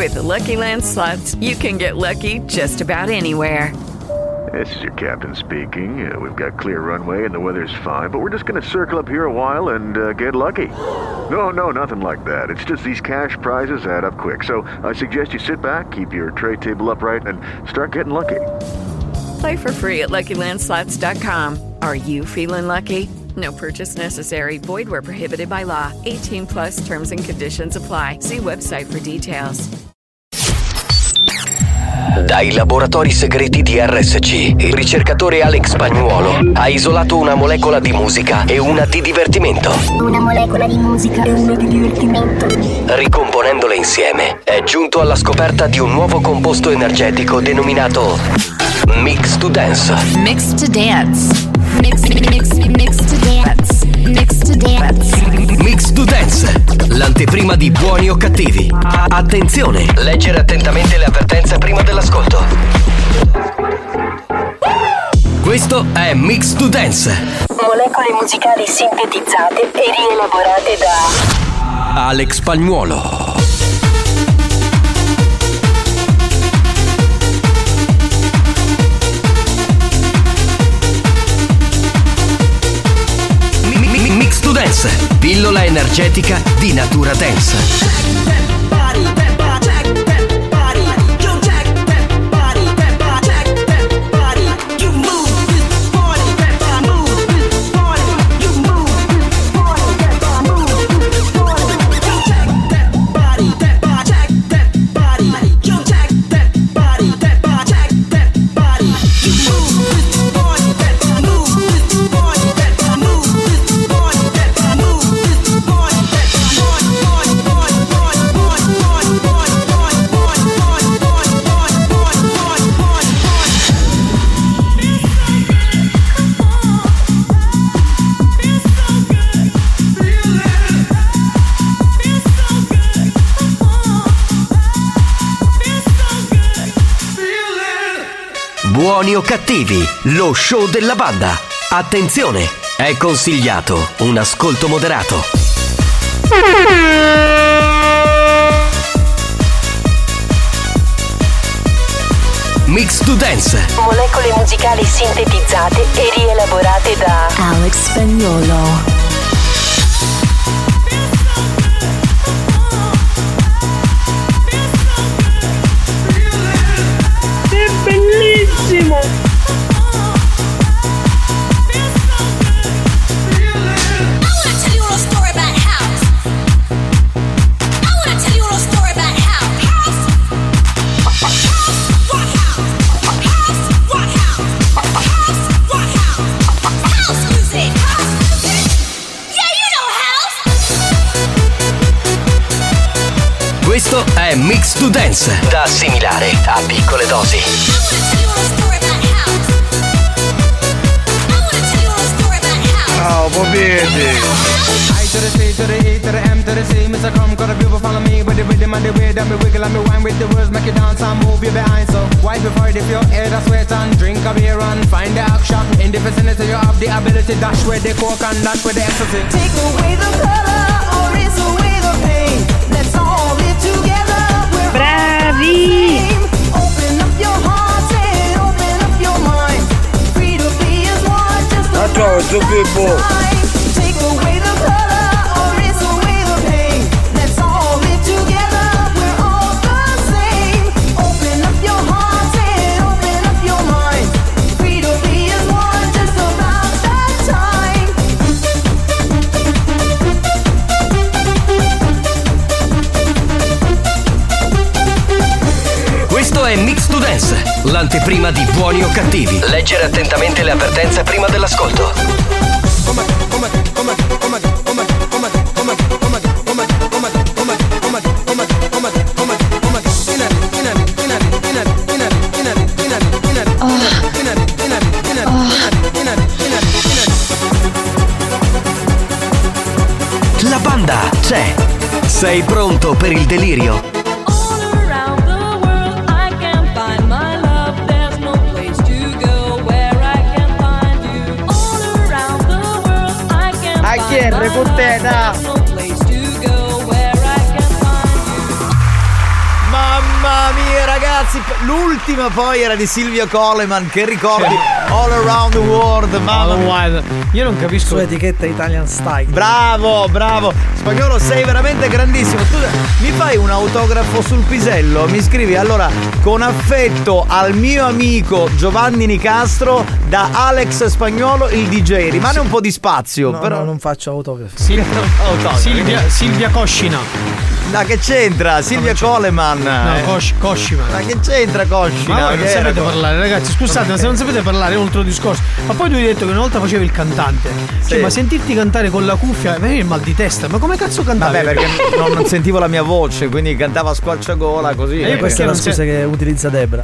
With the Lucky Land Slots, you can get lucky just about anywhere. This is your captain speaking. We've got clear runway and the weather's fine, but we're just going to circle up here a while and get lucky. No, nothing like that. It's just these cash prizes add up quick. So I suggest you sit back, keep your tray table upright, and start getting lucky. Play for free at LuckyLandSlots.com. Are you feeling lucky? No purchase necessary. Void where prohibited by law. 18 plus terms and conditions apply. See website for details. Dai laboratori segreti di RSC, il ricercatore Alex Spagnuolo ha isolato una molecola di musica e una di divertimento. Una molecola di musica e una di divertimento. Ricomponendole insieme, è giunto alla scoperta di un nuovo composto energetico denominato Mix to Dance. Mix to Dance. Mix to Dance. Mix to Dance. Mix to Dance, l'anteprima di Buoni o Cattivi. Attenzione, leggere attentamente le avvertenze prima dell'ascolto. Questo è Mix to Dance. Molecole musicali sintetizzate e rielaborate da Alex Spagnuolo. Mix to Dance, pillola energetica di natura dance. Buoni o Cattivi, lo show della banda. Attenzione, è consigliato un ascolto moderato. Mix to Dance. Molecole musicali sintetizzate e rielaborate da Alex Spagnuolo. Bellissimo! Questo è Mix to Dance, da assimilare a piccole dosi. Ciao, popete! To the C, to the E, to the M, to the C, Mr. Come, got a people follow me with the rhythm and the way that me wiggle and me wine with the words, make you dance and move you behind. So wipe before it if your head a sweat and drink a beer and find the action. In the vicinity you have the ability, dash with the coke and dash with the ecstasy. Take away the color or erase away the pain. Let's all live together. We're bravi! Open up your heart and open up your mind. Free to be as one, just a Ciao, people! Take away the color or erase away the pain. Let's all live together. We're all the same. Open up your heart and open up your mind. Free to be as one, just about that time. Questo è Mix to Dance, l'anteprima di Buoni o Cattivi. Leggere attentamente le avvertenze prima dell'ascolto. La banda c'è. Sei pronto per il delirio? AGR Cortena! Mamma Mamma mia ragazzi, l'ultima poi era di Silvia Coleman, che ricordi All Around the World. Mamma mia. Io non capisco l'etichetta Italian Style. Bravo, Spagnolo, sei veramente grandissimo. Tu mi fai un autografo sul pisello? Mi scrivi allora: con affetto al mio amico Giovanni Nicastro, da Alex Spagnolo il DJ. Rimane un po' di spazio. No, però no, non faccio autografi. Silvia Coscina. Ma che c'entra? Silvia Coleman. No, Cosciman. Ma che c'entra Coscina? Ma voi non sapete parlare, ragazzi. Scusate, ma se non sapete parlare è un altro discorso. Ma poi tu hai detto che una volta facevi il cantante. Cioè, ma sentirti cantare con la cuffia, mi il mal di testa. Ma come cazzo cantavi? Vabbè, perché non sentivo la mia voce, quindi cantavo a squarciagola così. Questa è la scusa che utilizza Debra.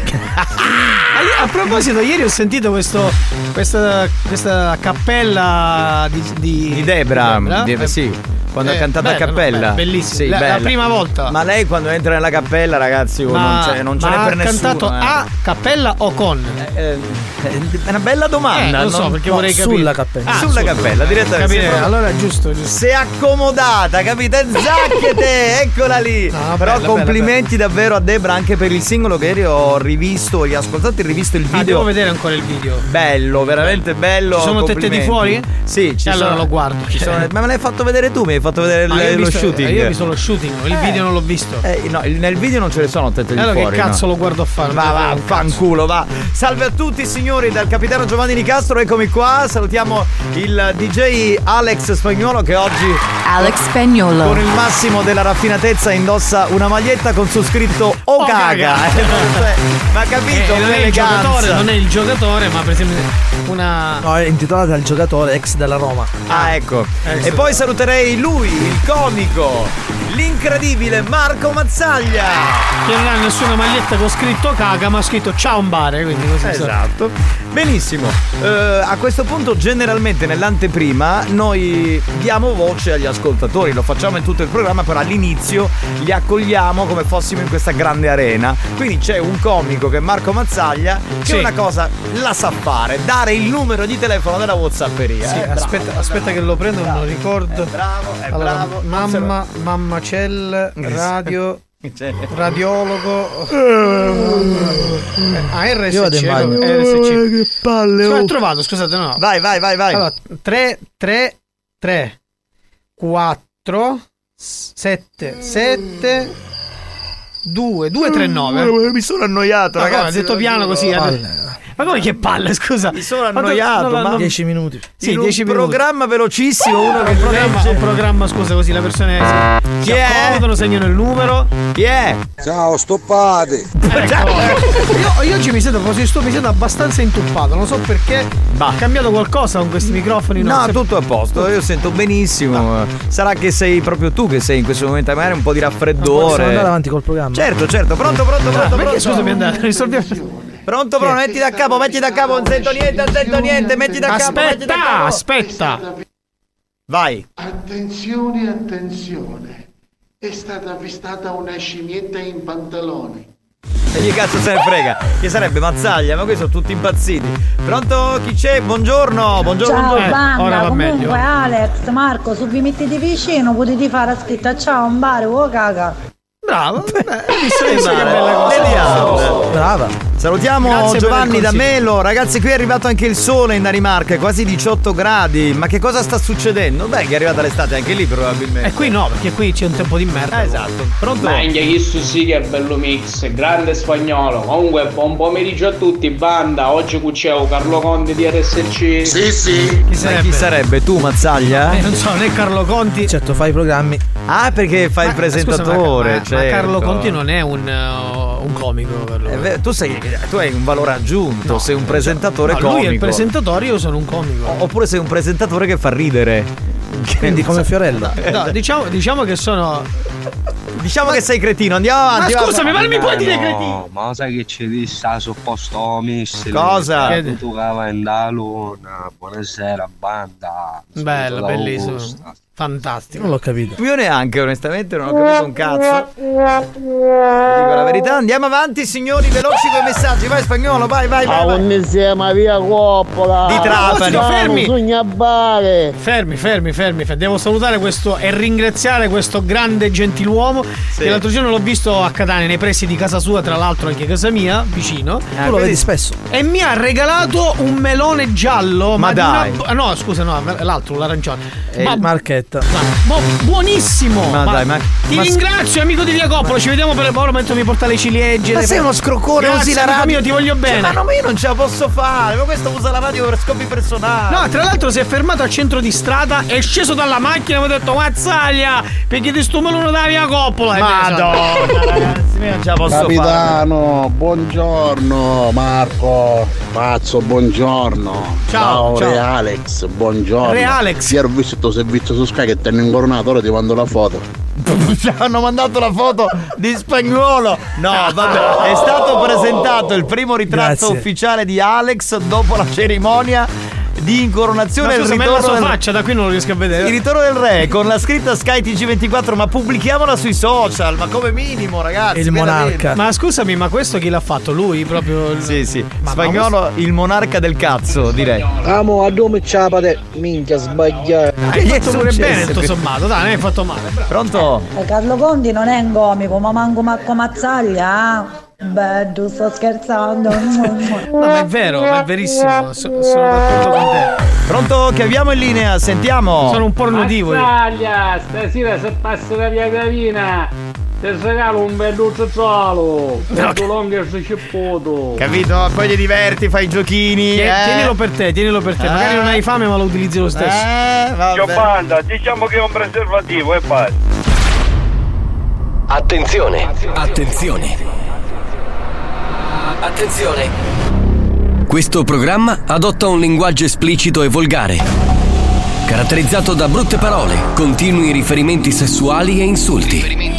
A proposito, ieri ho sentito questa cappella di Debra. Sì. Quando ha cantato a cappella. Bellissimo. Sì, la prima volta. Ma lei quando entra nella cappella, ragazzi, non ce n'è per nessuno. Ha cantato a cappella o con? È una bella domanda. Non so, perché vorrei capire. Sulla cappella. Sulla cappella, direttamente. Capire. Allora giusto. Si è accomodata, capite? Zacchete, eccola lì. No, però bella, complimenti davvero a Debra anche per il singolo che ieri ho rivisto, ho ascoltato e rivisto il video. Devo vedere ancora il video. Bello, veramente bello. Ci sono tette di fuori? Sì, ci sono. Allora lo guardo. Ma me l'hai fatto vedere tu, mi hai fatto vedere lo shooting. Io ho visto lo shooting, il video non l'ho visto. No, nel video non ce ne sono tette di allora fuori. Che cazzo lo guardo a fare? Va, fanculo, va. Salve a tutti signori dal capitano Giovanni Nicastro, eccomi qua. Salutiamo il DJ Alex Spagnolo che oggi Alex Spagnolo con il massimo della raffinatezza indossa una maglietta con su scritto O caga. Ma capito? Non è il giocatore, ma per esempio una. No, è intitolata al giocatore ex della Roma. Ah, ecco. E poi saluterei lui, il comico, l'incredibile Marco Mazzaglia, che non ha nessuna maglietta con scritto caga, ma ha scritto ciao un bare, quindi così. Esatto. Benissimo. A questo punto generalmente nell'anteprima noi diamo voce agli ascoltatori, lo facciamo in tutto il programma, però all'inizio li accogliamo come fossimo in questa grande arena. Quindi c'è un comico che è Marco Mazzaglia che una cosa la sa fare, dare il numero di telefono della WhatsApperia. Sì, aspetta che lo prendo, non lo ricordo. È bravo. Mammacell, radio. Radiologo. RSC. Io vado in bagno. RSC. Che palle. Ho trovato, scusate, no. Vai. Allora, 3 4 7 2 3 9. Mi sono annoiato, ragazzi. Ha detto piano così. Ma come che palle, scusa? Mi sono annoiato, 10 minuti. Sì, in 10 un minuti. programma velocissimo, uno che un programma, scusa, così le persone si accomodano, segnano il numero. Chi è? Ciao, stoppate. Ecco. Io oggi mi sento abbastanza intuppato, non so perché. Ha cambiato qualcosa con questi microfoni? No, tutto a posto, io sento benissimo. Sarà che sei proprio tu che sei in questo momento, magari un po' di raffreddore. Possiamo andare avanti col programma? Certo. Pronto. Perché scusami, andate, risolviamo. Pronto, metti da capo, non sento niente, metti da capo. Aspetta. Vai. Attenzione. È stata avvistata una scimmietta in pantaloni. E chi cazzo se ne frega? Chi sarebbe Mazzaglia? Ma questi sono tutti impazziti. Pronto? Chi c'è? Buongiorno. Ciao banda, ora va comunque meglio. Alex, Marco, se vi mettete vicino potete fare scritta ciao un bare, caga. Bravo, che bella cosa. Vediamo. Brava. Salutiamo Grazie Giovanni da Melo. Ragazzi, qui è arrivato anche il sole in Danimarca, quasi 18 gradi. Ma che cosa sta succedendo? Beh, che è arrivata l'estate anche lì probabilmente. E qui no, perché qui c'è un tempo di merda. Esatto. Pronto? Mangia, questo sì che è bello mix, grande Spagnolo. Comunque, buon pomeriggio a tutti, banda. Oggi qui c'è Carlo Conti di RSC. Sì. Chi sarebbe? Tu, Mazzaglia? Non so, né Carlo Conti. Certo, fai i programmi. Ah, perché fai il presentatore. Scusa, ma Carlo Conti non è un comico. Tu hai un valore aggiunto, sei un presentatore comico. Lui è il presentatore, io sono un comico. Oppure sei un presentatore che fa ridere. Quindi come Fiorella. No, diciamo che sono. Diciamo che sei cretino, andiamo avanti. Ma scusami, ma non mi puoi dire cretino? Ma sai che ci sta sul posto miss? Cosa? Tu cava in da luna. Buonasera banda. Bella, bellissimo. Fantastico. Non l'ho capito. Io neanche, onestamente, non ho capito un cazzo. Dico la verità. Andiamo avanti, signori, veloci con i messaggi. Vai Spagnolo, vai. Insieme via Coppola. Di Trapani. Fermi. Devo salutare questo e ringraziare questo grande gentiluomo che l'altro giorno l'ho visto a Catania, nei pressi di casa sua, tra l'altro anche casa mia, vicino. Tu lo vedi spesso. E mi ha regalato un melone giallo. Ma dai. No, scusa, no, l'altro, l'arancione. Marchetta. Buonissimo. Ma ti ringrazio, amico di Via Coppola. Ci vediamo per ora mentre mi porta le ciliegie. Ma sei uno scroccone, usi la radio. Mio, ti voglio bene. Ma io non ce la posso fare. Ma questo usa la radio per scopi personali. No, tra l'altro si è fermato al centro di strada, è sceso dalla macchina e mi ha detto mazzaglia, perché ti sto melone da Via Coppola. Madonna, ragazzi, io non ce la posso Capitano, buongiorno Marco, Pazzo, buongiorno. Ciao. Re Alex, buongiorno. Re Alex. Ieri ho visto il tuo servizio su Sky che ti hanno incoronato, ora ti mando la foto. Ci hanno mandato la foto di Spagnolo. No, vabbè, è stato presentato il primo ritratto ufficiale di Alex dopo la cerimonia di incoronazione. Ma scusa, il ma è la ritorno sua del... faccia, da qui non lo riesco a vedere. Il ritorno del re con la scritta Sky TG24, ma pubblichiamola sui social, ma come minimo, ragazzi. Il monarca. Ma scusami, ma questo chi l'ha fatto? Lui proprio? Sì. Spagnolo, il monarca del cazzo, direi. Amo a dove c'apate. Minchia, sbagliato. Hai fatto pure bene, tutto sommato, dai, non hai fatto male. Pronto? Carlo Conti non è un comico, ma manco Marco Mazzaglia. Beh, sto scherzando. No, ma è vero, è verissimo. Sono d'accordo con te. Pronto? Che abbiamo in linea, sentiamo. Sono un porno divo. Mazzaglia, stasera se passi da Via Gravina ti regalo un bello zozzolo. Bello lungo e scipputo. Capito? Poi ti diverti, fai i giochini. Tienilo per te. Magari non hai fame, ma lo utilizzi lo stesso. Giovanna, diciamo che è un preservativo e basta. Attenzione! Questo programma adotta un linguaggio esplicito e volgare, caratterizzato da brutte parole, continui riferimenti sessuali e insulti.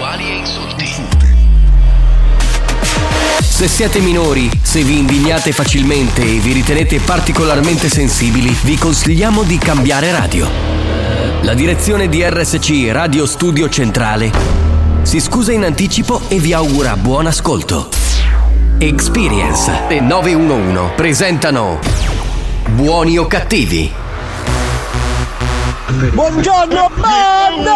Se siete minori, se vi indignate facilmente e vi ritenete particolarmente sensibili, vi consigliamo di cambiare radio. La direzione di RSC Radio Studio Centrale si scusa in anticipo e vi augura buon ascolto. Experience e 911 presentano Buoni o Cattivi. Buongiorno banda!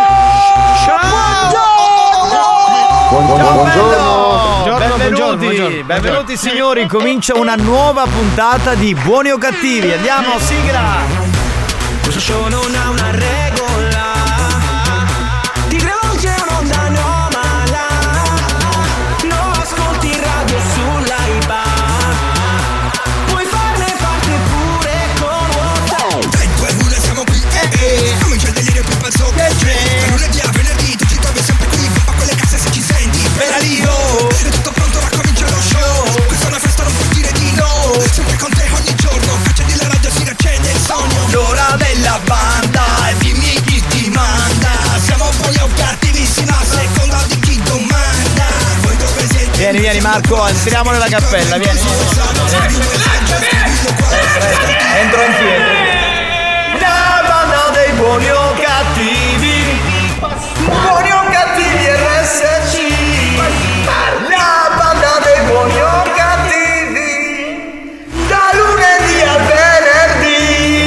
Buongiorno. Benvenuti signori, comincia una nuova puntata di Buoni o Cattivi. Andiamo, sigla. Questo show non ha una regola, ti rivolge un'onda anomala, non ascolti radio sull'AIBA, puoi farne parte pure con WhatsApp. 3, 2, 1 siamo qui, comincia il delirio più pazzo che c'è. Da lunedì a venerdì tu ci trovi sempre qui, va con le casse se ci senti, penalio, è tutto pronto, ma comincia lo show. Questa è una festa, non puoi dire di no, sempre con te ogni giorno, accendi la radio, si riaccende il sogno. L'ora della banda, e dimmi chi ti manda, siamo buoni o cattivissimi a seconda di chi domanda. Voi dove siete? Vieni Marco, entriamo nella cappella, vieni. Entro anch'io. La banda dei buoni o cattivi, buoni o cattivi RSC, la banda dei buoni o cattivi, da lunedì al venerdì.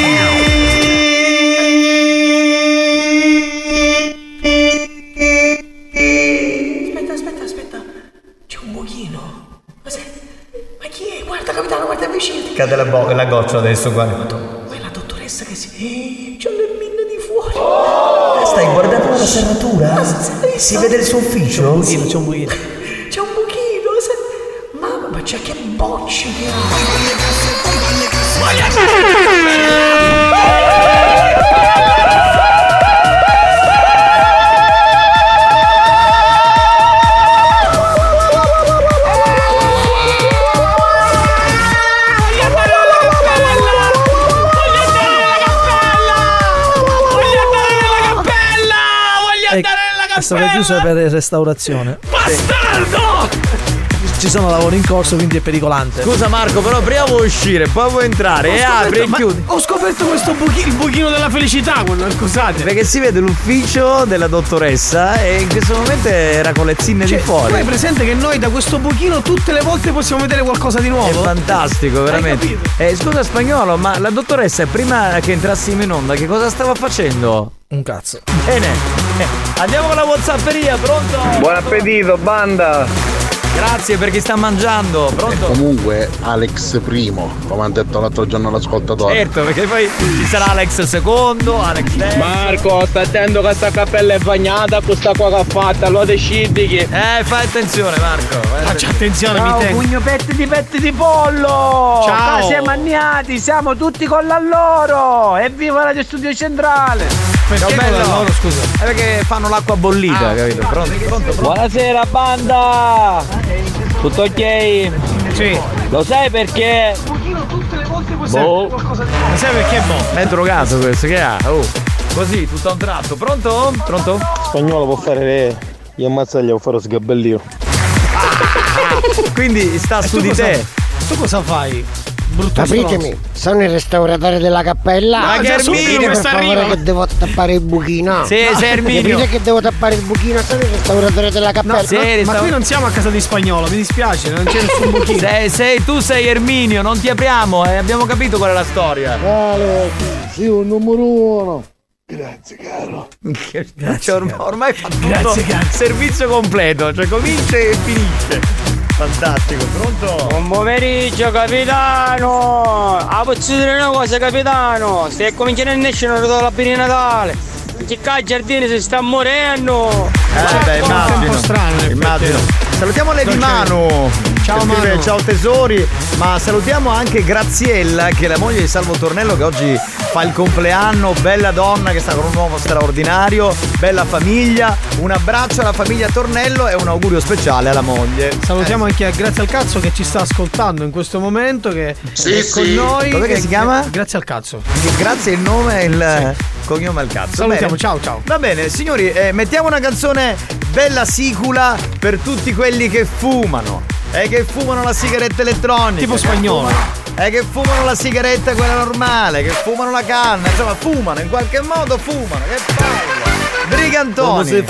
Aspetta, c'è un buchino. Ma chi è? Guarda capitano, guarda vicino. Cade la goccia adesso qua. Ma è la dottoressa che c'ha le minne di fuori. Stai guardando la serratura? Si vede il suo ufficio? C'è un buchino. C'è un buchino. Ma c'è che bocce che ha. È stata chiusa per restaurazione. Bastardo! ci sono lavori in corso, quindi è pericolante. Scusa Marco, però prima vuoi uscire, poi vuoi entrare e apri e chiudi. Ho scoperto questo il buchino della felicità, scusate. Perché si vede l'ufficio della dottoressa e in questo momento era con le zinne di fuori. Tu hai presente che noi da questo buchino tutte le volte possiamo vedere qualcosa di nuovo? È fantastico, veramente. Scusa Spagnolo, ma la dottoressa prima che entrassimo in onda che cosa stava facendo? Un cazzo. Bene, andiamo con la WhatsApperia, pronto? Buon appetito, banda! Grazie per chi sta mangiando, pronto? Comunque Alex primo, come ha detto l'altro giorno l'ascoltatore. Certo, perché poi ci sarà Alex secondo, Alex terzo. Marco, sta attento che sta cappella è bagnata, questa qua che ha fatto, lo decidi che. Fai attenzione Marco. Faccia attenzione, ciao, mi tengo. pugno petti di pollo! Ciao! Siamo anniati, siamo tutti con l'alloro! Evviva Radio Studio Centrale! Perché bello? loro, scusa? È perché fanno l'acqua bollita, capito? Pronto? Buonasera banda! Tutto ok? Sì. Lo sai perché? Tutte le volte possiamo qualcosa di nuovo. Lo sai perché È drogato questo, che ha? Così, tutto a un tratto. Pronto? Spagnolo può fare gli ammazzagli o fare sgabellino. Quindi sta su di te. Tu cosa fai? Brutto Capitemi, sono il restauratore della cappella. Ma che Erminio, per favore che devo tappare il buchino. Sì, sei Erminio. Capite che devo tappare il buchino, sono il restauratore della cappella. Ma qui non siamo a casa di Spagnolo, mi dispiace, non c'è nessun buchino. Tu sei Erminio, non ti apriamo, abbiamo capito qual è la storia. Vale, sì, un numero uno. Grazie caro. Ormai fa tutto servizio completo, cioè comincia e finisce. Fantastico, pronto? Buon pomeriggio capitano! Posso dire una cosa capitano? Stai cominciando a nascere la di Natale! Che qua i giardini si sta morendo! Immagino. Salutiamo Lady Manu. Ciao Manu. Ciao tesori. Ma salutiamo anche Graziella, che è la moglie di Salvo Tornello, che oggi fa il compleanno. Bella donna che sta con un uomo straordinario. Bella famiglia. Un abbraccio alla famiglia Tornello e un augurio speciale alla moglie. Salutiamo anche Grazie al Cazzo che ci sta ascoltando in questo momento, che è con noi. Come che si chiama? Grazie al Cazzo. Grazie il nome e il cognome al cazzo. Salutiamo, bene. ciao. Va bene, signori, mettiamo una canzone bella sicula per tutti quelli che fumano. Che fumano la sigaretta elettronica. Tipo Spagnolo. Che fumano la sigaretta quella normale, che fumano la canna, insomma fumano, in qualche modo fumano. Che palle. Brigantoni. Come si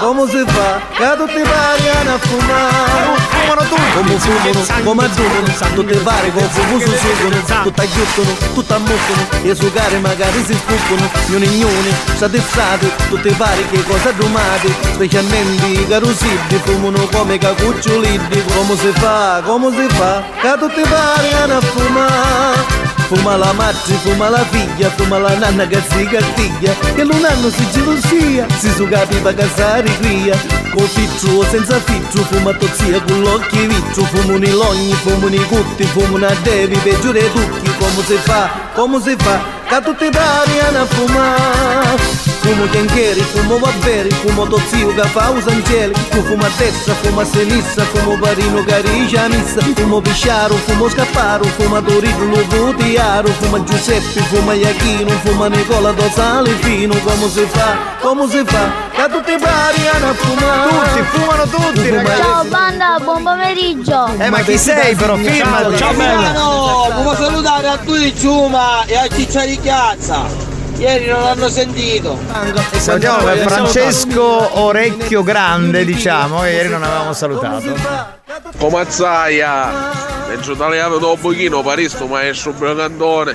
fa? Che tutti pariano a fumare. Fumano tutti. Come adducono, tutti pari con fumo su succono, tutti aiutano, tutti ammuccono, e su care magari si spuccono, gnoni, satisfatti, tutti pari che cosa domati, specialmente i carusilli, fumano come cacucciolilli. Come si fa? Che tutti pariano a fumare. Fuma la madre, fuma la figlia, fuma la nanna che si cattiglia, che non hanno si gelosia, si su capiva che si ricria, con filtro o senza filtro, fuma tozzia con l'occhio vitro, fumano i logni, fumano i cutti, fumano a devi, peggiore tutti. Come si fa, che tutti pariano a fumare. Fumo chianchieri, fumo vabberi, fumo tozzio che fa usancelli, tu fumo a destra, fumo a sinistra, fumo parino che riesce a missa, fumo pisciaro, fumo scapparo, fumo Torino, Vutiaro, fumo Giuseppe, fumo Iachino, fumo Nicola do Sale Fino. Come si fa, che tutti pariano a fumare. Tutti, fumano tutti, ragazzi. Ciao banda, buon pomeriggio. Ma chi sei però? Firmati. Ciao bello. Come salutare a tutti Ciuma e a Ciccia di Chiazza. Ieri non l'hanno sentito. Salutiamo per Francesco Orecchio Grande, diciamo, che ieri non avevamo salutato. Come azzaia, penso italiano dopo pochino paristo maestro Bragandone.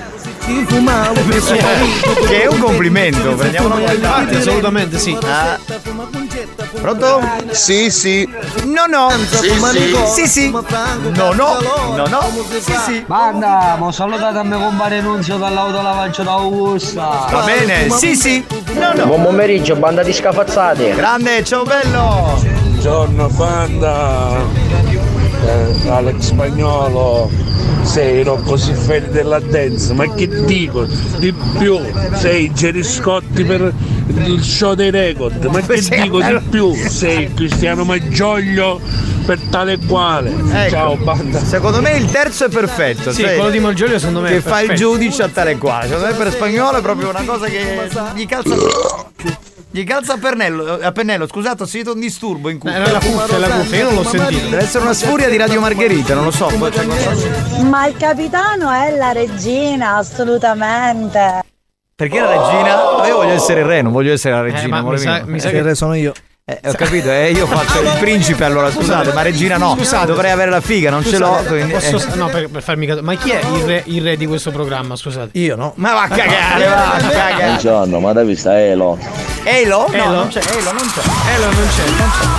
Che è un complimento, prendiamo una Infatti, assolutamente sì. Pronto? Sì. No. Sì. No. Sì. Banda, mo salutate a me compare Nunzio dall'autolavaggio d'Augusta. Va bene, sì. No. Buon pomeriggio, banda di scafazzate. Grande, ciao bello. Buongiorno banda. Alex Spagnolo, sei Rocco Siffredi della dance, ma che dico di più, sei Jerry Scotti per il show dei record, ma che dico di più, sei Cristiano Maggioglio per tale e quale. Ecco. Ciao banda. Secondo me il terzo è perfetto. Sì, quello di Malgioglio secondo me che è perfetto. fa il giudice a tale e quale. Secondo me per Spagnolo è proprio una cosa che gli calza. Gli calza a pennello, scusate, ho sentito un disturbo in cuffia. Era la cuffia, io non l'ho sentito. Deve essere una sfuria di Radio Margherita, non lo so. Ma il capitano è la regina, assolutamente. Perché la regina? Io voglio essere il re, non voglio essere la regina. Mi sa che il re sono io. Ho capito, io faccio il principe allora, scusate, ma regina no. Scusate, dovrei avere la figa, non ce l'ho. Quindi, no, per farmi caso. Ma chi è il re di questo programma, scusate? Io no. Ma va a cagare, va a cagare. Buongiorno, ma da vista Elo. Elo? No, non c'è, Elo non c'è. Elo non c'è.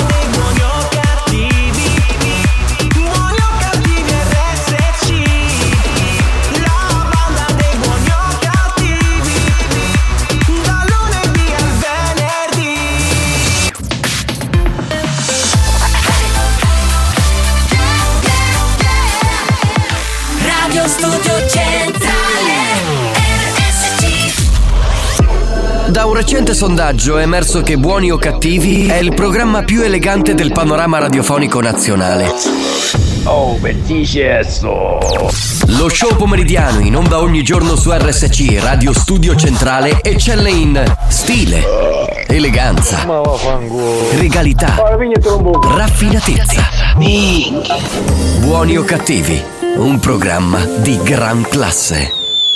Studio Centrale RSC. Da un recente sondaggio è emerso che Buoni o Cattivi è il programma più elegante del panorama radiofonico nazionale. Oh, bellissimo! Lo show pomeridiano in onda ogni giorno su RSC Radio Studio Centrale eccelle in stile, eleganza, regalità, raffinatezza. Buoni o Cattivi, un programma di gran classe.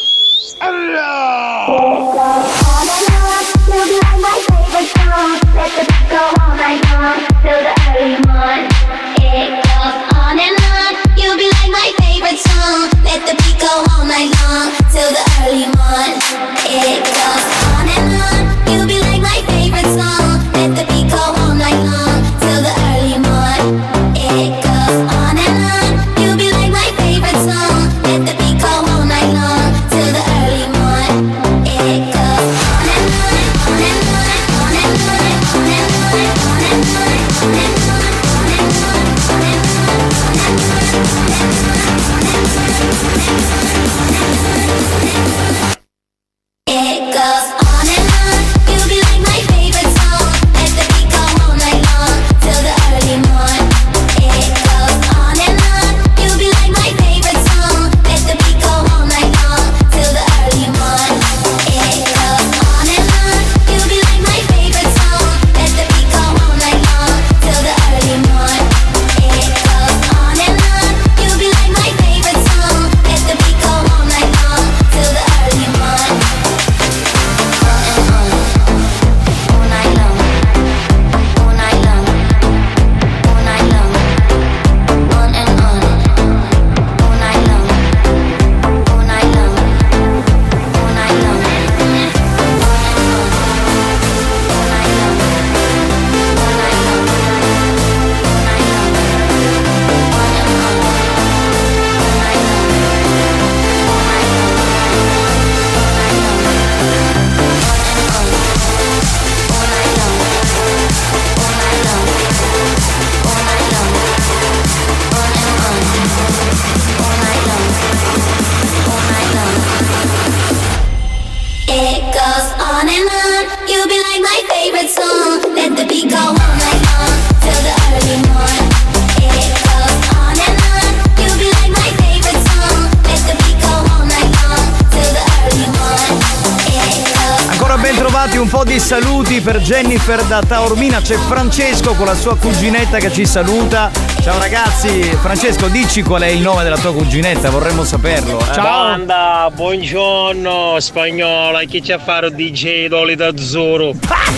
Un po' di saluti per Jennifer da Taormina, c'è Francesco con la sua cuginetta che ci saluta. Ciao ragazzi, Francesco, dici qual è il nome della tua cuginetta, vorremmo saperlo. Ciao banda, buongiorno spagnola, chi c'è a fare il DJ Lolita Azzurro?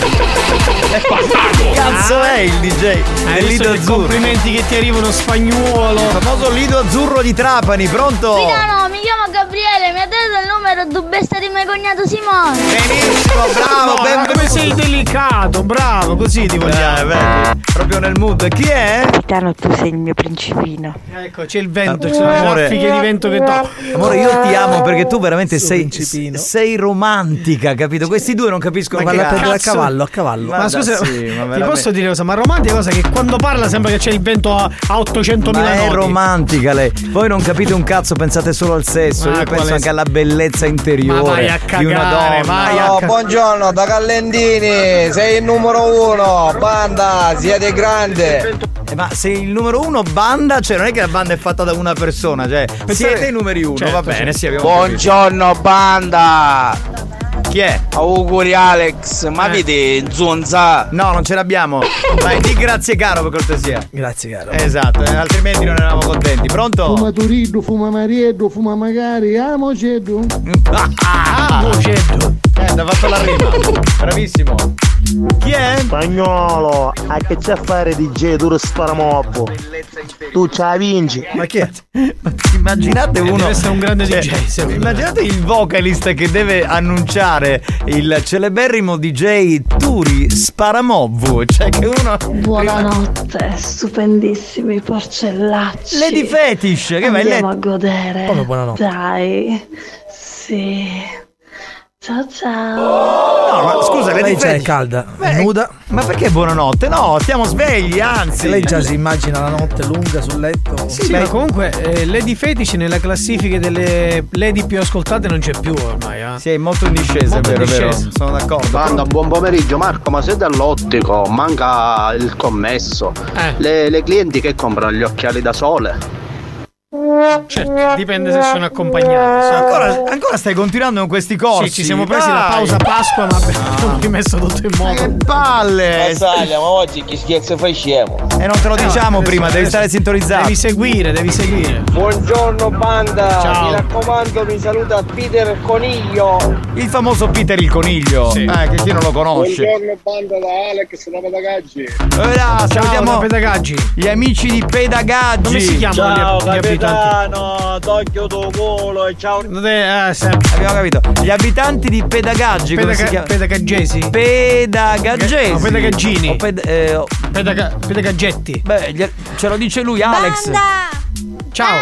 Che cazzo è il DJ? Hai visto i complimenti che ti arrivano spagnolo? Il famoso Lido Azzurro di Trapani, pronto? No, mi chiamo Gabriele, mi ha dato il numero du besta di mio cognato Simone. Benissimo, bravo, come sei delicato, bravo, così ti vogliamo. Vedi, proprio nel mood. Chi è? Capitano, tu sei il mio principino. Ecco, c'è il vento, c'è una raffiche di vento che do. Amore, io ti amo perché tu veramente sei romantica, capito? Questi due non capiscono ma che a cavallo. Ma scusa, ti posso dire cosa? Ma romantica cosa? Che quando parla sembra che c'è il vento a 800.000 ma è nodi. Romantica lei. Voi non capite un cazzo, pensate solo al sesso. Io penso anche alla bellezza interiore vai a cagare, di una donna. Buongiorno da Callendini, sei il numero 1, banda, siete grande. Ma se il numero 1 banda, cioè non è che la banda è fatta da una persona, cioè siete i numeri 1, va bene, sì, abbiamo buongiorno capito. Banda. Chi è? Auguri Alex, ma vedi Zonza? No, non ce l'abbiamo. Vai, di grazie caro per cortesia. Grazie caro. Esatto, altrimenti non eravamo contenti. Pronto? Fuma turiddu, fuma marieddu, fuma magari, amo ceddu. Amo ceddu. Ha fatto la rima. Bravissimo. Chi è? Spagnolo, a che c'è a fare DJ duro sparamoppo? Tu ce la vinci. Ma chi è? Immaginate uno. Deve essere un grande DJ. Immaginate il vocalist che deve annunciare il celeberrimo DJ Turi Sparamovvu. Cioè che uno. Buonanotte, stupendissimi porcellacci. Lady Fetish, che vai Andiamo a godere. Come buonanotte? Dai. Sì. Ciao ciao. No, ma scusa, lei Lady c'è Fetish calda, nuda. Ma perché buonanotte? No, stiamo svegli, anzi. Lei già si immagina la notte lunga sul letto. Sì, ma comunque Lady Fetish nella classifica delle lady più ascoltate non c'è più ormai. Sì, è molto in discesa, Molto vero, in vero. discesa. Sono d'accordo. Banda, buon pomeriggio Marco, ma se dall'ottico manca il commesso, le clienti che comprano gli occhiali da sole. Certo, dipende se sono accompagnati. Ancora stai continuando con questi corsi? Sì, ci siamo presi la pausa Pasqua, ma abbiamo rimesso tutto in moto. Che palle! Mazzaglia, ma oggi chi scherzo fai scemo? E non te lo diciamo prima, devi stare sintonizzato. Devi seguire. Buongiorno banda, Ciao. mi raccomando mi saluta Peter Coniglio. Il famoso Peter il coniglio. Sì. Che chi non lo conosce. Buongiorno banda da Alex da Pedagaggi. Salutiamo da Pedagaggi. gli amici di Pedagaggi. Come si chiamano gli abitanti? Tocchio tuo culo e ciao. Abbiamo capito. Gli abitanti di Pedagaggi. Come si chiama? Pedagaggesi. Pedagaggesi. No, Pedagaggini. Pedagaggetti. Beh, ce lo dice lui, Alex. Ciao.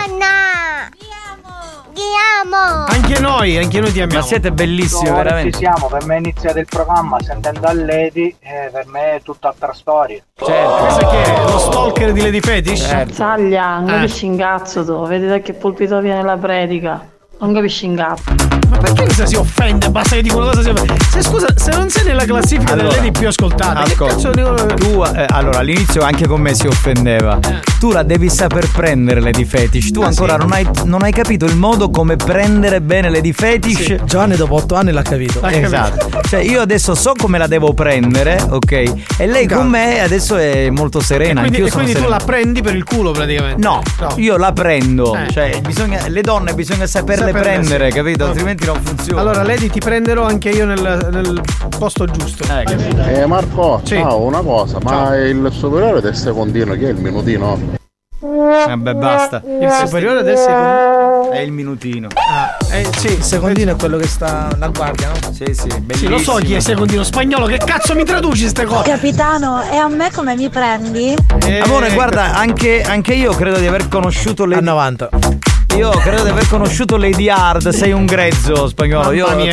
Ti amo. Anche noi ti amiamo. Ma siete bellissimi, veramente. Ci siamo, per me è iniziato il programma sentendo a Lady, per me è tutt'altra storia. Certo. Questo che è lo stalker di Lady Fetish? Mazzaglia, non capisci un cazzo tu. Vedi da che pulpito viene la predica. Non capisci un cazzo. Ma perché questa si offende? Basta che dico una cosa si offende. Se non sei nella classifica delle lady più ascoltate, ascolta, che cazzo tu allora all'inizio anche con me si offendeva. Tu la devi saper prendere Lady Fetish. Tu ancora non hai capito il modo come prendere bene Lady Fetish. Sì. Giovanni dopo 8 anni l'ha capito. Esatto. Cioè io adesso so come la devo prendere, ok? E lei con me adesso è molto serena. E quindi sereno. tu la prendi per il culo praticamente. No, io la prendo. Cioè le donne bisogna saperle prendere, capito? Altrimenti non funziona. Allora Lady ti prenderò anche io nel posto giusto. Marco, Sì. ciao, una cosa, ma il superiore del secondino chi è il minutino? Vabbè, basta. Il superiore del secondo è il minutino. Sì, il secondino è quello che sta alla guardia, no? Sì, bellissimo. Sì, lo so chi è il secondino spagnolo, che cazzo mi traduci ste cose? Capitano, e a me come mi prendi? Amore, guarda, anche io credo di aver conosciuto Lady... A 90. Io credo di aver conosciuto Lady Hard. Sei un grezzo spagnolo.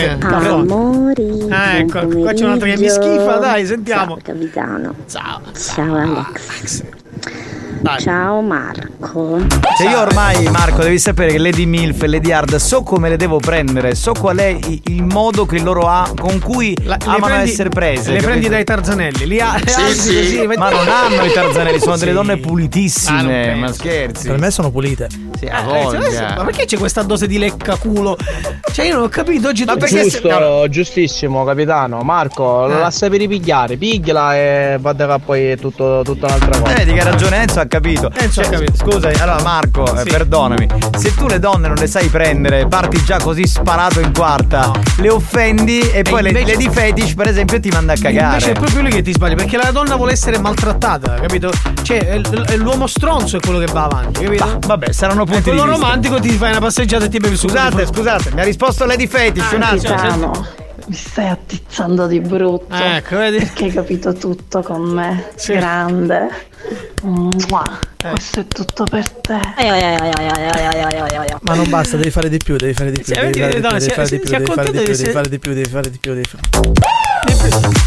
Amori. Ecco, qua c'è un'altra che mi schifa, dai, sentiamo. Ciao capitano. Ciao. Ciao Alex. Dai. Ciao Marco. Cioè io ormai, Marco, devi sapere che Lady Milf e Lady Hard so come le devo prendere, so qual è il modo che loro con cui amano essere prese. Le capito? prendi dai tarzanelli, Sì. Ma non hanno i tarzanelli, sono delle donne pulitissime. Ah, ma scherzi. Per me sono pulite. Sì, a voglia. Ma perché c'è questa dose di lecca culo? Cioè io non ho capito oggi. Ma perché giustissimo capitano. Marco, la sai ripigliare, pigliala e vada poi è tutta un'altra cosa. Vedi che ha ragione Enzo, ha capito. Scusa, allora Marco, perdonami. Se tu le donne non le sai prendere, parti già così sparato in quarta, le offendi e poi invece, Lady Fetish per esempio ti manda a cagare. Invece è proprio lui che ti sbagli, perché la donna vuole essere maltrattata, capito? Cioè è l'uomo stronzo è quello che va avanti, capito? Vabbè, saranno punti quello di vista. romantico ti fai una passeggiata e ti bevi su. Scusate, mi ha risposto Lady Fetish un attimo. Mi stai attizzando di brutto. Ecco, vedi? Perché hai capito tutto con me. Sì. Grande. Questo è tutto per te. Ma non basta, devi fare di più, devi fare di più.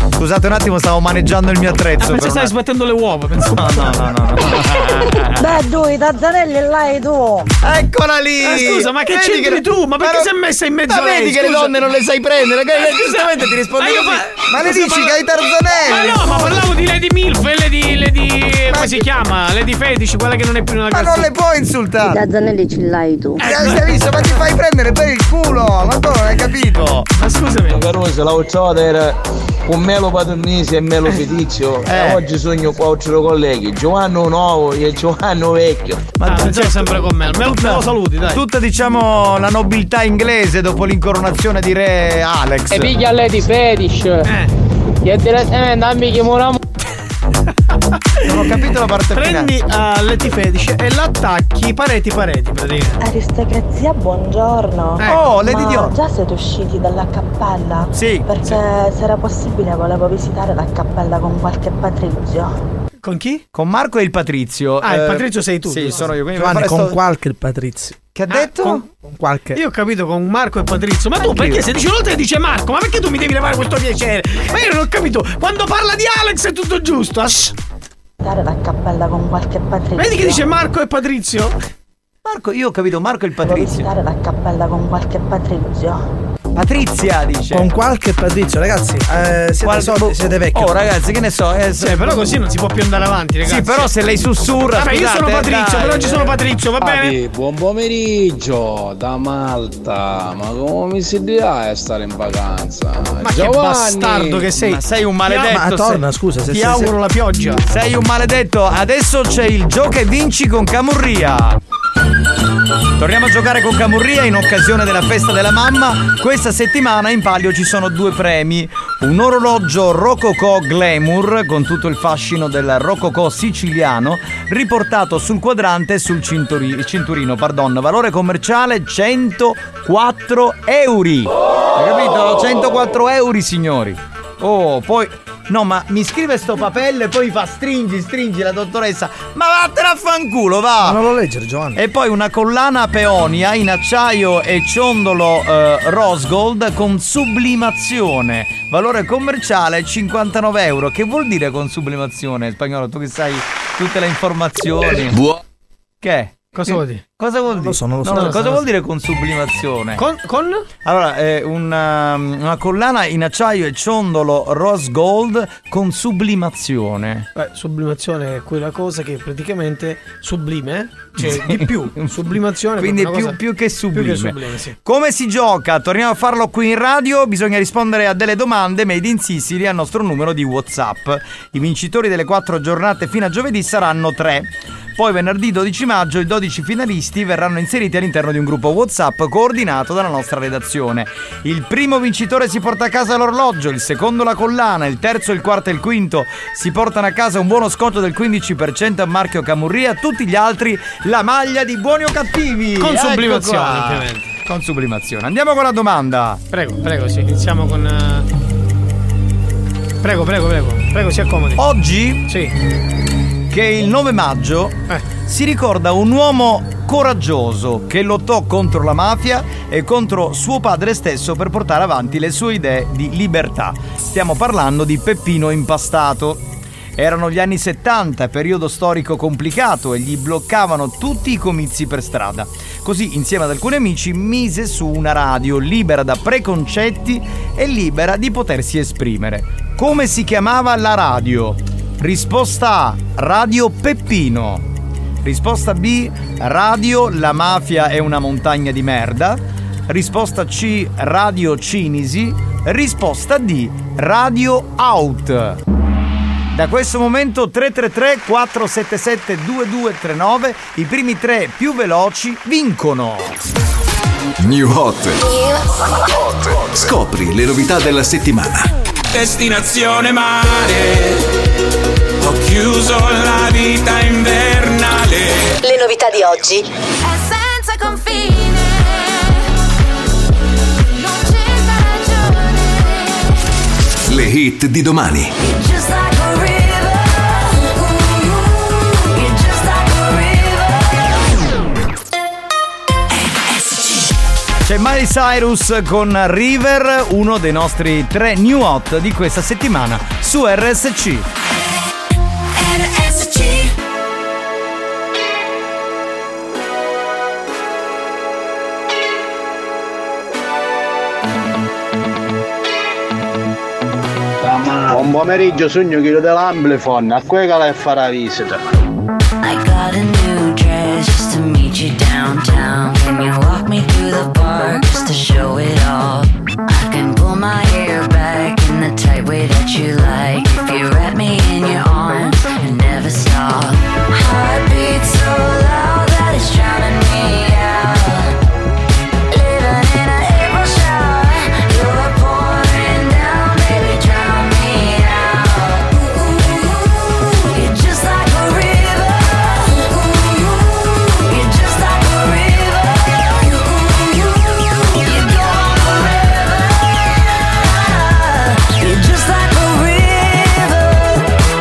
Scusate un attimo, stavo maneggiando il mio attrezzo. Penso stai sbattendo le uova, penso. No. Beh, giù, i tazzanelli là tu. Eccola lì! Scusa, ma che Vedi c'entri tu? Ma perché sei messa in mezzo a lei? Vedi che le donne non le sai prendere, giustamente ti rispondo così. Ma le dici che hai Tarzanelli? Ma no, ma parlavo di Lady Milf e Lady come si chiama? Lady Fetish, quella che non è più una Ma non le puoi insultare. I tazzanelli ce l'hai tu. Hai visto? Ma ti fai prendere per il culo. Ma tu non hai capito. Ma scusami. Caruso, la ucciodere un melo padronese e melo fetizio. Oggi sogno 4 colleghi, Giovanni nuovo e Giovanni vecchio. Ma non sei sempre con me lo saluti, dai. Tutta diciamo la nobiltà inglese dopo l'incoronazione di re Alex. E piglia Lady Fetish. Che direttamente dammi che moriamo. Non ho capito la parte Prendi Lady Fetish e l'attacchi pareti praticamente. Aristocrazia, buongiorno. Oh, Lady Dio. Già siete usciti dalla cappella? Sì. Perché se era possibile volevo visitare la cappella con qualche Patrizio. Con chi? Con Marco e il Patrizio. Il Patrizio sei tu. Sì, sono io. Giovanni, con qualche il Patrizio. Che ha detto? Con qualche. Io ho capito con Marco e Patrizio. Ma tu perché se dici una volta dice Marco? Ma perché tu mi devi levare questo piacere? Ma io non ho capito. Quando parla di Alex è tutto giusto. Visitare la cappella con qualche Patrizio. Vedi che dice Marco e Patrizio? Marco, io ho capito Marco e il Patrizio. Visitare la cappella con qualche Patrizio. Patrizia dice. Con qualche Patrizio, ragazzi. Siete soldi, siete vecchi. Oh ragazzi, che ne so. Però così non si può più andare avanti, ragazzi. Sì, però se lei sussurra. Vabbè, io sono Patrizio, però oggi sono Patrizio, va bene? Buon pomeriggio da Malta. Ma come mi si dirà a stare in vacanza? Ma Giovanni, che bastardo che sei. Ma sei un maledetto. Ma torna, scusa. Ti auguro la pioggia. Sei un maledetto. Adesso c'è il gioca e vinci con Camurria. Torniamo a giocare con Camurria in occasione della festa della mamma. Questa settimana in palio ci sono 2 premi: un orologio Rococò Glamour con tutto il fascino del Rococò siciliano riportato sul quadrante e sul cinturino, valore commerciale 104 euro. Hai capito? 104 euro, signori. Oh, poi no, ma mi scrive sto papello e poi fa stringi la dottoressa. Ma vattene a fanculo, va! Ma non lo leggere, Giovanni. E poi una collana peonia in acciaio e ciondolo rose gold con sublimazione. Valore commerciale 59 euro. Che vuol dire con sublimazione? Spagnolo, tu che sai tutte le informazioni. Che? Cosa vuol dire? Cosa vuol dire? Non lo so. Cosa vuol dire con sublimazione? Con? Allora, una collana in acciaio e ciondolo rose gold con sublimazione. Sublimazione è quella cosa che praticamente sublime, cioè di più. Sublimazione. Quindi più che sublime. Sì. Come si gioca? Torniamo a farlo qui in radio. Bisogna rispondere a delle domande made in Sicily al nostro numero di WhatsApp. I vincitori delle 4 giornate fino a giovedì saranno 3. Poi venerdì 12 maggio i 12 finalisti verranno inseriti all'interno di un gruppo WhatsApp coordinato dalla nostra redazione. Il primo vincitore si porta a casa l'orologio, il secondo la collana, il terzo, il quarto e il quinto si portano a casa un buono sconto del 15% a marchio Camurria, tutti gli altri la maglia di Buoni o Cattivi. Con sublimazione, ovviamente. Con sublimazione. Andiamo con la domanda. Prego, sì, iniziamo con... Prego, si accomodi. Oggi? Sì. Che il 9 maggio si ricorda un uomo coraggioso che lottò contro la mafia e contro suo padre stesso per portare avanti le sue idee di libertà. Stiamo parlando di Peppino Impastato. Erano gli anni 70, periodo storico complicato, e gli bloccavano tutti i comizi per strada. Così, insieme ad alcuni amici, mise su una radio libera da preconcetti e libera di potersi esprimere. Come si chiamava la radio? Risposta A: Radio Peppino. Risposta B: Radio La Mafia è una montagna di merda. Risposta C: Radio Cinisi. Risposta D: Radio Out. Da questo momento 333 477 2239, i primi 3 più veloci vincono. New Hot. Scopri le novità della settimana. Destinazione mare. Ho chiuso la vita invernale. Le novità di oggi. È senza confine. Non c'è ragione. Le hit di domani. Just like a river. Just like a river. C'è Miley Cyrus con River, uno dei nostri 3 new hot di questa settimana su RSC. un pomeriggio sogno che dell'Amplifon, a quella che farà la visita. I got a new dress just to meet you downtown. Can you walk me through the park just to show it all? I can pull my hair back in the tight way that you like. If you wrap me in your arms and never stop. Heartbeat so loud that it's drowning me out. Living in an April shower, you're pouring down, baby, drown me out. You're just like a river. You're just like a river. You go on forever. You're just like a river.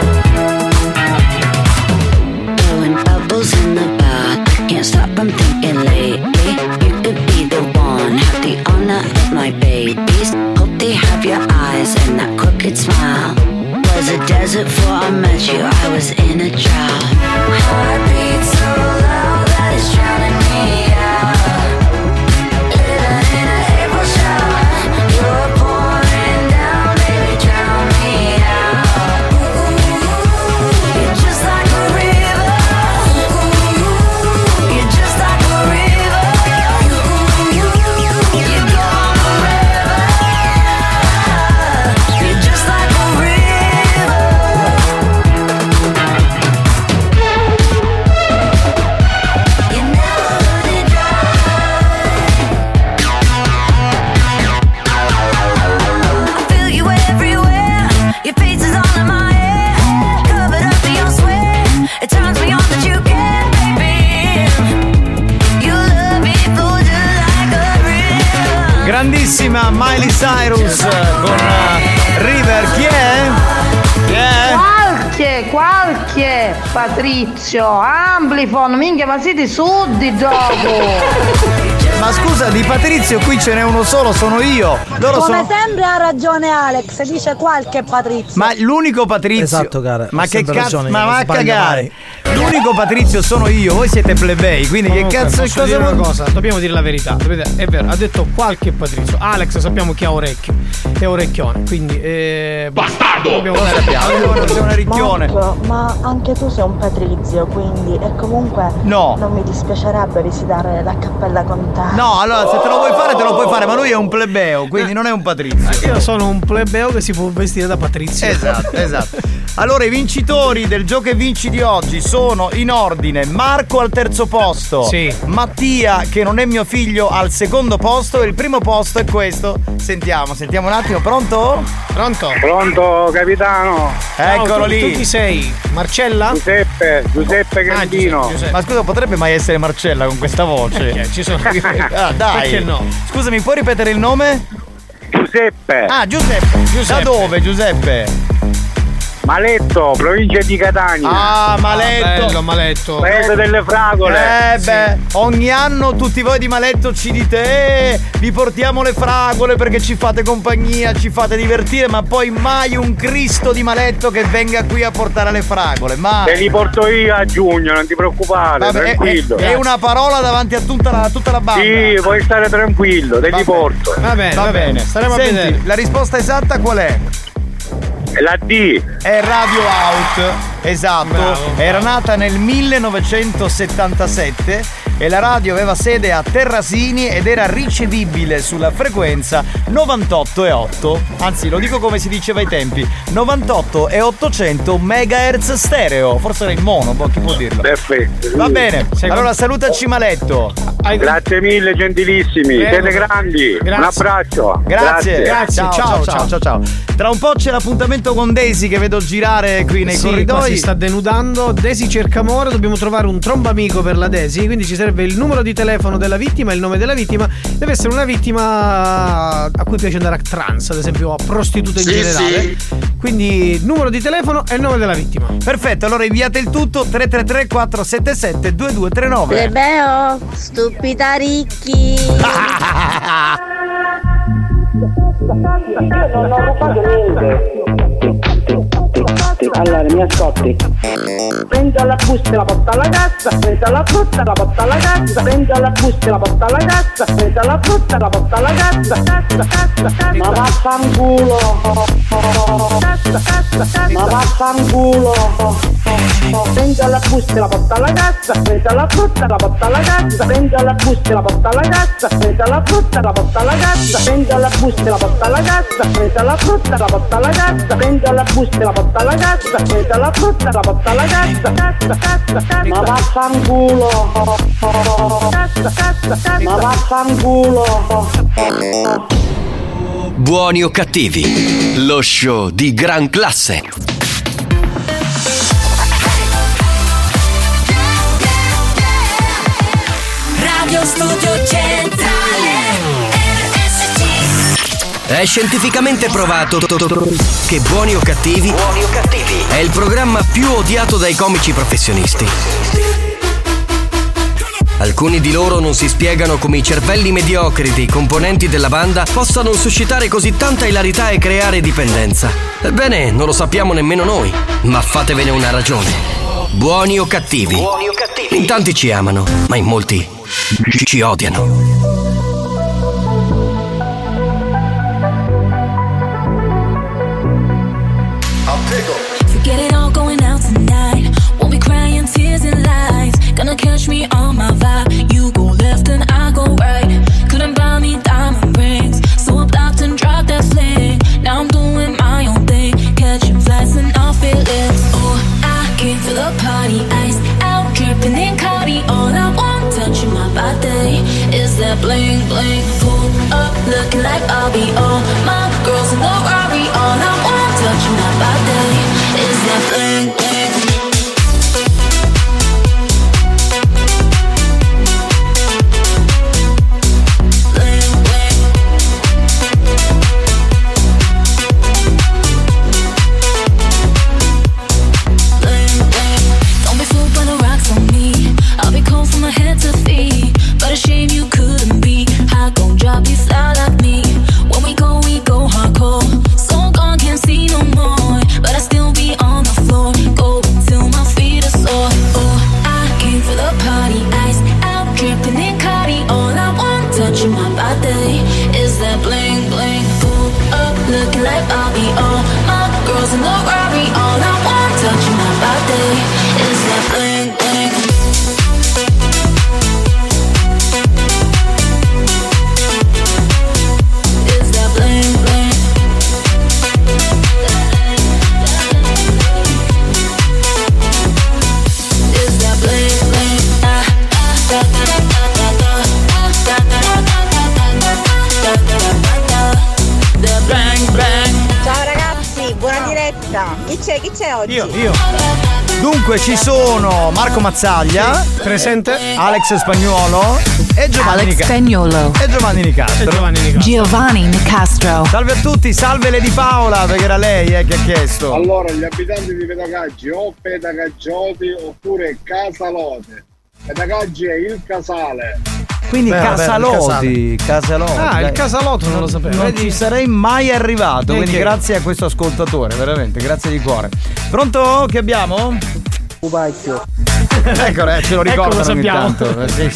Blowing bubbles in the bar. Can't stop, I'm thinking lately. You could be the one. Have the honor of my babies. Hope they have your eyes and that crooked smile. Was a desert before I met you. I was in a drought. Heartbeat so loud that it's drowning me out. Living in an April shower. You're pouring down, baby, drown me out. You're just like a river. You're just like a river. You go on forever. You're just like a river. You never run it dry. I feel you everywhere. Your face is all in my hair. Covered up in your sweat. It turns me on that you care, baby. Your love me flows just like a river. Grandissima Miley Cyrus con River. Chi è? Chi è? Qualche Patrizio, Amplifon, minchia, ma siete suddi dopo. Ma scusa, di Patrizio qui ce n'è uno solo, sono io. Loro Come sono. sempre ha ragione Alex, dice qualche Patrizio. Ma l'unico Patrizio. Esatto, cara. Ma Ho che sempre cazzo. ragione, Ma non va a sbaglia cagare. L'unico Patrizio sono io, voi siete plebei, quindi Comunque, che cazzo posso cosa dire una vuol- cosa, dobbiamo dire la verità. È vero, ha detto qualche Patrizio. Alex sappiamo che ha orecchio. È orecchione, quindi bastardo! Dobbiamo Lo sappiamo, sei un ricchione. Marco, ma anche tu sei un Patrizio, quindi e comunque No. non mi dispiacerebbe visitare la cappella con te. No, allora se te lo vuoi fare te lo puoi fare, ma lui è un plebeo, quindi non è un Patrizio. Io sono un plebeo che si può vestire da Patrizio. Esatto. Allora i vincitori del Gioco e Vinci di oggi sono in ordine: Marco al terzo posto, Sì. Mattia, che non è mio figlio, al secondo posto, e il primo posto è questo. Sentiamo un attimo, pronto? Pronto, capitano? Eccolo lì. Tu chi sei? Marcella? Giuseppe Candino. Ma scusa, potrebbe mai essere Marcella con questa voce? Perché? Ci sono Ah, dai. Perché no? Scusami, puoi ripetere il nome? Giuseppe. Ah, Giuseppe. Da dove, Giuseppe? Maletto, provincia di Catania. Ah, Maletto. Bello, Maletto. Paese delle fragole. Beh, ogni anno tutti voi di Maletto ci dite vi portiamo le fragole perché ci fate compagnia, ci fate divertire, ma poi mai un Cristo di Maletto che venga qui a portare le fragole. Ma Te li porto io a giugno, non ti preoccupare, vabbè, tranquillo. è una parola davanti a tutta la banda. Sì, puoi stare tranquillo, te li porto. Va bene. Staremo a Senti, vedere. la risposta esatta qual è? La D. È Radio Out, esatto. Bravo. Era nata nel 1977 e la radio aveva sede a Terrasini ed era ricevibile sulla frequenza 98,8. Anzi, lo dico come si diceva ai tempi: 98 e 800 MHz stereo. Forse era in mono, chi può dirlo? Perfetto. Va bene, allora salutaci Maletto. Grazie mille, gentilissimi. Siete grandi. Grazie. Un abbraccio. Grazie. Ciao. Ciao. Tra un po' c'è l'appuntamento con Daisy che vedo girare qui nei Sì, corridoi. qua si sta denudando. Daisy cerca amore, dobbiamo trovare un trombamico per la Daisy, quindi ci serve il numero di telefono della vittima, il nome della vittima. Deve essere una vittima a cui piace andare a trans, ad esempio a prostitute in generale. Quindi numero di telefono e il nome della vittima. Perfetto, allora inviate il tutto 333 477 2239. Plebeo, stupida ricchi. Non ho rubato niente. Allora mi ascolti. Prendi la busta e la porta alla cassa, prendi la frutta e la porta alla cassa, prendi la busta e la porta alla cassa, prendi la frutta e la porta alla cassa, cassa, ma vaffanculo, ma vaffanculo. Prendi la busta e la porta alla cassa, prendi la frutta e la porta alla cassa, prendi la busta e la porta alla cassa, prendi la frutta e la porta alla cassa, prendi la busta e la porta alla cassa, prendi la frutta e la porta alla cassa, prendi la busta e la porta alla cassa, prendi la frutta e la porta alla cassa, ma vaffanculo, ma vaffanculo. Buoni o cattivi, lo show di gran classe. Radio Studio Centrale RSC. È scientificamente provato che Buoni o cattivi è il programma più odiato dai comici professionisti. Alcuni di loro non si spiegano come i cervelli mediocri dei componenti della banda possano suscitare così tanta ilarità e creare dipendenza. Ebbene, non lo sappiamo nemmeno noi, ma fatevene una ragione. Buoni o cattivi? In tanti ci amano, ma in molti ci odiano. Forget it all, going out tonight. Won't be crying tears and lies. Gonna catch me on my vibe. You go left and I go right. Couldn't buy me diamond rings, so I blocked and dropped that fling. Now I'm doing my own thing, catching flights and off feelings. Oh, I came for the party, iced out, dripping in Cardi. All I want, touching my body, is that bling bling. Pull up, looking like I'll be all my girls in the Rari. All I want, touching my body, is that bling bling. Shame you couldn't be. I gon' drop you flat like me. When we go hardcore. So gone, can't see no more. But I still be on the floor. Go till my feet are sore. Oh, I came for the party. Ice out, dripping in Cardi. All I want, touching my body, is that bling bling. Pull up, looking like I'll be all my girls in the Rari. All I want, touching my body, is that bling bling. Ciao ragazzi, buona diretta. Chi c'è oggi? Io. Dunque ci sono Marco Mazzaglia, presente, Alex Spagnuolo e Giovanni Spagnuolo e Giovanni Nicastro. Giovanni Nicastro. Salve a tutti, salve Lady Paola, perché era lei che ha chiesto. Allora, gli abitanti di Pedagaggi o Pedagaggioti oppure Casalote. Pedagaggi è il casale. Quindi Casaloti. Ah, il Casalotto non lo sapevo. Non ci sarei mai arrivato, quindi che? grazie a questo ascoltatore, veramente, grazie di cuore. Pronto? Che abbiamo? Pupacchio. Ecco, ce lo ricordano ogni sappiamo. tanto. Sì.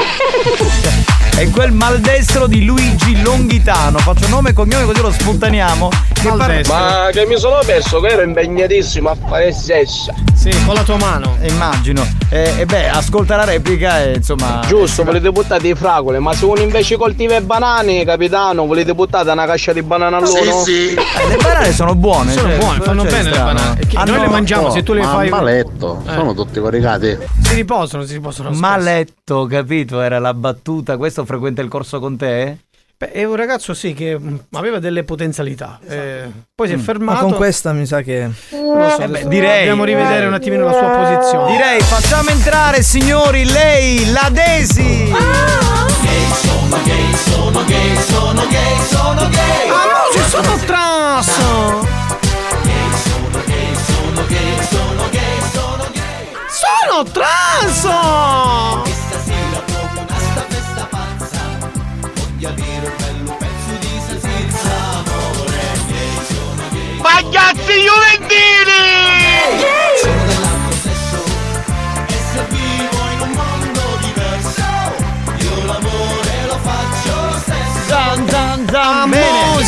È quel maldestro di Luigi Longhitano. Faccio nome e cognome così lo spontaneiamo. Ma che mi sono perso, che ero impegnatissimo a fare sesso. Sì, con la tua mano. Immagino. E beh, ascolta la replica e insomma. Giusto, volete buttare i fragole, ma se uno invece coltiva i banane, capitano, volete buttare una cascia di banana all'uno? Sì. Le banane sono buone. Sono buone, fanno bene le banane. Noi le mangiamo, se tu le fai. Maletto, sono tutti coricati. Si possono. Maletto, capito? Era la battuta. Questo frequenta il corso con te? Beh, è un ragazzo sì che aveva delle potenzialità. Poi si è fermato. Ma con questa mi sa che. Non lo so, direi. Dobbiamo rivedere un attimino la sua posizione. Direi, facciamo entrare, signori, lei, la Desi. Sono gay. Sono trans. Sono trans. Ragazzi, io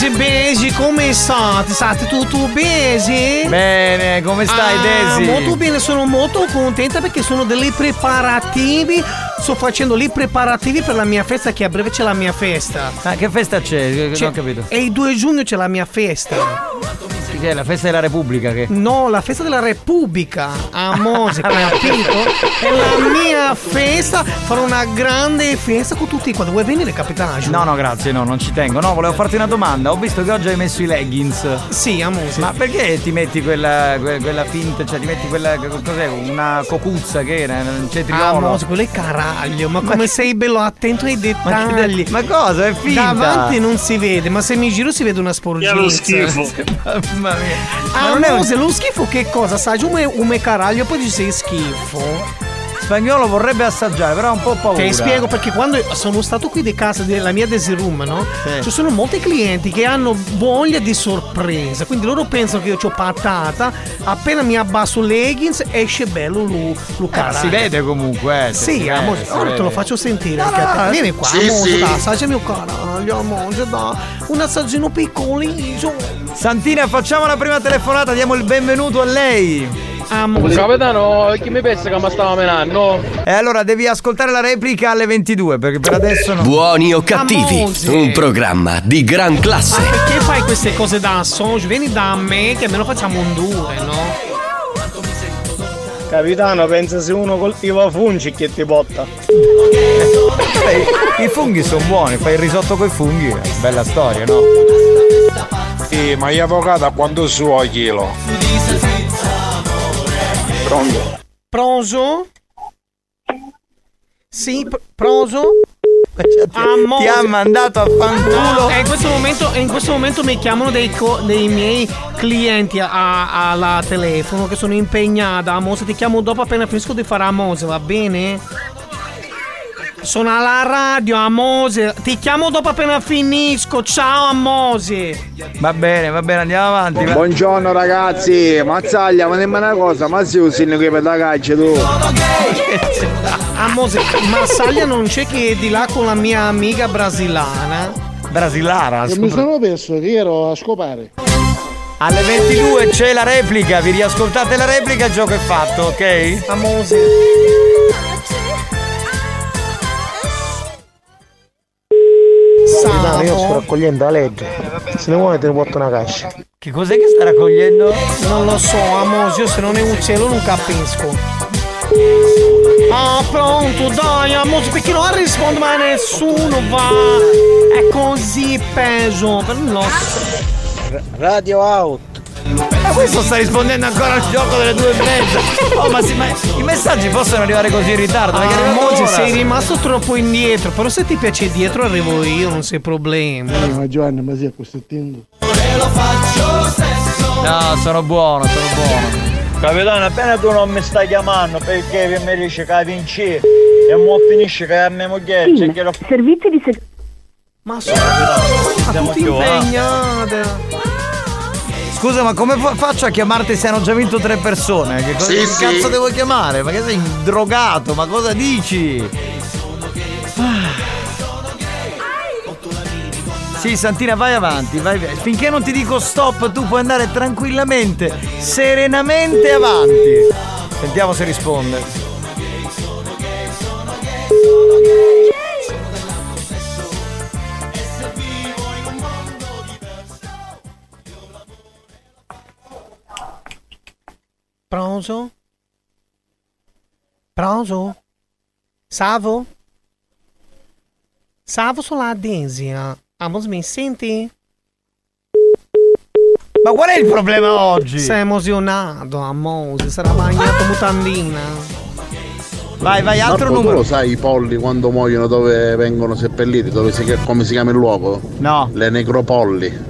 Besi, come state? State tutto bene? Bene, come stai Desi? Molto bene, sono molto contenta perché sono dei preparativi. Sto facendo i preparativi per la mia festa, che a breve c'è la mia festa. Ah, che festa c'è? Non ho capito. E il 2 giugno c'è la mia festa. Che è la festa della Repubblica? Che? No, la festa della Repubblica a Mose, capito? È la mia festa, farò una grande festa con tutti quanti. Vuoi venire, capitano? No, grazie, no, non ci tengo. No, volevo farti una domanda. Ho visto che oggi hai messo i leggings. Sì, a Mose. Ma perché ti metti quella finta, cioè ti metti quella, cos'è? Una cocuzza che era, un cetriolo? Ah, Mose, quello è caraglio, ma come sei bello attento ai dettagli. Ma cosa? È finta? Davanti non si vede, ma se mi giro si vede una sporgizia. È lo schifo. Mamma mia. Mose, lo schifo che cosa? Sai, un caraglio, poi ci sei schifo. Spagnolo vorrebbe assaggiare, però ha un po' paura. Ti spiego perché quando sono stato qui di casa della mia Desi Room, no? Sì. Ci sono molti clienti che hanno voglia di sorpresa, quindi loro pensano che io c'ho patata, appena mi abbasso leggings esce bello lo caraglio. Si vede comunque, sì, amore, ora te lo faccio sentire anche a te. Vieni qua, sì, amore, sì. dai, assaggia il mio caraglio, amore, dai. Un assaggino piccolino. Santina, facciamo la prima telefonata, diamo il benvenuto a lei. Capitano, chi mi pensa che mi stava menando? E allora devi ascoltare la replica alle 22, perché per adesso no. Buoni o cattivi, un programma di gran classe. Ma perché fai queste cose da Assange? Vieni da me che almeno facciamo un due, no? Capitano, pensa se uno coltiva fungi che ti botta. I funghi sono buoni, fai il risotto coi funghi, bella storia, no? Sì, ma gli avvocati a quanto suo chilo? Pronto? Proso? Sì, proso? Ti ha mandato a fanculo. In questo momento mi chiamano dei miei clienti alla telefono che sono impegnata. Amose, ti chiamo dopo appena finisco di fare Amose, va bene? Sono alla radio, Amose. Ti chiamo dopo appena finisco. Ciao, Amose. Va bene, andiamo avanti. Buongiorno ragazzi, mazzaglia, ma nemmeno una cosa, ma si usi il che per la caccia tu. Amose, Massaglia non c'è che è di là con la mia amica brasilana. Brasilara? Mi sono perso che ero a scopare. Alle 22 c'è la replica, vi riascoltate la replica, il gioco è fatto, ok? Amose. Capitano, io sto raccogliendo la legge. Se ne vuole te ne porto una caccia. Che cos'è che sta raccogliendo? Non lo so, Amose, io se non è uccello non capisco. Ah, pronto, dai, Amose, perché non risponde mai nessuno, va. È così peso, per lo so. Radio out. Ma questo sta rispondendo ancora al gioco delle 2:30. Oh, ma i messaggi possono arrivare così in ritardo? Amose, sei rimasto troppo indietro. Però se ti piace dietro arrivo io, non sei problema. Ma Giovanni, ma sia questo attento. No, sono buono. Capitano, appena tu non mi stai chiamando perché mi dici che vinci e mo finisce che a mia moglie Servizi di Ma sono tutti impegnate. Scusa, ma come faccio a chiamarti se hanno già vinto 3 persone? Che cazzo devo chiamare? Ma che sei drogato? Ma cosa dici? Sì, Santina, vai avanti, vai. Finché non ti dico stop, tu puoi andare tranquillamente, serenamente avanti. Sentiamo se risponde. Pronto? Pronto? Salvo? Salvo sulla Desia. Amose, mi senti? Ma qual è il problema oggi? Sei emozionato, Amose, sarà bagnato mutandina. Vai, altro Marco, numero. tu lo sai i polli quando muoiono dove vengono seppelliti, come si chiama il luogo? No. Le necropolli.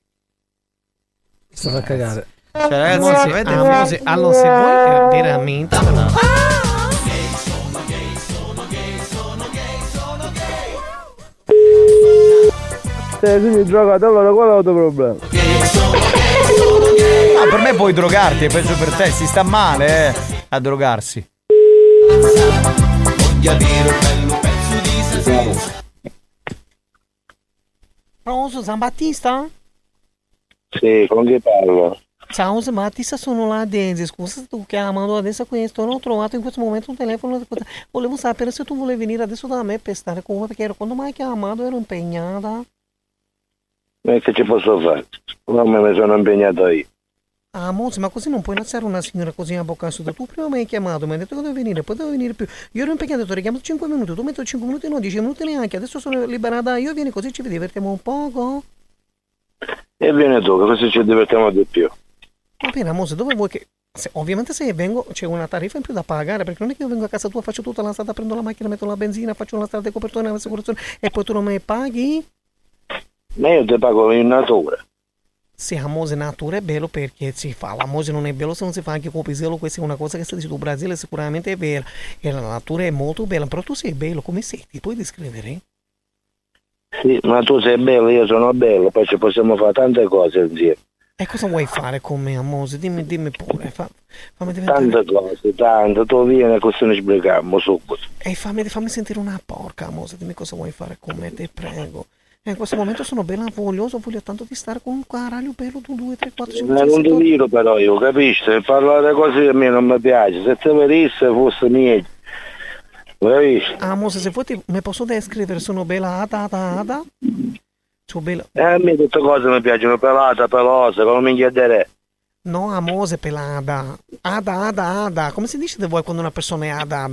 Sto a cagare. Cioè, ragazzi, Amose, allora se vuoi veramente Se mi drogato, allora qual è il tuo problema? No, per me puoi drogarti, è peggio per te, si sta male a drogarsi. Pronto, San Battista? Sì, con chi parlo? Ciao Smartista, sono la Daisy, scusa se tu chiamando adesso questo, non ho trovato in questo momento un telefono, volevo sapere se tu volevi venire adesso da me per stare con me, perché quando mi hai chiamato ero impegnata. E che ci posso fare? Non me ne sono impegnato io. Ah, Mozzi, ma così non puoi lasciare una signora così a bocca asciutta. Tu prima mi hai chiamato, mi hai detto che dovevi venire, poi dovevi venire più. Io ero impegnato, ti ho richiamato 5 minuti, tu metti 5 minuti, no, 10 minuti neanche, adesso sono liberata io, vieni così ci divertiamo un poco. E vieni tu, così ci divertiamo di più. Va bene, Mozzi, dove vuoi che... ovviamente se vengo c'è una tariffa in più da pagare, perché non è che io vengo a casa tua, faccio tutta la strada, prendo la macchina, metto la benzina, faccio la strada di copertura, l'assicurazione e poi tu non mi paghi? Ma io ti pago in natura. Sì, a Mose natura è bello perché si fa, la Mose non è bello se non si fa anche con pisello, questa è una cosa che sta dicendo Brasile, sicuramente è vera, e la natura è molto bella, però tu sei bello, come sei? Ti puoi descrivere? Sì, ma tu sei bello, io sono bello, poi ci possiamo fare tante cose insieme. E cosa vuoi fare con me, Mose? Dimmi pure, fammi diventare... Tante cose, tante, tu vieni così ne sbrighiamo subito. E fammi sentire una porca, Mose, dimmi cosa vuoi fare con me, ti prego. In questo momento sono bella voglio tanto di stare con un caraglio bello, 2, 3, 4, 5, 6, non ti dico però io, capisci? Se parlare così a me non mi piace, se te venisse fosse meglio. Capisci? Ah, Mose, se vuoi mi posso descrivere, sono bella ada. Sono bella... a me tutte cose mi piacciono, pelata, pelosa, come mi chiedere. No, a Mose, pelada. Ada. Come si dice da voi quando una persona è ada?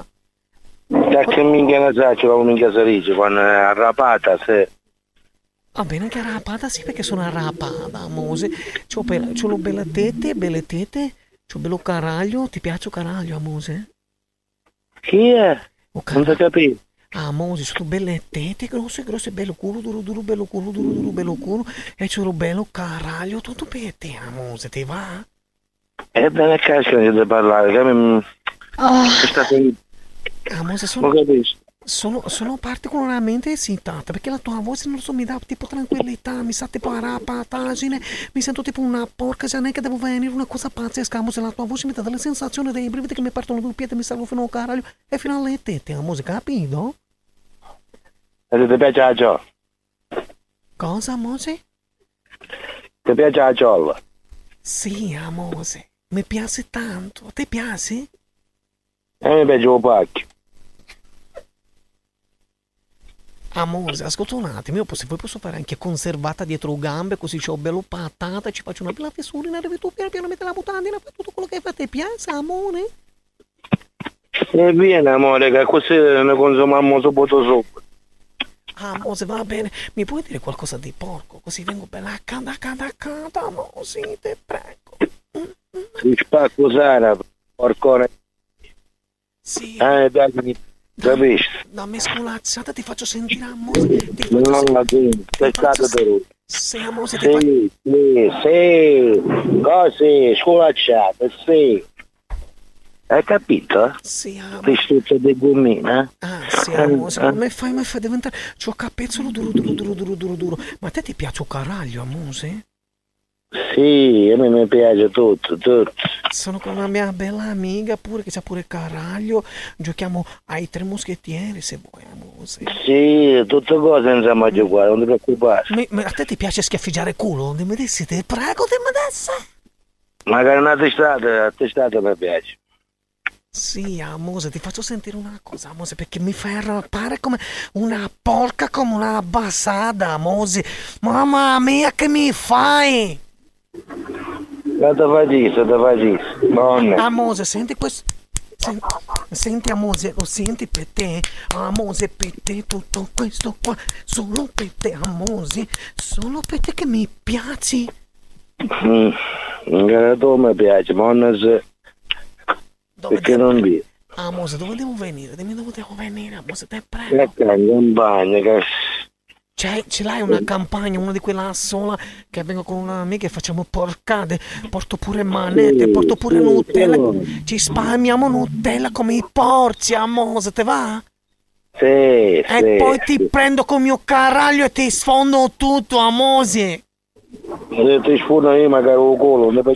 Che minchia ne sa, come minchia si dice, quando è arrapata, se... Va bene, anche arrapata, sì, perché sono arrapata, Mose. C'ho le belle tette, c'ho bello caraglio, ti piace il caraglio, Mose? Chi è? Non ti capisco. Ah, Mose, sono belle tette, grosse, bello culo, duro, bello culo, e c'ho bello caraglio, tutto per te, Mose, ti va? Ebbene, casca di parlare, che mi... Ah, Mose, sono particolarmente eccitata perché la tua voce, non so, mi dà tipo tranquillità, mi sa tipo arrapataggine, mi sento tipo una porca, già neanche devo venire, una cosa pazzesca, Mose, la tua voce mi dà delle sensazioni, dei brividi che mi partono due piedi, mi salvo fino al caraglio e fino alle tette, Mose, capito? E ti piace la giolla? Cosa, Mose? Ti piace la giolla? Sì, Mose, mi piace tanto, a te piace? Mi piace un pacchio. Mose, ascolta un attimo, se vuoi posso fare anche conservata dietro gambe, così c'ho bello patata, ci faccio una bella fessurina, arrivi tu piano piano, metti la mutandina, fai tutto quello che fai, ti piace, amore? E vieni, amore, che così ne consumiamo subito. Ah, Mose, va bene, mi puoi dire qualcosa di porco, così vengo bella canta, Mose, ti prego. Ti spacco sana, porcone. Sì. Dai, capisci? Dammi sculacciata, ti faccio sentire, Mose. Non la senti, sei stato per lui. Sì, Mose, sì, così, sculacciata, sì. Hai capito? Sì, Vestito di gommina? Sì, Mose, mi fai diventare... C'ho capezzolo duro. Ma a te ti piace il caraglio, Mose? Sì, a me mi piace tutto. Sono con una mia bella amica pure che c'ha pure il caraglio. Giochiamo ai 3 moschettieri se vuoi, Mose. Sì, tutte cose insomma a giocare, non ti preoccupare. Ma a te ti piace schiaffeggiare culo? Dimmi adesso, ti prego, dimmi adesso. Magari una testata mi piace. Sì, Mose, ti faccio sentire una cosa, Mose, perché mi fai arrappare come una porca, come una basada, Mose. Mamma mia, che mi fai? Te faccio. Mose, senti questo. Senti, Mose, lo senti per te? Mose, per te tutto questo qua, solo per te, Mose, solo per te che mi piaci. Anche tu mi piace, ma non so. Perché non vi? Mose, dove devo venire? Dimmi dove devo venire, Mose, te prego. In bagno, che... Ce l'hai una campagna, una di quella sola che vengo con un'amica e facciamo porcate, porto pure manette, porto pure Nutella, ci spalmiamo Nutella come i porci, Mose, te va? Sì, e poi ti prendo con mio caraglio e ti sfondo tutto, Mose. Se ti sfondo io magari il culo.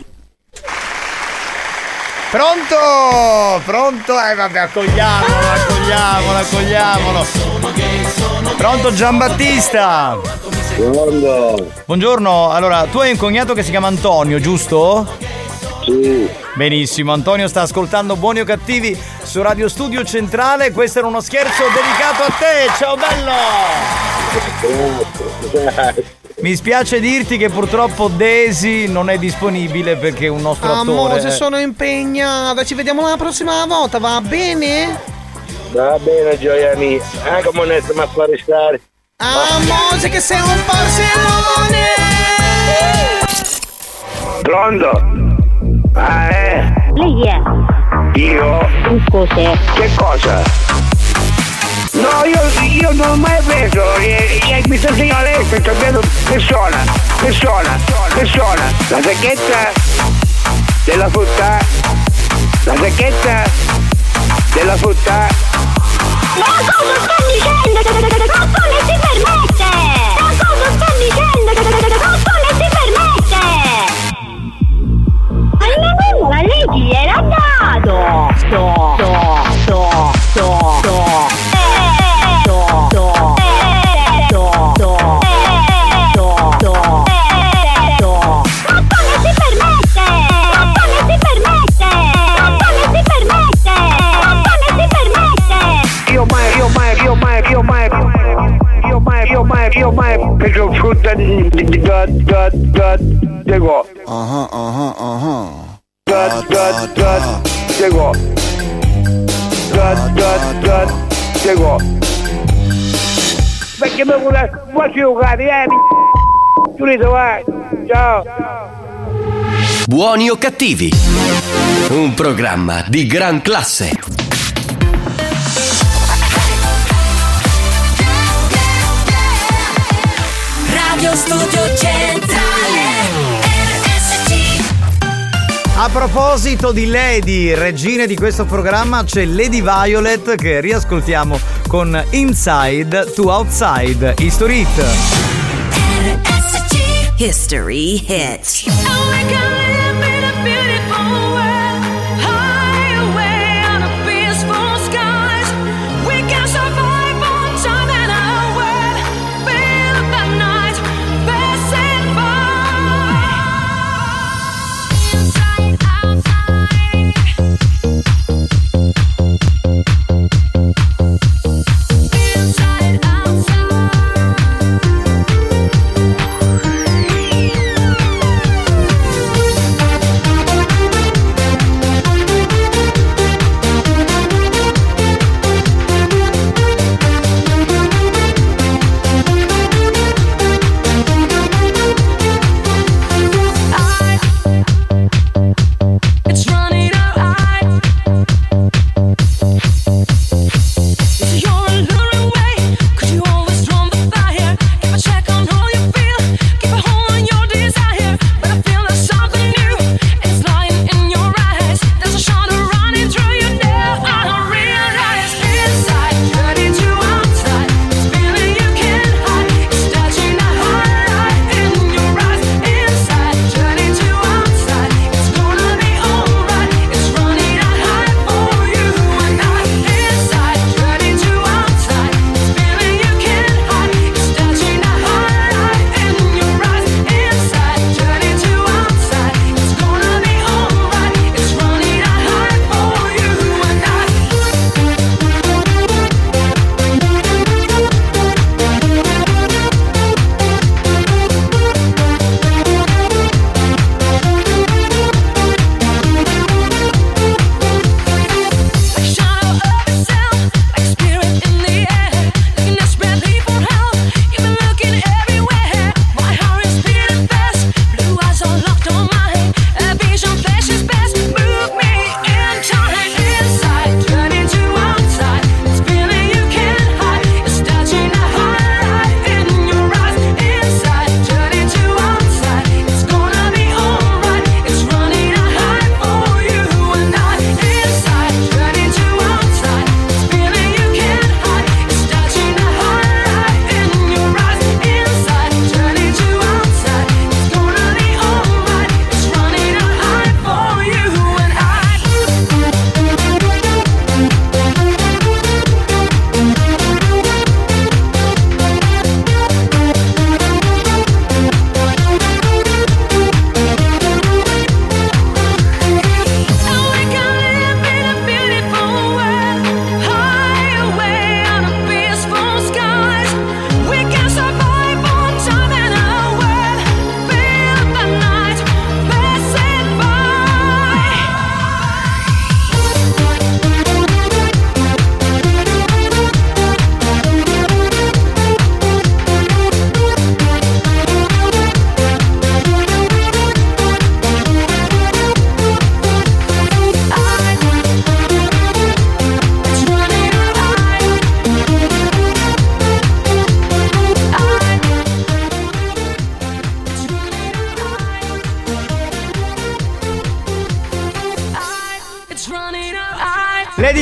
Pronto? Vabbè, accogliamolo. Pronto Giambattista? Buongiorno, allora tu hai un cognato che si chiama Antonio, giusto? Sì. Benissimo, Antonio sta ascoltando Buoni o Cattivi su Radio Studio Centrale. Questo era uno scherzo dedicato a te, ciao bello! Mi spiace dirti che purtroppo Daisy non è disponibile perché è un nostro attore. Se sono impegnata, ci vediamo la prossima volta, va bene? Va bene, gioia mia. Come non stiamo a fare stare. Mose che sei un parserone! Pronto? Lei è? Io? Cos'è? Che cosa? No, io non ho mai preso. Mi sta segnando lei, sto vedo persona. La sacchetta della frutta. La sacchetta della frutta. Ma cosa sta dicendo? Coccone si permette! Ma cosa sta dicendo? Coccone si permette! Ma lei chi era dato? Io mai preso frutta di Diego. Diego. Perché mi vuole giocare, Giulito, vai. Ciao. Buoni o Cattivi, un programma di gran classe. Radio Studio Centrale RSC. A proposito di Lady, regine di questo programma, c'è Lady Violet che riascoltiamo con Inside to Outside, History Hit. History Hit.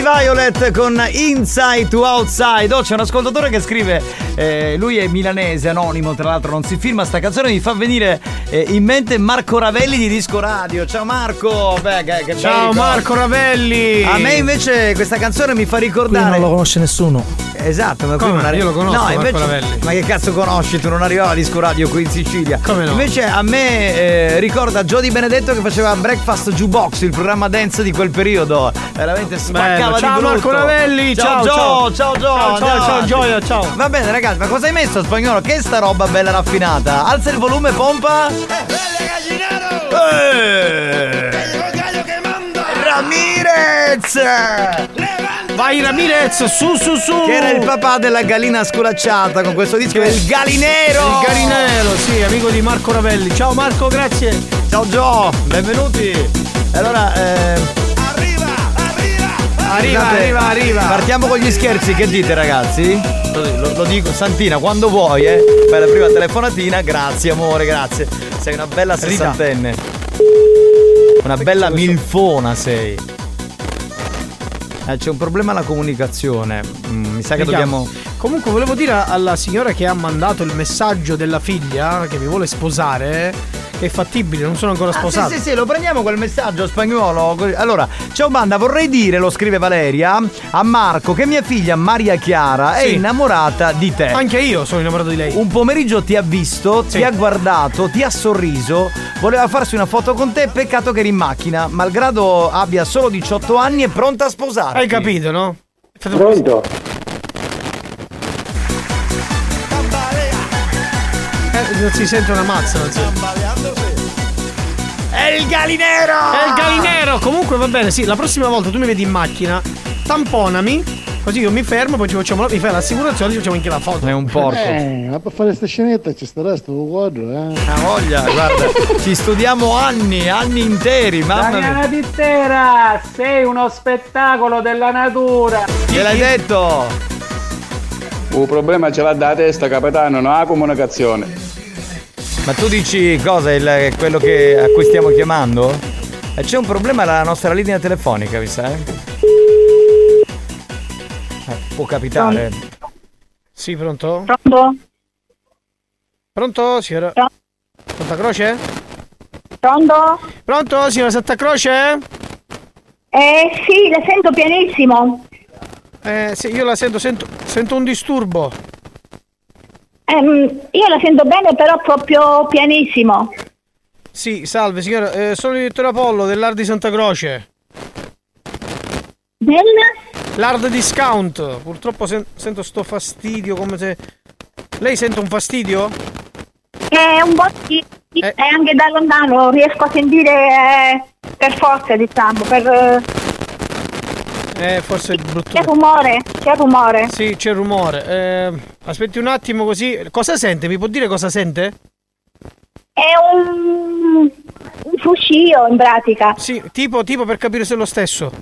Violet con Inside to Outside. Oh, c'è un ascoltatore che scrive, lui è milanese, anonimo, tra l'altro non si firma. Sta canzone mi fa venire in mente Marco Ravelli di Disco Radio. Ciao Marco. Beh, ciao Marco Ravelli. A me invece questa canzone mi fa ricordare. Qui non lo conosce nessuno. Esatto, ma come? Io lo conosco, no, Marco invece, Ravelli. Ma che cazzo conosci? Tu non arrivava a Disco Radio qui in Sicilia. Come no? Invece a me ricorda Jody Benedetto che faceva Breakfast Jukebox, il programma dance di quel periodo. Veramente spaccava di ciao brutto. Marco Ravelli. Ciao Ciao Gioia, ciao. Va bene ragazzi, ma cosa hai messo Spagnolo? Che sta roba bella raffinata. Alza il volume, pompa. Ramirez! Vai Ramirez, su. Che era il papà della gallina sculacciata con questo disco del Galinero. Il Galinero, sì, amico di Marco Ravelli. Ciao Marco, grazie. Ciao Gio, benvenuti. Allora, Arriva. Partiamo con gli scherzi, che dite ragazzi? Lo dico, Santina, quando vuoi, Fai la prima telefonatina, grazie amore, grazie. Sei una bella sessantenne. Una bella milfona sei. C'è un problema alla comunicazione. Mi sa che dobbiamo. Comunque volevo dire alla signora che ha mandato il messaggio della figlia che mi vuole sposare che è fattibile, non sono ancora sposato. Sì, lo prendiamo quel messaggio Spagnolo. Allora, ciao banda, vorrei dire, lo scrive Valeria, a Marco che mia figlia Maria Chiara è innamorata di te. Anche io sono innamorato di lei. Un pomeriggio ti ha visto, ti ha guardato, ti ha sorriso, voleva farsi una foto con te, peccato che eri in macchina, malgrado abbia solo 18 anni è pronta a sposarti. Hai capito, no? Pronto? Non si sente una mazza, non si... È il Galinero! È il Galinero! Comunque va bene, sì, la prossima volta tu mi vedi in macchina, tamponami, così io mi fermo, poi mi fai l'assicurazione e ci facciamo anche la foto. È un porco. Ma per fare sta scenetta ci starà sto quadro, Una voglia, guarda, ci studiamo anni interi, mamma mia. Damiana Tittera, sei uno spettacolo della natura. Che l'hai detto? Un problema ce l'ha da testa, capitano, non ha comunicazione. Ma tu dici cosa? Quello a cui stiamo chiamando? C'è un problema alla nostra linea telefonica, mi sa? Può capitare. Sì, pronto? Pronto? Pronto, signora? Santa Croce? Pronto? Pronto, signora Santa Croce? Sì, la sento pianissimo. Sì, io la sento un disturbo. Io la sento bene, però proprio pianissimo. Sì, salve signora, sono il direttore Apollo dell'Hard di Santa Croce. L'Hard Discount. Purtroppo sento sto fastidio, come se... Lei sente un fastidio? Un po' sì, e anche da lontano riesco a sentire per forza, diciamo, forse è brutto. C'è rumore? Sì, c'è rumore. Aspetti un attimo così. Cosa sente? Mi può dire cosa sente? È un fruscio in pratica. Sì, tipo per capire se è lo stesso.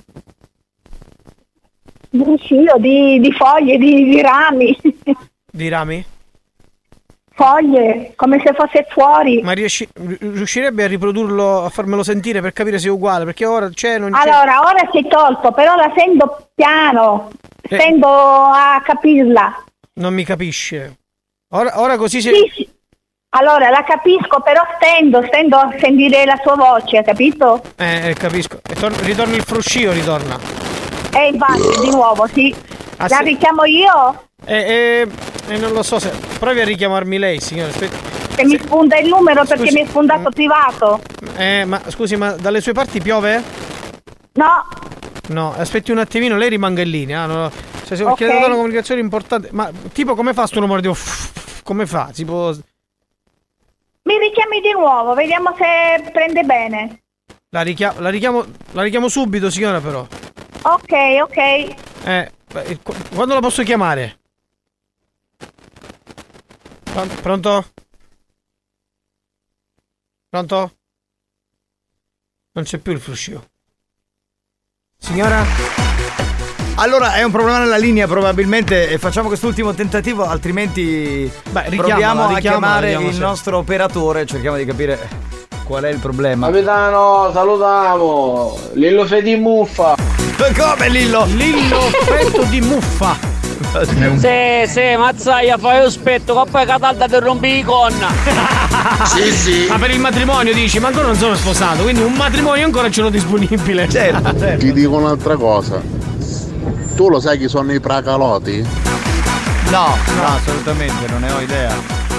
Un fruscio di foglie, di rami. Di rami? Foglie, come se fosse fuori. Ma riuscirebbe a riprodurlo, a farmelo sentire per capire se è uguale? Perché ora c'è, non c'è. Allora, ora si è tolto, però la sento piano. Tendo a capirla. Non mi capisce. Ora così si... Sì. Allora, la capisco, però stendo a sentire la sua voce, capito? Capisco. Ritorna il fruscio, ritorna. Infatti, di nuovo, sì. La richiamo io? Non lo so se... Provi a richiamarmi lei, signora. Se mi spunta il numero perché mi è spuntato privato. Ma scusi, ma dalle sue parti piove? No, aspetti un attimino, lei rimanga in linea. No. Se chiede una comunicazione importante. Ma tipo come fa sto rumore? Come fa? Si può... Mi richiami di nuovo, vediamo se prende bene. La richiamo subito, signora, però. Ok. Quando la posso chiamare? Pronto? Pronto? Non c'è più il fruscio. Signora? Allora è un problema nella linea probabilmente, facciamo quest'ultimo tentativo, altrimenti proviamo a chiamare il nostro operatore, cerchiamo di capire Qual è il problema? Capitano, salutiamo! Lillo Fedi Muffa! Come Lillo? Lillo Fetto di Muffa! Sì, mazzaia, fai lo spetto, che poi Catalda ti rompi i conna! Sì. Ma per il matrimonio dici, ma ancora non sono sposato, quindi un matrimonio ancora ce l'ho disponibile. Certo. Ti dico un'altra cosa. Tu lo sai chi sono i pracaloti? No, assolutamente, non ne ho idea.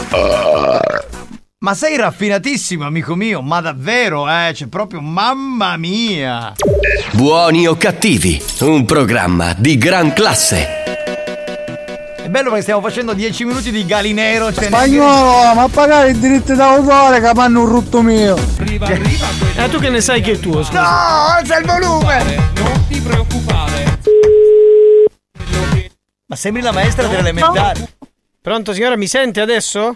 Ma sei raffinatissimo, amico mio, ma davvero, c'è proprio mamma mia. Buoni o cattivi, un programma di gran classe. È bello perché stiamo facendo 10 minuti di Galinero. Spagnolo, ma pagare il diritto d'autore che mi hanno un rutto mio. Tu che ne sai che è tuo, scusa? No, alza il volume. Non ti preoccupare. Ma sembri la maestra dell'elementare. Pronto signora, mi sente adesso?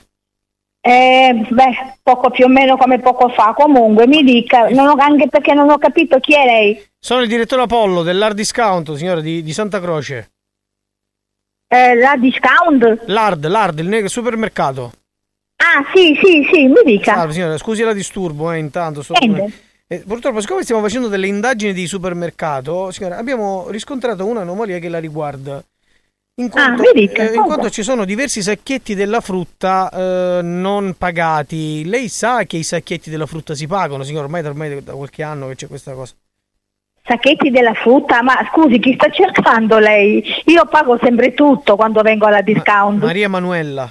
Poco più o meno come poco fa. Comunque mi dica, anche perché non ho capito chi è lei. Sono il direttore Apollo dell'Hard Discount, signora, di Santa Croce. La discount? L'Hard, il supermercato. Ah, sì, mi dica. Salve signora, scusi la disturbo, intanto purtroppo, siccome stiamo facendo delle indagini di supermercato, signora, abbiamo riscontrato un'anomalia che la riguarda. In quanto ci sono diversi sacchetti della frutta non pagati. Lei sa che i sacchetti della frutta si pagano, signora? Ormai da qualche anno che c'è questa cosa. Sacchetti della frutta? Ma scusi, chi sta cercando lei? Io pago sempre tutto quando vengo alla discount. Maria Emanuella?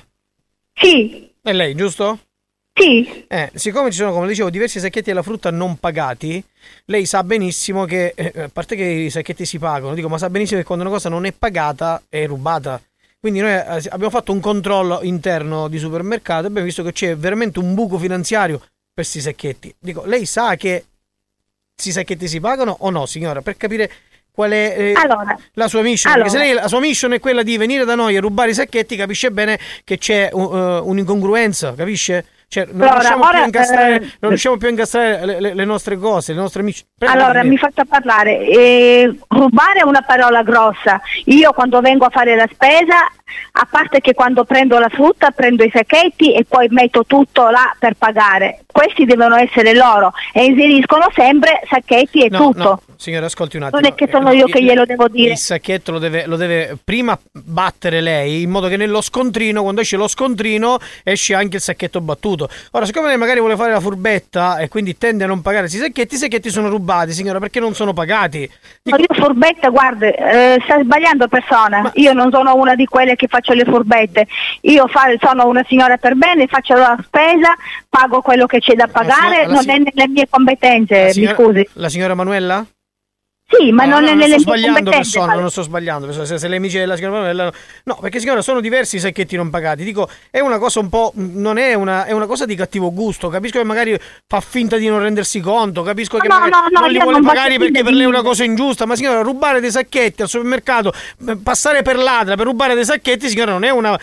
Sì. È lei, giusto? Sì. Siccome ci sono, come dicevo, diversi sacchetti della frutta non pagati, lei sa benissimo che, a parte che i sacchetti si pagano, ma sa benissimo che quando una cosa non è pagata è rubata. Quindi noi abbiamo fatto un controllo interno di supermercato e abbiamo visto che c'è veramente un buco finanziario per questi sacchetti. Lei sa che questi sacchetti si pagano o no, signora? Per capire qual è la sua mission. Perché se lei la sua mission è quella di venire da noi e rubare i sacchetti, capisce bene che c'è un'incongruenza, capisce? Cioè, non riusciamo più a incastrare le nostre cose, le nostre amici. Mi faccia parlare. Rubare è una parola grossa. Io quando vengo a fare la spesa, a parte che quando prendo la frutta prendo i sacchetti e poi metto tutto là per pagare. Questi devono essere loro e inseriscono sempre sacchetti e tutto. No, signora, ascolti un attimo. Non è che sono io che glielo devo dire. Il sacchetto lo deve prima battere lei, in modo che nello scontrino, quando esce lo scontrino, esce anche il sacchetto battuto. Ora, siccome lei magari vuole fare la furbetta e quindi tende a non pagare i sacchetti sono rubati, signora, perché non sono pagati. Io furbetta, guardi, sta sbagliando persona. Io non sono una di quelle che faccio le furbette. Sono una signora per bene, faccio la spesa, pago quello che c'è da pagare, non è nelle mie competenze, mi scusi. La signora Manuela? Sì, ma non è nelle mie competenze. Non sto sbagliando, se lei mi dice la signora Manuela, no, perché signora sono diversi i sacchetti non pagati. Dico, è una cosa un po', non è una cosa di cattivo gusto. Capisco che magari fa finta di non rendersi conto, capisco che magari non li vuole pagare perché per lei è una cosa ingiusta, ma signora, rubare dei sacchetti al supermercato, passare per ladra per rubare dei sacchetti, signora, non è una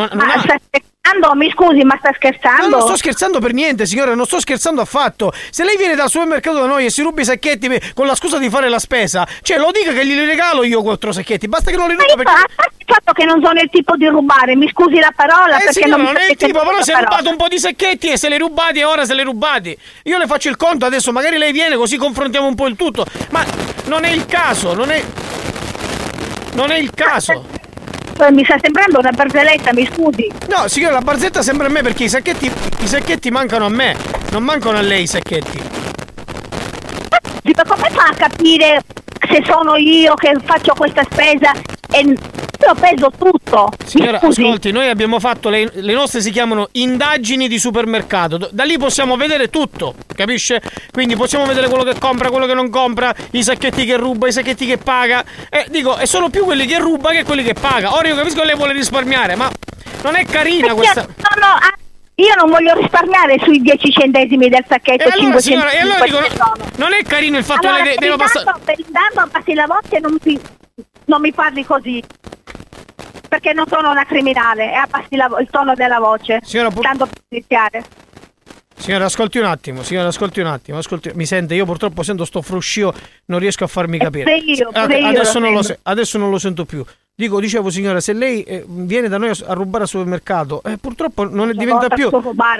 mi scusi, ma sta scherzando? No, non sto scherzando per niente, signora, non sto scherzando affatto. Se lei viene dal supermercato da noi e si ruba i sacchetti con la scusa di fare la spesa, cioè lo dica che glieli regalo io 4 sacchetti, basta che non li ruba perché... il fatto che non sono il tipo di rubare, mi scusi la parola, perché signora, non è il tipo, però si è rubato un po' di sacchetti e se li rubati e ora se li rubati. Io le faccio il conto adesso, magari lei viene così confrontiamo un po' il tutto, ma non è il caso, non è il caso. Mi sta sembrando una barzelletta, mi scusi. No, signora, la barzelletta sembra a me perché i sacchetti mancano a me, non mancano a lei i sacchetti. Ma come fa a capire se sono io che faccio questa spesa e io peso tutto? Signora, ascolti, noi abbiamo fatto le nostre si chiamano indagini di supermercato. Da lì possiamo vedere tutto, capisce? Quindi possiamo vedere quello che compra, quello che non compra, i sacchetti che ruba, i sacchetti che paga. E sono più quelli che ruba che quelli che paga. Ora io capisco che lei vuole risparmiare, ma non è carina questa. Io non voglio risparmiare sui 10 centesimi del sacchetto. E allora, signora, non è carino il fatto che lei deve passare. Per intanto abbassi la voce e non mi parli così. Perché non sono una criminale e abbassi il tono della voce. Signora, tanto per iniziare. Signora, ascolti un attimo. Mi sente? Io purtroppo sento sto fruscio, non riesco a farmi capire. Adesso non lo sento più. Dicevo signora, se lei viene da noi a rubare al supermercato, purtroppo non diventa più.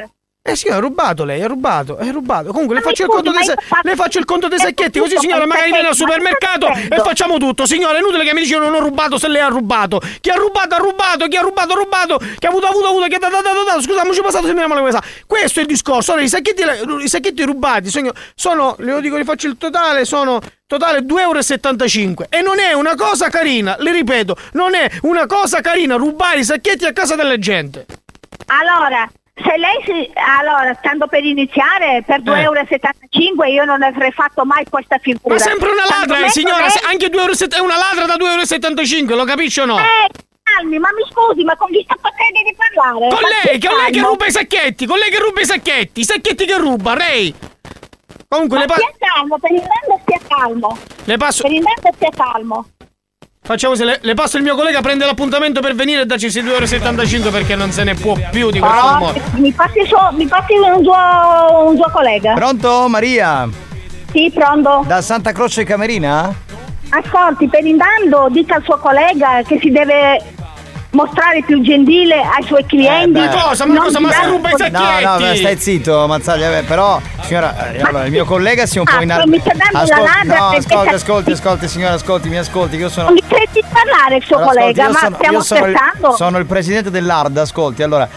Signora, ha rubato lei, ha rubato. Comunque le faccio il conto dei sacchetti, così signora magari viene al supermercato e facciamo tutto. Signora, è inutile che mi dice non ho rubato se lei ha rubato. Chi ha rubato ha rubato, chi ha rubato ha rubato, chi ha avuto, chi ha dato. Scusa, non ci è passato sembrava male questa. Questo è il discorso. Allora, i sacchetti rubati sono, le dico, rifaccio il totale, sono totale 2,75 € e non è una cosa carina, le ripeto, non è una cosa carina rubare i sacchetti a casa della gente. Allora, se lei stando per iniziare per 2,75 € io non avrei fatto mai questa figura. Ma sempre una ladra, signora, anche 2 € è una ladra da 2,75 €, lo capisce o no? Calmi, ma mi scusi, ma con chi sta facendo di parlare? Con lei che ruba i sacchetti, i sacchetti che ruba, lei. Comunque stia calmo, per intanto stia calmo. Per intanto stia calmo. Facciamo così, le passo il mio collega, prende l'appuntamento per venire e darci 2,75 € perché non se ne può più di questo rumore. Mi passi un suo collega. Pronto, Maria? Sì, pronto. Da Santa Croce Camerina? Ascolti, per intanto dica al suo collega che si deve mostrare più gentile ai suoi clienti. Ma cosa? Ma se ruba i sacchetti? No, stai zitto, Mazzaglia, però signora, allora il mio collega si è un po' mi sta dando la ladra. Ascolti signora, mi ascolti, io sono. Non mi senti parlare il suo collega, ma stiamo scherzando? Sono il presidente dell'ARD, ascolti, allora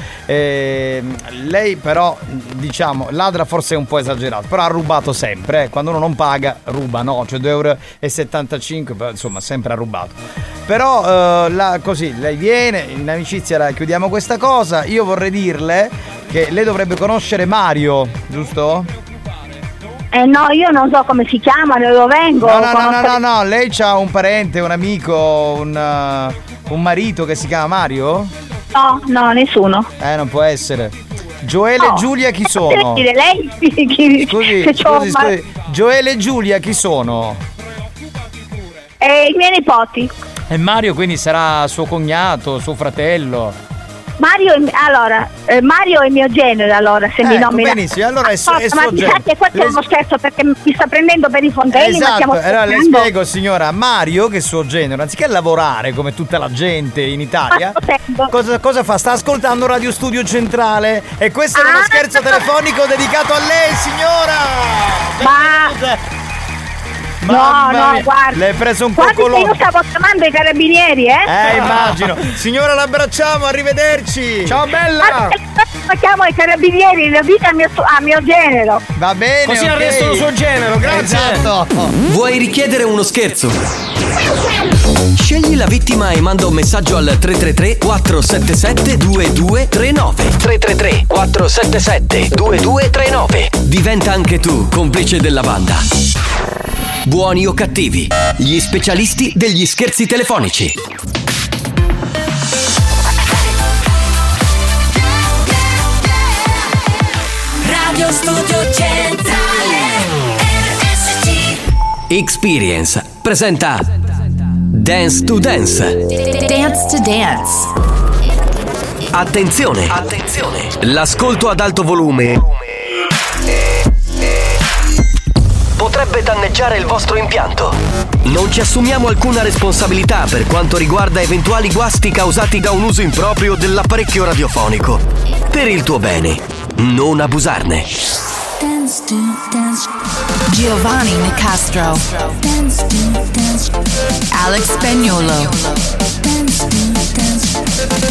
lei però diciamo ladra forse è un po' esagerato, però ha rubato sempre, quando uno non paga ruba, no? Cioè 2,75 €, insomma sempre ha rubato. Però così lei viene in amicizia, chiudiamo questa cosa. Io vorrei dirle che lei dovrebbe conoscere Mario, giusto? No, io non so come si chiama, da dove vengo. No, lei c'ha un parente, un amico, un marito che si chiama Mario? No, nessuno. Non può essere. Joele e Giulia chi sono? Lei? Scusi, Joele e Giulia chi sono? I miei nipoti. E Mario quindi sarà suo cognato, suo fratello? Mario è mio genere, allora, se mi nomina. Benissimo, allora è suo ma mi sa che questo è uno scherzo perché mi sta prendendo per i fondelli. Esatto, allora le spiego signora, Mario, che è suo genere, anziché lavorare come tutta la gente in Italia, cosa fa? Sta ascoltando Radio Studio Centrale e questo è uno scherzo telefonico dedicato a lei, signora! No, guarda. L'hai preso un coccolone. coccolone. Io stavo chiamando i carabinieri, immagino. Signora, l'abbracciamo, arrivederci. Ciao bella. Chiamo i carabinieri, lo dica a mio genero. Va bene. Così arrestano suo genero, grazie. Esatto. Vuoi richiedere uno scherzo? Scegli la vittima e manda un messaggio al 333 477 2239. 333 477 2239. Diventa anche tu complice della banda. Buoni o cattivi, gli specialisti degli scherzi telefonici. Radio Studio Centrale RSC. Experience presenta Dance to Dance. Dance to Dance. Attenzione, l'ascolto ad alto volume potrebbe danneggiare il vostro impianto. Non ci assumiamo alcuna responsabilità per quanto riguarda eventuali guasti causati da un uso improprio dell'apparecchio radiofonico. Per il tuo bene, non abusarne. Dance to Dance. Giovanni Nicastro. Dance to Dance. Alex Spagnuolo. Dance to Dance.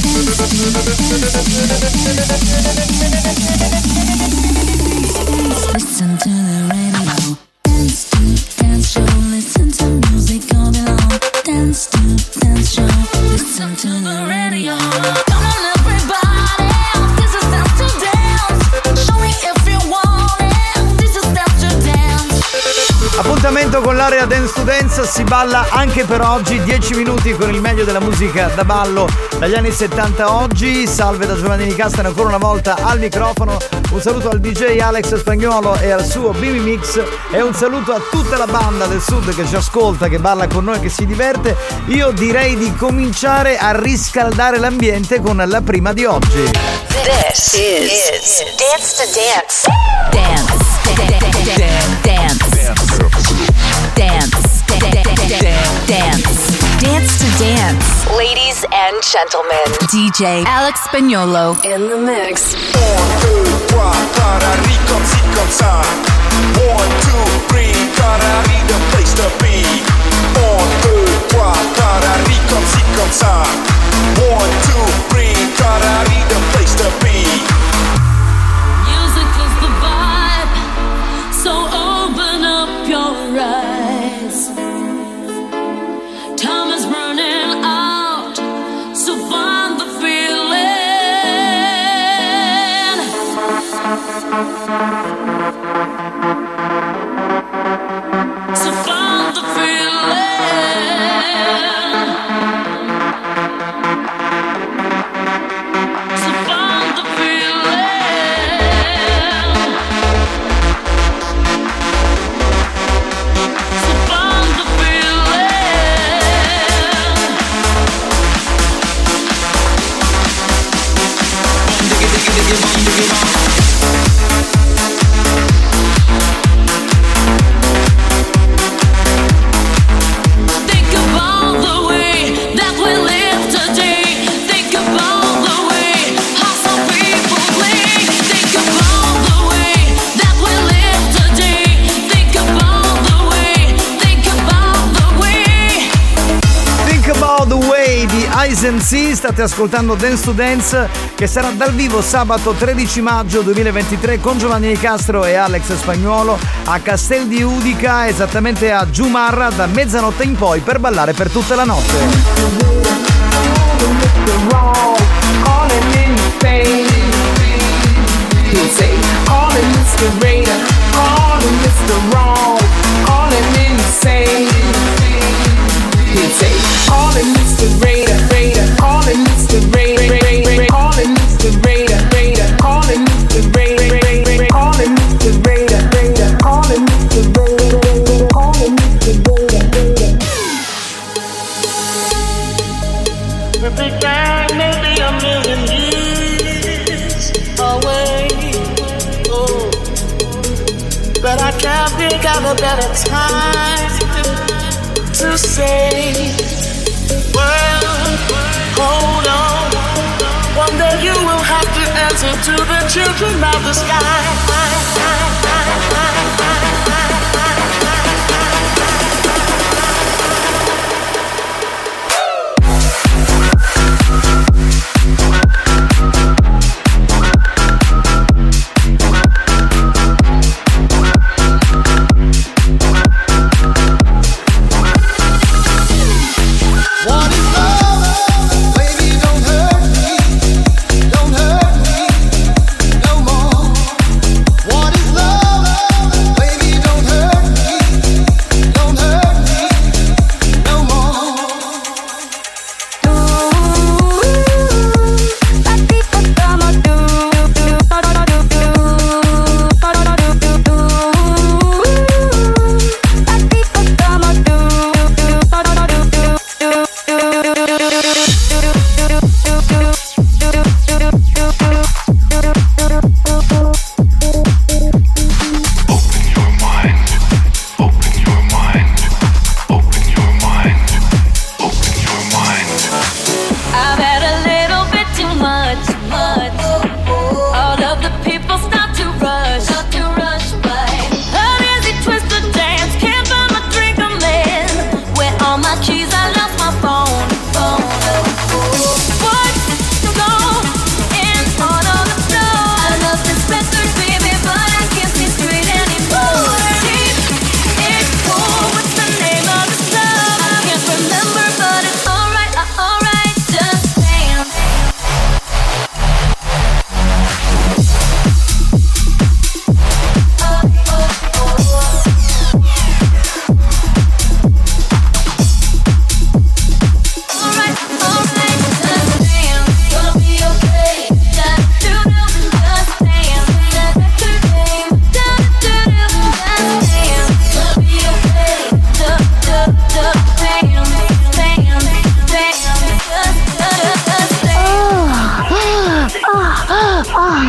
Listen to the radio. Dance to Dance Show. Listen to music all day long. Dance to Dance Show. Listen to the radio. Come on everybody, this is Dance to Dance. Show me if you want it. This is Dance to Dance. Appuntamento con l'area Dance to Dance, si balla anche per oggi, 10 minuti con il meglio della musica da ballo dagli anni 70 a oggi. Salve da Giovanni Nicastro ancora una volta al microfono. Un saluto al DJ Alex Spagnuolo e al suo Bimi Mix e un saluto a tutta la banda del sud che ci ascolta, che balla con noi, che si diverte. Io direi di cominciare a riscaldare l'ambiente con la prima di oggi. This is Dance to Dance. Dance. Dance. Dance. Dance. Dance to dance. Ladies and gentlemen, DJ Alex Spagnolo in the mix. 1, 2, 3, para riconcì comme ça. 1, 2, 3, Carari, the place to be. 1, 2, 3, para riconcì comme ça. 1, 2, 3, Carari, the place to be. Music is the vibe, so open up your eyes. Time is running out, so find the feeling. So find the feeling. So find the feeling. So find the feeling. Think about the way that we live today. Think about the way how some people play. Think about the way that we live today. Think about the way. Think about the way. Think About the Way di Ice MC. State ascoltando Dance to Dance, che sarà dal vivo sabato 13 maggio 2023 con Giovanni Di Castro e Alex Spagnolo a Castel di Udica, esattamente a Giumarra, da mezzanotte in poi, per ballare per tutta la notte. We began maybe a million years away. Oh, but I can't think of a better time to say, well, hold on. One day you will have to answer to the children of the sky.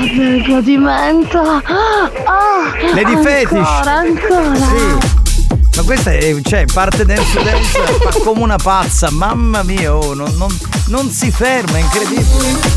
Godimento. Lady Fetish. Ancora. Sì. Ma questa è, cioè, parte dance fa come una pazza, mamma mia, oh, non si ferma, è incredibile.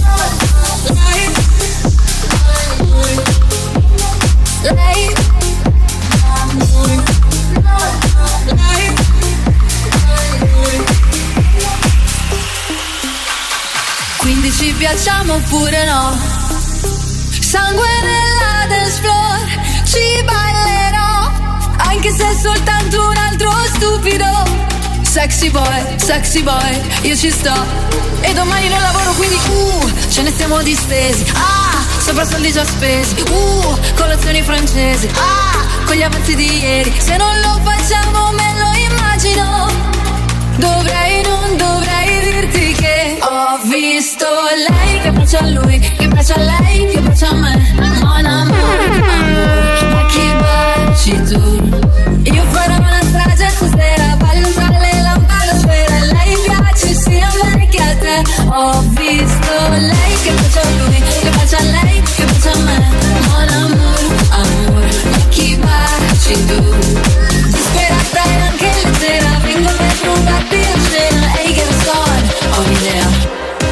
Quindi ci piacciamo oppure no? Sangue nella dance floor, ci ballerò, anche se è soltanto un altro stupido. Sexy boy, io ci sto. E domani non lavoro, quindi ce ne stiamo distesi. Sopra soldi già spesi. Colazioni francesi. Con gli avanzi di ieri. Se non lo facciamo me lo immagino. Non dovrei dirti che ho visto lei che bacia a lui, che bacia a lei, che bacia a me. Mon amore, ma chi baci tu? Io farò una strage stasera, voglio tra le lampadosfere. Lei piace sia a me che a te. Ho visto lei che bacia a lui, che bacia a lei, che bacia a me. Mon amore, ma chi baci tu? Disperata e anche leggera, vengo per rubarti la scena. Ehi che lo so, ho un'idea.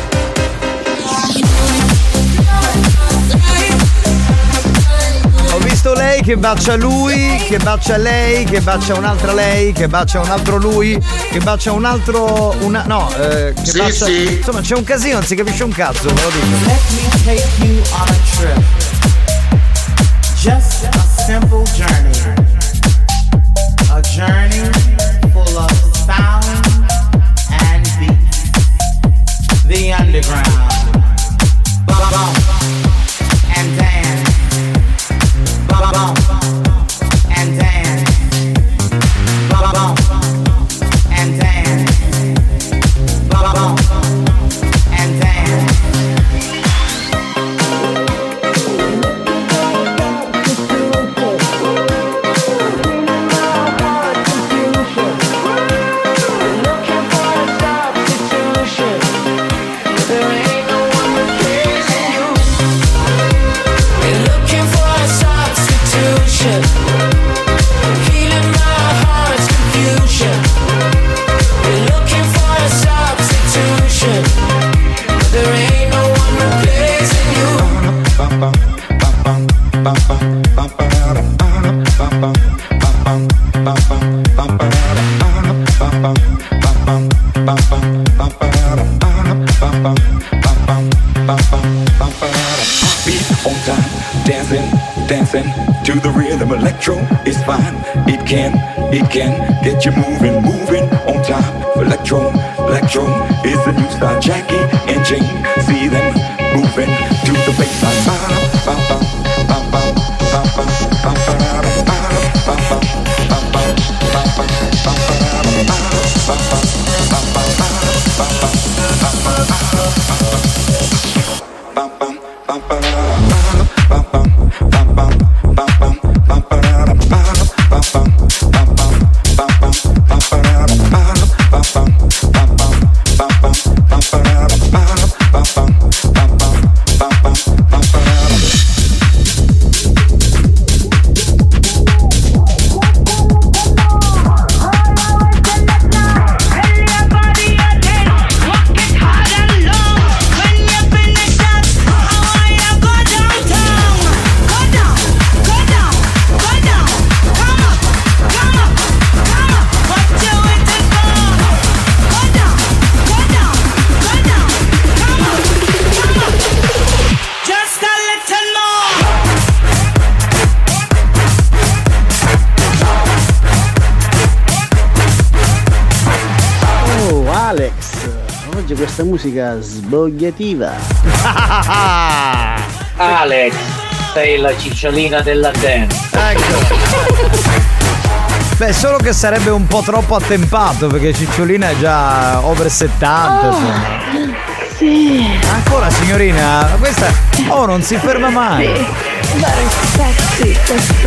Ho visto lei che bacia lui, che bacia lei, che bacia un'altra lei, che bacia un altro lui, che bacia un altro. Che sì, bacia. Sì. Insomma, c'è un casino, non si capisce un cazzo, ve lo dico. Let me take you on a trip. Just a simple journey. A journey full of sound and beat. The underground. Bump and dance. Bump and dance. Bump and dance. Bump and dance. Healing my heart's confusion. We're looking for a substitution. There ain't no one replacing you. On time, dancing to the rhythm. Electro is fine. It can get you moving on time. Electro is the new style. Jackie and Jane, see them moving to the bassline. Questa musica sbogliativa. Alex, sei la cicciolina della dance. Ecco. Beh, solo che sarebbe un po' troppo attempato perché Cicciolina è già over 70. Sì. Ancora signorina, questa non si ferma mai. Sì, very sexy.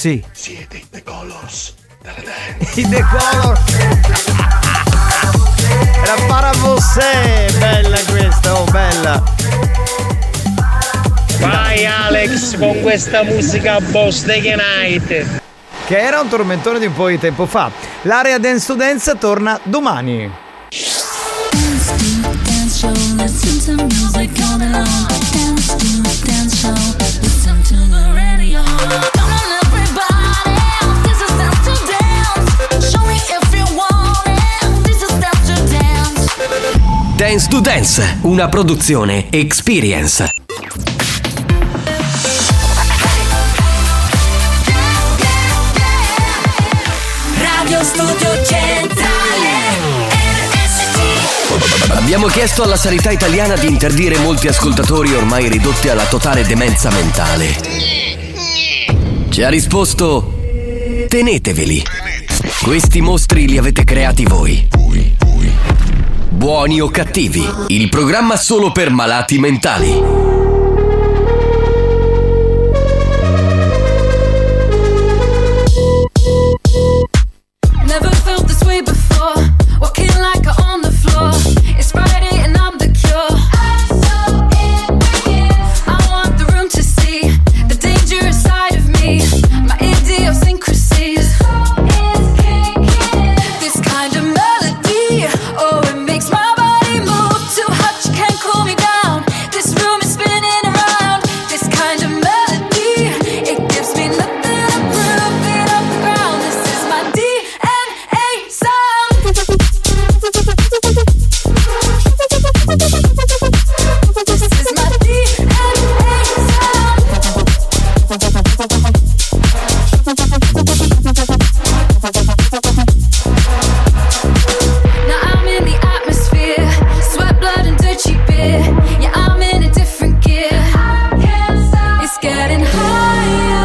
Sì. Siete i The Colors della dance. I The Colors. Era para você. Bella questa, oh bella. Vai Alex con questa musica Boss Day Night. Che era un tormentone di un po' di tempo fa. L'area Dance to Dance torna domani. Dance show, listen to music all day long. Dance to dance show, listen to the radio. Come on everybody, this is dance to dance. Show me if you want it, this is dance to dance. Dance to Dance, una produzione Experience. Radio Studio Centrale RSC. Abbiamo chiesto alla sanità italiana di interdire molti ascoltatori ormai ridotti alla totale demenza mentale. Ci ha risposto: teneteveli. Questi mostri li avete creati voi. Buoni o cattivi, il programma solo per malati mentali. Never felt this way before. Walking like I'm on the floor. It's Friday and I'm the cure. I want the room to see the dangerous side of me, my idiosyncrasies. This kind of melody, oh, it makes my body move. Too hot, you can't cool me down. This room is spinning around. This kind of melody, it gives me nothing to prove. It up the ground. This is my DNA sound. This is my DNA sound. Now I'm in the atmosphere, sweat, blood, and dirty beer. Yeah, I'm in a different gear. It's getting higher.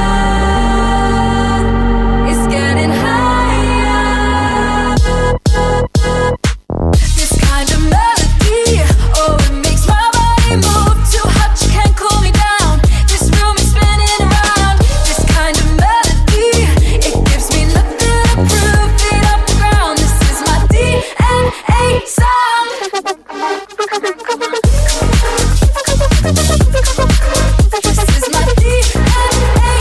It's getting higher. This kind of melody, oh, it makes my body move. Too hot, you can't cool me down. This room is spinning around. This kind of melody, it gives me nothing to prove. It up the ground. This is my DNA sound. This is my DNA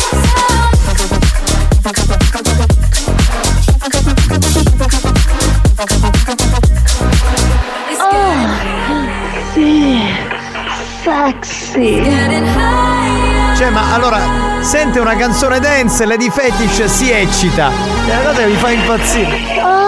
Sì, sexy. Cioè, ma allora, sente una canzone dance, Lady Fetish si eccita. E guardate, mi fa impazzire.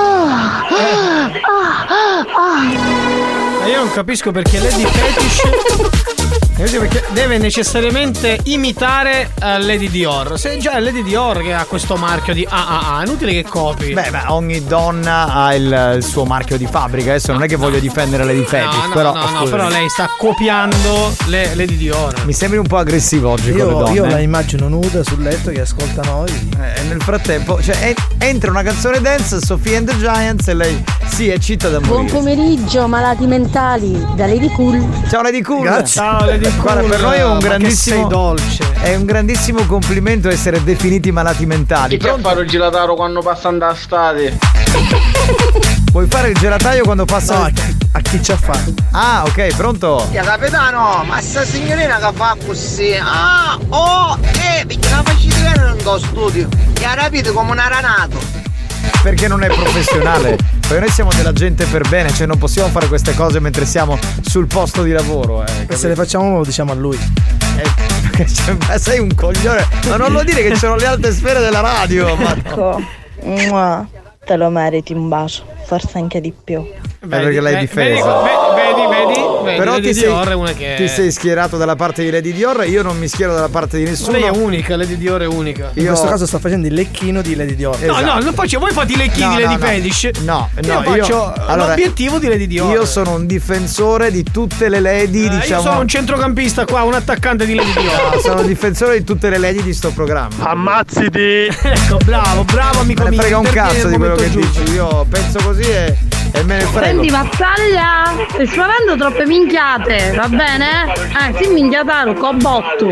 Ma io non capisco perché Lady Fetish perché deve necessariamente imitare Lady Dior. Se già è Lady Dior che ha questo marchio di AAA, è inutile che copi. Beh, ma ogni donna ha il suo marchio di fabbrica. Adesso non è che voglio difendere Lady Fetish, però. No, però lei sta copiando Lady Dior. Mi sembri un po' aggressivo oggi con le donne. Io la immagino nuda sul letto che ascolta noi. Nel frattempo, cioè, entra una canzone dance, Sophie and the Giants, e lei si eccita da morire. Buon pomeriggio, malati mentali, da Lady Cool. Ciao Lady Cool. Grazie. Ciao Lady Cool. Guarda, per noi è un grandissimo. Sei dolce. È un grandissimo complimento essere definiti malati mentali. Chi c'è a fare il gelataio quando passa d'estate? Puoi fare il gelataio quando passa? No, a chi ci ha fatto? Ah, ok, pronto? Capitano, ma sta signorina che fa così? Perché la faccio vedere nel tuo studio. E ha rapito come un aranato. Perché non è professionale. Poi noi siamo della gente per bene, cioè non possiamo fare queste cose mentre siamo sul posto di lavoro. Se le facciamo lo diciamo a lui. Ma sei un coglione. Ma non lo dire che ci sono le alte sfere della radio. Ecco, te lo meriti un bacio, forse anche di più. Perché l'hai difesa. Vedi. Però Lady Dior è una che ti sei schierato dalla parte di Lady Dior. Io non mi schiero dalla parte di nessuno. Lei è unica, Lady Dior è unica. In questo caso sto facendo il lecchino di Lady Dior. No, non faccio. Voi fate i lecchini di Lady Fetish. No, io faccio l'obiettivo di Lady Dior. Io sono un difensore di tutte le lady, diciamo. Io sono un centrocampista qua, un attaccante di Lady Dior. No, sono un difensore di tutte le lady di sto programma. Ammazziti. Ecco, bravo amico mio. Me ne frega un cazzo di quello che dici. Io penso così e me ne frego. Senti Mazzaglia, stai spavando troppe minchiate, va bene? Si minchiataro, cobotto.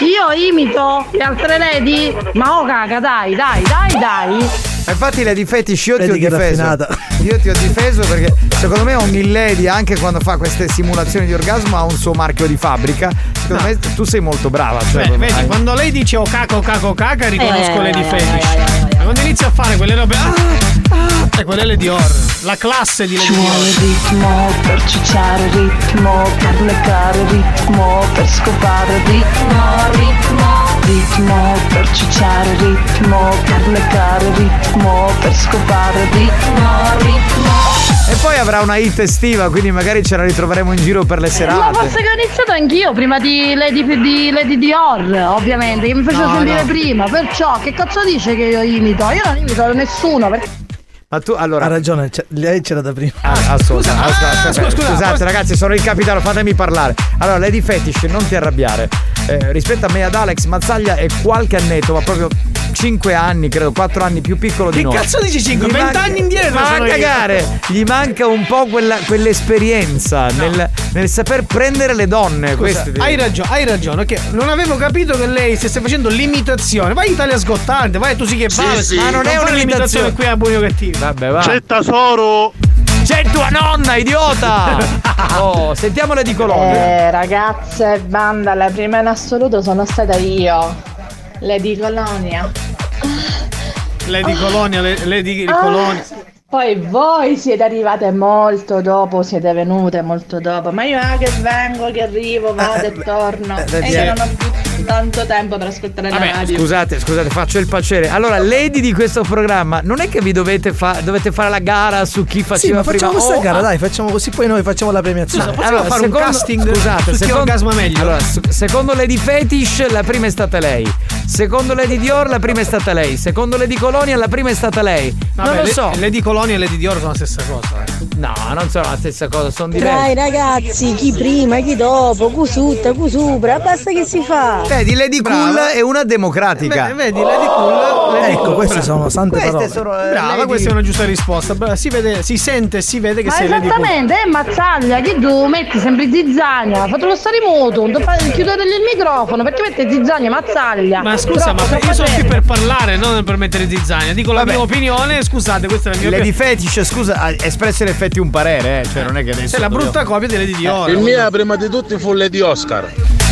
Io imito le altre lady? Ma oh caga, dai. Infatti Lady Fetish io ti ho Vedi che difeso. raffinata. Io ti ho difeso perché secondo me ogni lady, anche quando fa queste simulazioni di orgasmo, ha un suo marchio di fabbrica. Secondo me tu sei molto brava. Cioè, Vedi, quando lei dice oh caca, riconosco Lady Fetish. Ma quando inizia a fare quelle robe e quelle Lady Dior, la classe di Lady Ci vuole Dior. ritmo per cicciare, ritmo per leccare, ritmo per scopare, ritmo per cicciare, ritmo per leccare, ritmo per scopare, ritmo. E poi avrà una hit estiva, quindi magari ce la ritroveremo in giro per le Ma serate. forse che ho iniziato anch'io prima di Lady Dior, ovviamente, che mi faceva sentire prima. Perciò che cazzo dice che io imito? Io non imito nessuno. Ma tu allora ha ragione, lei c'era da prima. Scusate ragazzi, sono il capitano, fatemi parlare. Allora, Lady Fetish, non ti arrabbiare. Rispetto a me e ad Alex, Mazzaglia è qualche annetto, ma proprio 5 anni, credo, 4 anni più piccolo di Che noi. cazzo dici 5? Gli 20 anni indietro Ma sono a io. cagare! Gli manca un po' quell'esperienza nel saper prendere le donne. Scusa, hai ragione, ok. Non avevo capito che lei stesse facendo l'imitazione. Vai Italia Scottante, vai tu sì che vale. Ma non è un'imitazione qui a buono cattivo. Vabbè, va. C'è tesoro! C'è tua nonna, idiota! Oh, sentiamo Lady Colonia. Ragazze, banda, la prima in assoluto sono stata io, Lady Colonia. Lady Colonia, Lady Colonia. Poi voi siete arrivate molto dopo, siete venute molto dopo, ma io che vengo, che arrivo, vado e torno e che non ho più tanto tempo per ascoltare la radio. Scusate, faccio il piacere. Allora, lady di questo programma, non è che vi dovete fare la gara su chi faceva Sì, ma prima. facciamo questa gara, dai, facciamo così, poi noi facciamo la premiazione. Possiamo fare un casting su chi orgasma meglio? Allora, secondo Lady Fetish la prima è stata lei. Secondo Lady Dior la prima è stata lei. Secondo Lady Colonia la prima è stata lei. Non lo so. Lady Colonia e Lady Dior sono la stessa cosa. No, non sono la stessa cosa, sono diverse. Dai ragazzi, chi prima, chi dopo, chi sotto, chi sopra, basta che si fa. Vedi, Lady Cool è una democratica. Vedi, Lady Cool. Ecco, queste sono sante parole. Brava, questa è una giusta risposta. Brava, si sente e si vede che Ma sei Lady Cool. esattamente, Mazzaglia, che tu metti sempre zizzania, fatelo stare muto, chiudete il microfono, perché mette zizzania, Mazzaglia. Ma scusa, ma io sono qui per parlare, non per mettere zizzania. Dico la mia opinione, scusate, questa è la mia Lady opinione. Fetish, scusa, ha espresso in effetti un parere, cioè non è che adesso. Sei la brutta copia di Lady Dior. Il mio prima di tutti fu Lady Oscar.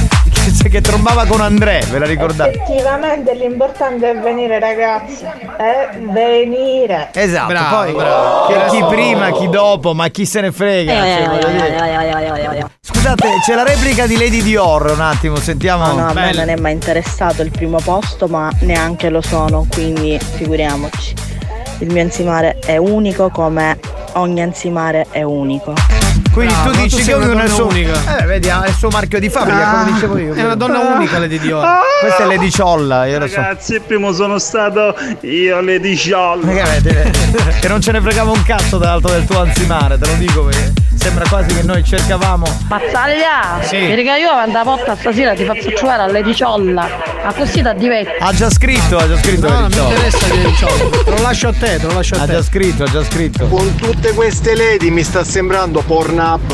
Che trombava con André, ve la ricordate? Effettivamente l'importante è venire, ragazzi, è venire. Esatto, poi chi prima, chi dopo, ma chi se ne frega. cioè, voglio dire. Scusate, c'è la replica di Lady Dior, un attimo, sentiamo. No, a me non è mai interessato il primo posto, ma neanche lo sono, quindi figuriamoci. Il mio ansimare è unico come ogni ansimare è unico. Quindi tu dici che ognuno è il suo unica. Vedi, ha il suo marchio di fabbrica, come dicevo io. È una donna unica Lady Dior. Questa è Lady Ciolla, io lo so. Ragazzi, il primo sono stato io, Lady Ciolla. Che non ce ne fregava un cazzo dall'alto del tuo ansimare, te lo dico perché sembra quasi che noi cercavamo. Mazzaglia, perché io andavo a porta stasera ti faccio trovare a Lady Ciolla, a così da diverso. Ha già scritto No, Lady non mi Ciolla. interessa Lady Ciolla. Te lo lascio a te, Ha già scritto. Con tutte queste lady mi sta sembrando Pornhub.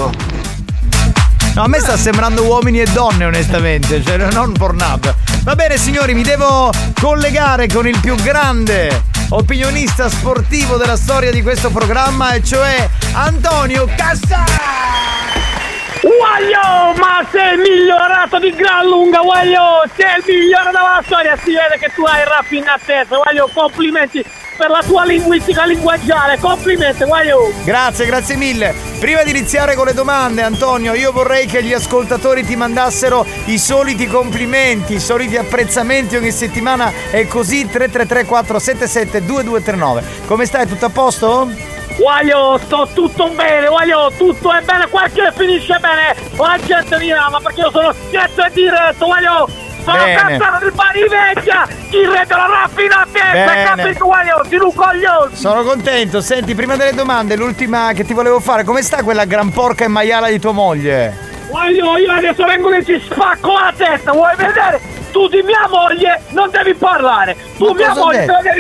No, a me sta sembrando uomini e donne, onestamente, cioè non Pornhub. Va bene, signori, mi devo collegare con il più grande opinionista sportivo della storia di questo programma, e cioè Antonio Cassa. Guaglio, ma sei migliorato di gran lunga, Guaglio, sei il migliore della storia, si vede che tu hai raffinatezza, Guaglio, complimenti per la tua linguistica linguaggiale, complimenti, Guaglio. Grazie mille. Prima di iniziare con le domande, Antonio, io vorrei che gli ascoltatori ti mandassero i soliti complimenti, i soliti apprezzamenti ogni settimana, è così. 333-477-2239. Come stai, tutto a posto? Guaglio, sto tutto bene, Guaglio, tutto è bene, qualche finisce bene, la gente mi ama perché io sono schietto e diretto, Guaglio, sono Bene. cazzato di Bari Vecchia, il re della raffinatezza, Bene. capito, Guaglio, ti un coglione. Sono contento. Senti, prima delle domande, l'ultima che ti volevo fare, come sta quella gran porca e maiala di tua moglie? Guaglio, io adesso vengo e ti spacco la testa, vuoi vedere? Tu di mia moglie non devi parlare, tu Ma mia cosa moglie devi? te la devi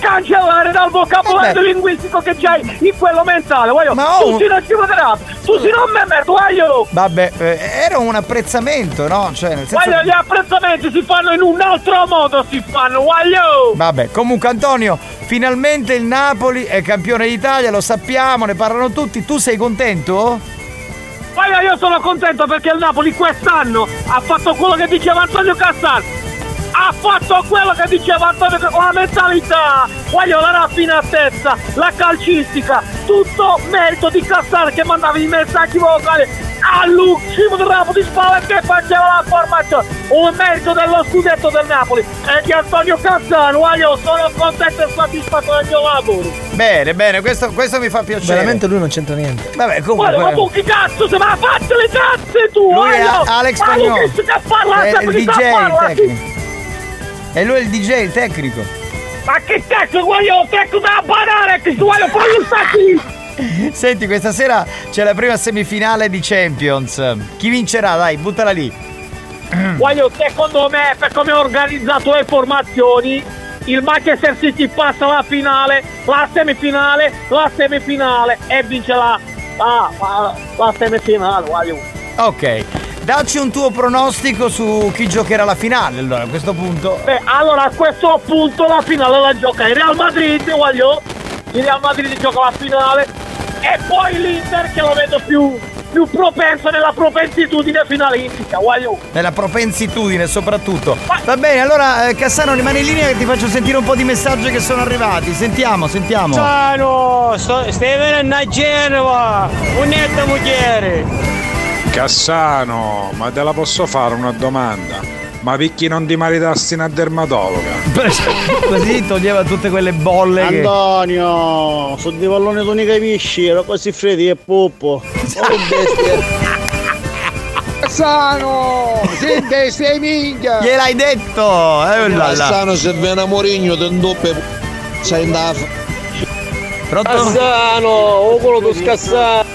cancellare dal vocabolario linguistico che c'hai in quello mentale, voglio. Ma tu sei una psicoterapia, tu sei non me merda, voglio. Vabbè, era un apprezzamento, no? Cioè, nel senso... Voglio, gli apprezzamenti si fanno in un altro modo, si fanno, voglio. Vabbè, comunque Antonio, finalmente il Napoli è campione d'Italia, lo sappiamo, ne parlano tutti. Tu sei contento? Voglio, io sono contento perché il Napoli quest'anno ha fatto quello che diceva Antonio Cassano. Ha fatto quello che diceva Antonio con la mentalità, voglio la raffinatezza, la calcistica, tutto merito di Cassano che mandava i messaggi vocali all'ultimo del Napoli di spalla che faceva la formazione, un merito dello scudetto del Napoli e di Antonio Cassano, voglio, sono contento e soddisfatto del mio lavoro. Bene, questo mi fa piacere. Veramente lui non c'entra niente. Vabbè, comunque. Ma tu che cazzo se ma fatti le cazze tu, lui è voglio! Alex Ma Spagnolo. che parla, è il di DJ, parla, il tecnico. E lui è il DJ, il tecnico. Ma che cazzo voglio, tecnico da banare, che tu voglio fare il sacchi! Senti, questa sera c'è la prima semifinale di Champions. Chi vincerà? Dai, buttala lì. Voglio, secondo me, per come ho organizzato le formazioni, il Manchester City passa alla finale, la semifinale e vince la semifinale, voglio. Ok. Dacci un tuo pronostico su chi giocherà la finale, allora, a questo punto. Allora, a questo punto la finale la gioca il Real Madrid, voglio. Il Real Madrid gioca la finale. E poi l'Inter che lo vedo più propenso nella propensitudine finalistica, voglio. Nella propensitudine, soprattutto. Va bene, allora, Cassano, rimane in linea che ti faccio sentire un po' di messaggi che sono arrivati. Sentiamo. Cassano, stai venendo a Genova, un'etta moglie. Cassano, ma te la posso fare una domanda? Ma perché non ti maritasti una dermatologa? Così toglieva tutte quelle bolle. Antonio, su di pallone tu ne capisci, ero così freddi e poppo. Oh bestia. Cassano, senti, stai minchia. Gliel'hai detto. Cassano, se viene a Mourinho te doppio sei andato. Pronto? Cassano, o quello tu scassano.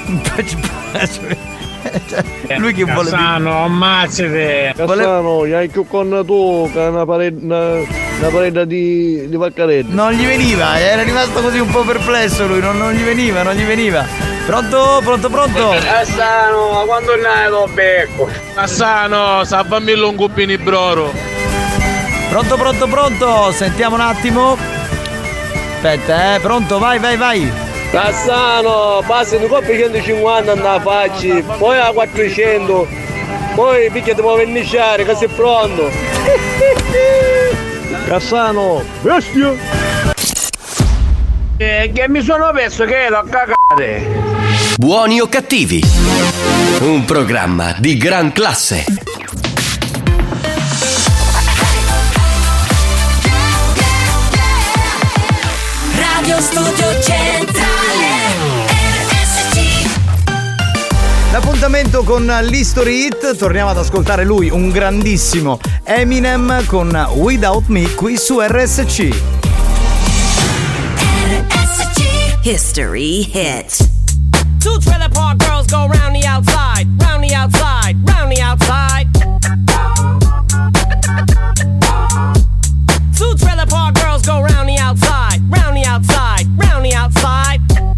Lui che vuole Cassano, ammazzate. Cassano, gli hai più con tu che una parete di vaccarelli. Non gli veniva, era rimasto così un po' perplesso lui, non gli veniva. Pronto? Cassano, ma quando ne lo becco? Cassano, sabbami un cuppini broro. Pronto, sentiamo un attimo. Aspetta, pronto, vai. Cassano, passa in coppia 150 andare a farci, poi a 400, poi picchia ti può verniciare che sei pronto. Cassano, bestia! Che mi sono perso che ero a cagare. Buoni o cattivi? Un programma di gran classe. Radio Studio Centrale RSC. L'appuntamento con l'History Hit, torniamo ad ascoltare lui, un grandissimo Eminem con Without Me qui su RSC. History Hit. Two trailer park girls go round the outside, round the outside, round the outside. Two trailer park girls go round the outside, round the outside, round the outside.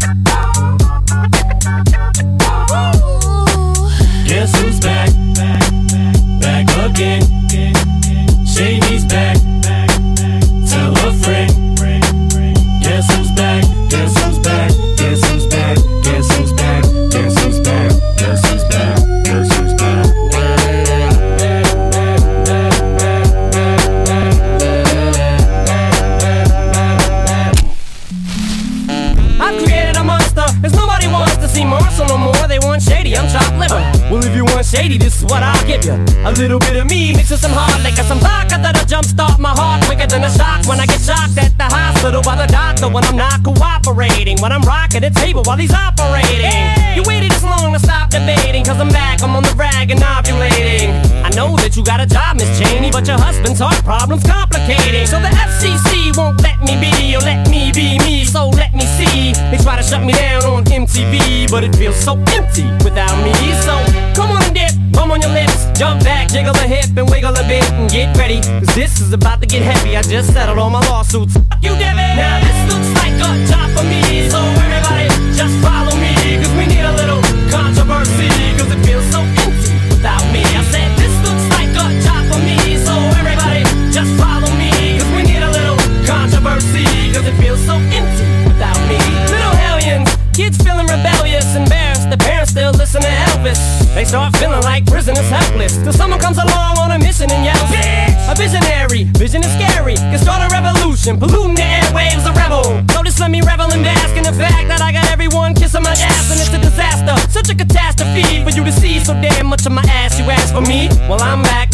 Guess who's back? Back again. Shady's back. Tell a friend. Guess who's back? Guess who's back? Guess who's back? Guess who's back? Guess who's back? Guess who's back? Guess who's back? I've created a monster, cause nobody wants to see Marshall no more. They want Shady, I'm chopped liver. Well, if you want Shady, this is what I'll give you. A little bit of me mixed with some hard liquor, some vodka that'll jumpstart my heart quicker than a shock when I get shocked at the hospital by the doctor when I'm not cooperating. When I'm rocking the table while he's operating. Hey! You waited this long to stop debating, cause I'm back, I'm on the rag and ovulating. I know that you got a job, Miss Cheney, but your husband's heart problem's complicating. So the FCC won't let me be, or let me be me, so let me see. They try to shut me down on MTV, but it feels so empty without me. So come on and dip, foam on your lips. Jump back, jiggle a hip and wiggle a bit and get ready, cause this is about to get heavy. I just settled all my lawsuits. Fuck you, Devin. Now this looks like a job for me, so everybody just follow me, cause we need a little controversy, cause it feels so empty without me. I said this looks like a job for me, so everybody just follow me, cause we need a little controversy, cause it feels so empty without me. Little hellions, kids feeling rebellious, embarrassed, the parents still listen to Elvis. They start feeling like prisoners helpless, till someone comes along on a mission and yells, bitch! A visionary, vision is scary, can start a revolution, polluting the airwaves, a rebel. So just let me revel and bask in the fact that I got everyone kissing my ass, and it's a disaster, such a catastrophe for you to see so damn much of my ass. You ask for me? Well, I'm back.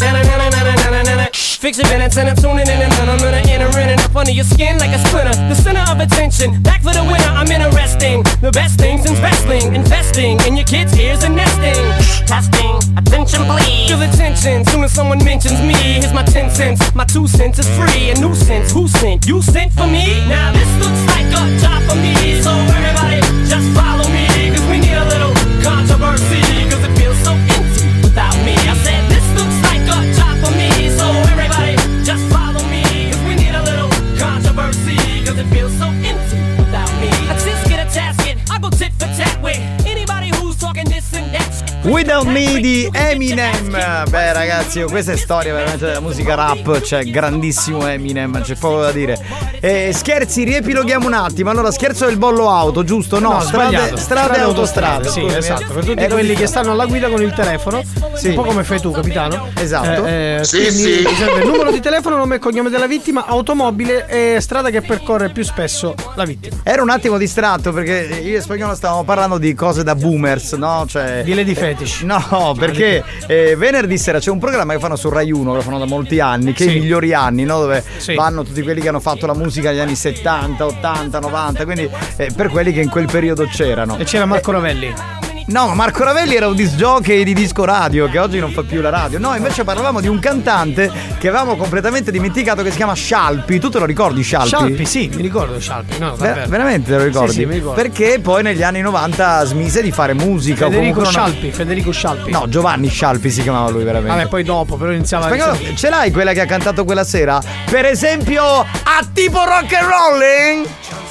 Fix your minutes and I'm tuning in and I'm gonna enter in and up under your skin like a splinter. The center of attention, back for the winner, I'm interesting. The best things in wrestling, investing in your kids' ears and nesting. Testing, attention please. Feel the tension, soon as someone mentions me. Here's my 10 cents, my 2 cents is free. A nuisance, who sent? You sent for me? Now this looks like a job for me, so everybody just follow me, cause we need a little controversy, cause it feels so empty without me. I said this looks like a job for me, so everybody just follow me, cause we need a little controversy, cause it feels so empty without me. I just get a tasket, I go tit for tat with anybody who's talking this and that. Without Me di Eminem. Beh ragazzi, questa è storia veramente della musica rap. C'è grandissimo Eminem, c'è poco da dire. Scherzi, riepiloghiamo un attimo. Allora, scherzo del bollo auto, giusto? No, strade e autostrade. Sì, esatto, per tutti quelli che stanno alla guida con il telefono. Sì. Un po' come fai tu, capitano. Esatto. Sì. Serve il numero di telefono, nome e cognome della vittima, automobile e strada che percorre più spesso la vittima. Ero un attimo distratto perché io e Spagnolo stavamo parlando di cose da boomers, no? Cioè di Lady Fetish. No, perché venerdì sera c'è un programma che fanno su Rai 1, che lo fanno da molti anni, che è I migliori anni, no? Dove vanno tutti quelli che hanno fatto la musica negli anni 70, 80, 90, quindi per quelli che in quel periodo c'erano. E c'era Marco Ravelli. No, Marco Ravelli era un disc jockey di disco radio che oggi non fa più la radio. No, invece parlavamo di un cantante che avevamo completamente dimenticato, che si chiama Scialpi. Tu te lo ricordi Scialpi? Scialpi, sì, mi ricordo Scialpi. No, veramente te lo ricordi? Sì, mi ricordo. Perché poi negli anni 90 smise di fare musica. Federico Scialpi. No, Giovanni Scialpi si chiamava lui veramente. Vabbè, poi dopo però iniziava Spagnolo, ce l'hai quella che ha cantato quella sera? Per esempio a tipo rock and rolling?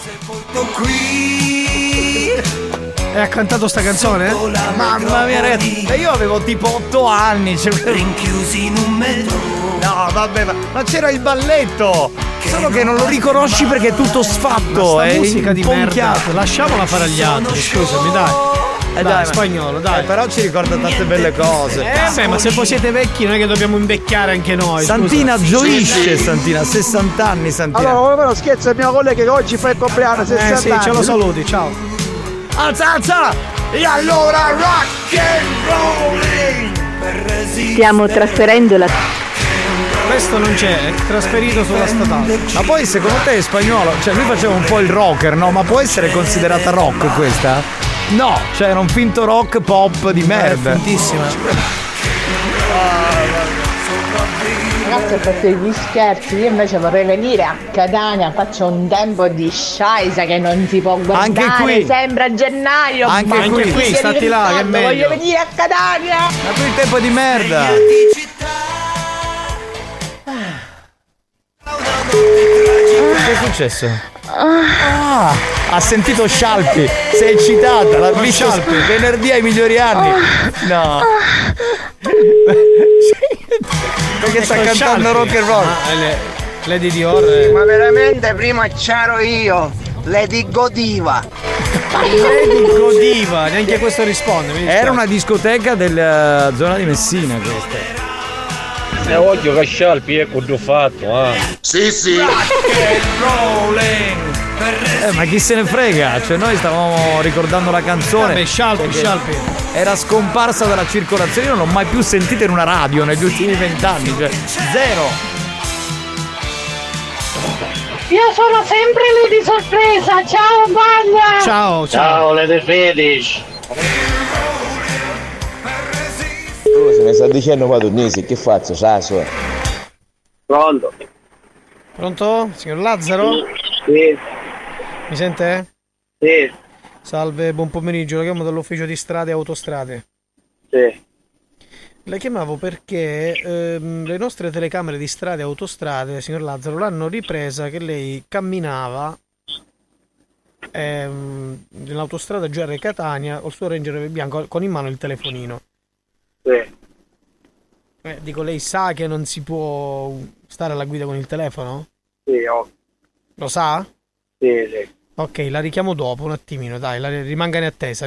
E ha cantato sta canzone? Mamma mia ragazzi, io avevo tipo 8 anni, rinchiusi in un metro. No vabbè, ma c'era il balletto, solo che non lo riconosci perché è tutto sfatto. È musica di merda. Lasciamola fare agli altri, scusami, dai. Dai, Spagnolo, dai. Però ci ricorda tante belle cose. Beh, ma se poi siete vecchi non è che dobbiamo invecchiare anche noi. Santina scusa. Gioisce, Santina, 60 anni Santina. Allora, come lo scherzo il mio collega che oggi fa il compleanno, 60 sì, anni. ce lo saluti, ciao. Alza! E allora rock and rolling! Stiamo trasferendo la... Questo non c'è, è trasferito sulla statale. Ma poi secondo te è spagnolo? Cioè lui faceva un po' il rocker, no? Ma può essere considerata rock questa? No, cioè era un finto rock pop di merda. È fintissima. Ragazzi, ho fatto gli scherzi, io invece vorrei venire a Catania, faccio un tempo di sciaisa che non si può guardare, anche qui. Sembra gennaio, anche qui stati là che è meglio. Voglio venire a Catania. Ma qui il tempo di merda. Che è successo? Ha sentito Scialpi, sei eccitata, l'ha visto Scialpi venerdì ai migliori anni. No. Perché sta cantando rock and roll. Lady Dior. Ma veramente prima c'ero io, Lady Godiva. Lady Godiva, neanche questo risponde. Era una discoteca della zona di Messina questa. Occhio che Scialpi è quello fatto, Sì. Ma chi se ne frega? Cioè noi stavamo ricordando la canzone. Vabbè, Scialpi. Era scomparsa dalla circolazione, io non l'ho mai più sentita in una radio negli ultimi 20 anni, cioè zero. Io sono sempre lì di sorpresa, ciao Baglia! Ciao Lady Fetish! Scusa, mi sta dicendo qua Tunisi, che faccio? Sasso? Pronto? Pronto? Signor Lazzaro? Sì. Mi sente? Sì. Salve, buon pomeriggio, la chiamo dall'ufficio di strade e autostrade. Sì. La chiamavo perché le nostre telecamere di strade e autostrade, signor Lazzaro, l'hanno ripresa che lei camminava nell'autostrada GR Catania col suo Ranger bianco con in mano il telefonino. Sì. Dico, lei sa che non si può stare alla guida con il telefono? Sì, Lo sa? Sì. Ok, la richiamo dopo un attimino, dai, rimanga in attesa,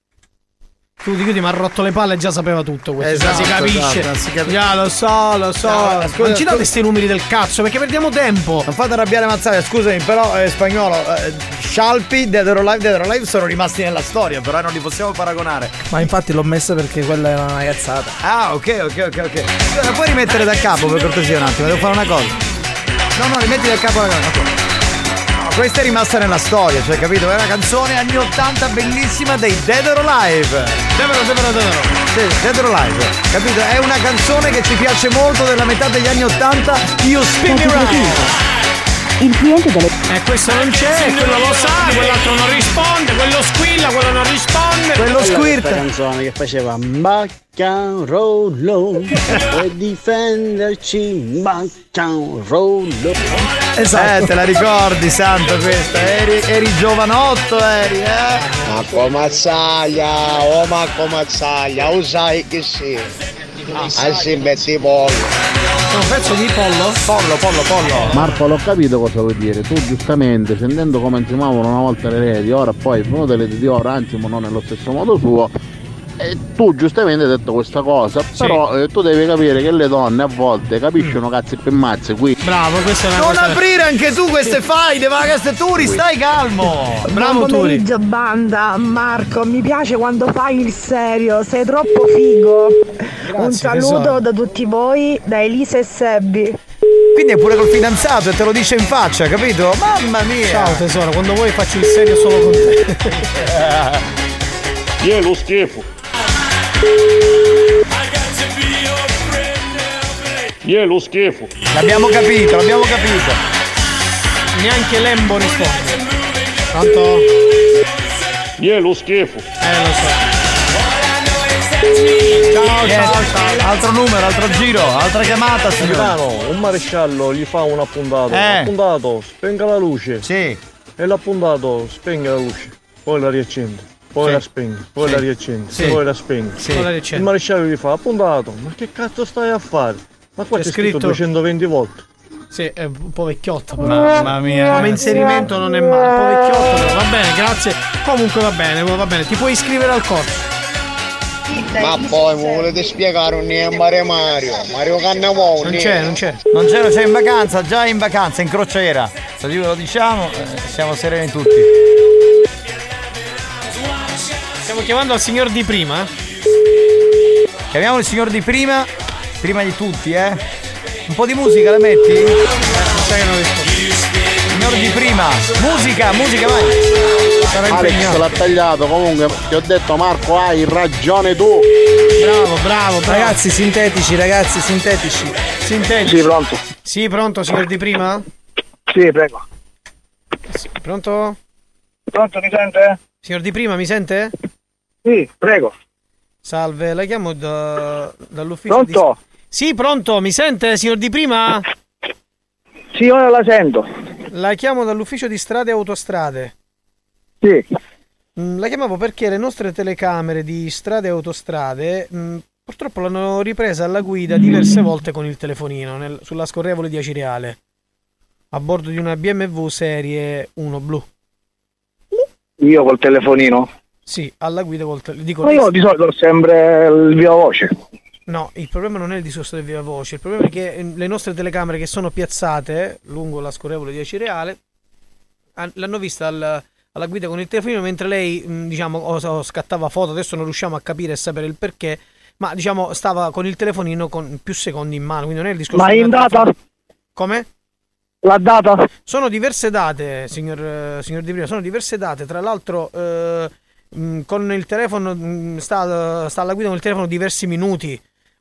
Tu di chiudi mi ha rotto le palle e già sapeva tutto questo. Esatto, si capisce. esatto, Già lo so. No, non ci date questi numeri del cazzo perché perdiamo tempo. Non fate arrabbiare Mazzaglia, scusami, però Spagnolo, Scialpi, Dead or Alive sono rimasti nella storia, però non li possiamo paragonare. Ma infatti l'ho messa perché quella era una cazzata. Ah, ok. La puoi rimettere da capo per cortesia un attimo, devo fare una cosa. No, rimetti da capo la cosa. Questa è rimasta nella storia, cioè, capito? È una canzone anni 80 bellissima dei Dead or Alive. Sì, Dead or Alive, capito? È una canzone che ci piace molto della metà degli anni 80. You Spin Me Round. Il cliente delle... questo non c'è, quello lo sa, quell'altro non risponde, quello squilla, quello non risponde. Quello squirta. Questa canzone che faceva Baccan Rollo e difenderci Baccan Rollo. Esatto. Te la ricordi, santo, questa? Eri giovanotto, eri, Marco Mazzaglia, Marco Mazzaglia, lo sai che sì. Sì, pezzi pollo. Un pezzo di pollo? Pollo. Marco, l'ho capito cosa vuoi dire. Tu giustamente, sentendo come si muovono una volta le reti, ora poi sono delle reti di ora, anzi ma non nello stesso modo suo. E tu giustamente hai detto questa cosa, sì. Però tu devi capire che le donne a volte capiscono cazzi più mazze qui. Bravo, questa è una non cosa... aprire anche tu queste faide, ma che Turi, stai calmo. Bravo Buon pomeriggio banda, Marco, mi piace quando fai il serio, sei troppo figo. Grazie, un saluto tesoro. da tutti voi, da Elisa e Sebbi. Quindi è pure col fidanzato e te lo dice in faccia, capito? Mamma mia. Ciao tesoro, quando vuoi faccio il serio solo con te. Lo schifo. Lo schifo. L'abbiamo capito. Neanche Lembo risponde. Pronto? Lo schifo. Lo so. Ciao. Altro numero, altro giro, altra chiamata, Capitano, un maresciallo gli fa un appuntato. Appuntato, spenga la luce. Sì. E l'appuntato spenga la luce. Poi la riaccende. Poi la spegne, poi la riaccende, poi la spegne. Il maresciallo gli fa appuntato, ma che cazzo stai a fare? Ma qua c'è scritto 220 volte. Sì, è un po' vecchiotto. Mamma mia. Come inserimento non è male, un po' vecchiotto, però va bene, grazie. Comunque va bene, ti puoi iscrivere al corso. Ma poi mi volete spiegare un niente Mario Cannavò? Non c'è, in vacanza, già in vacanza, in crociera. Se lo diciamo, siamo sereni tutti. Stiamo chiamando al signor di prima. Chiamiamo il signor di prima di tutti, Un po' di musica la metti? Sai che non rispondo. Signor di prima, musica, vai. Sarà Alex l'ha tagliato, comunque ti ho detto Marco hai ragione tu. Bravo. Ragazzi, sintetici. Sì, pronto. Sì, pronto, signor di prima? Sì, prego. Pronto? Pronto, mi sente? Signor di prima, mi sente? Sì, prego. Salve, la chiamo dall'ufficio. Pronto? Sì, pronto, mi sente, signor di prima? Sì, ora la sento. La chiamo dall'ufficio di strade e autostrade. Sì. La chiamavo perché le nostre telecamere di strade e autostrade purtroppo l'hanno ripresa alla guida diverse volte con il telefonino sulla scorrevole di Acireale a bordo di una BMW serie 1 blu. Io col telefonino? Sì, alla guida col telefonino. Ma io di solito ho sempre il viva voce. No, il problema non è il discorso del viva voce, il problema è che le nostre telecamere che sono piazzate lungo la scorrevole di Acireale l'hanno vista alla guida con il telefonino mentre lei, diciamo, scattava foto, adesso non riusciamo a capire e sapere il perché, ma diciamo stava con il telefonino con più secondi in mano, quindi non è il discorso. Ma in data? Come? La data? Sono diverse date, signor Di Prima, sono diverse date, tra l'altro con il telefono sta alla guida con il telefono diversi minuti.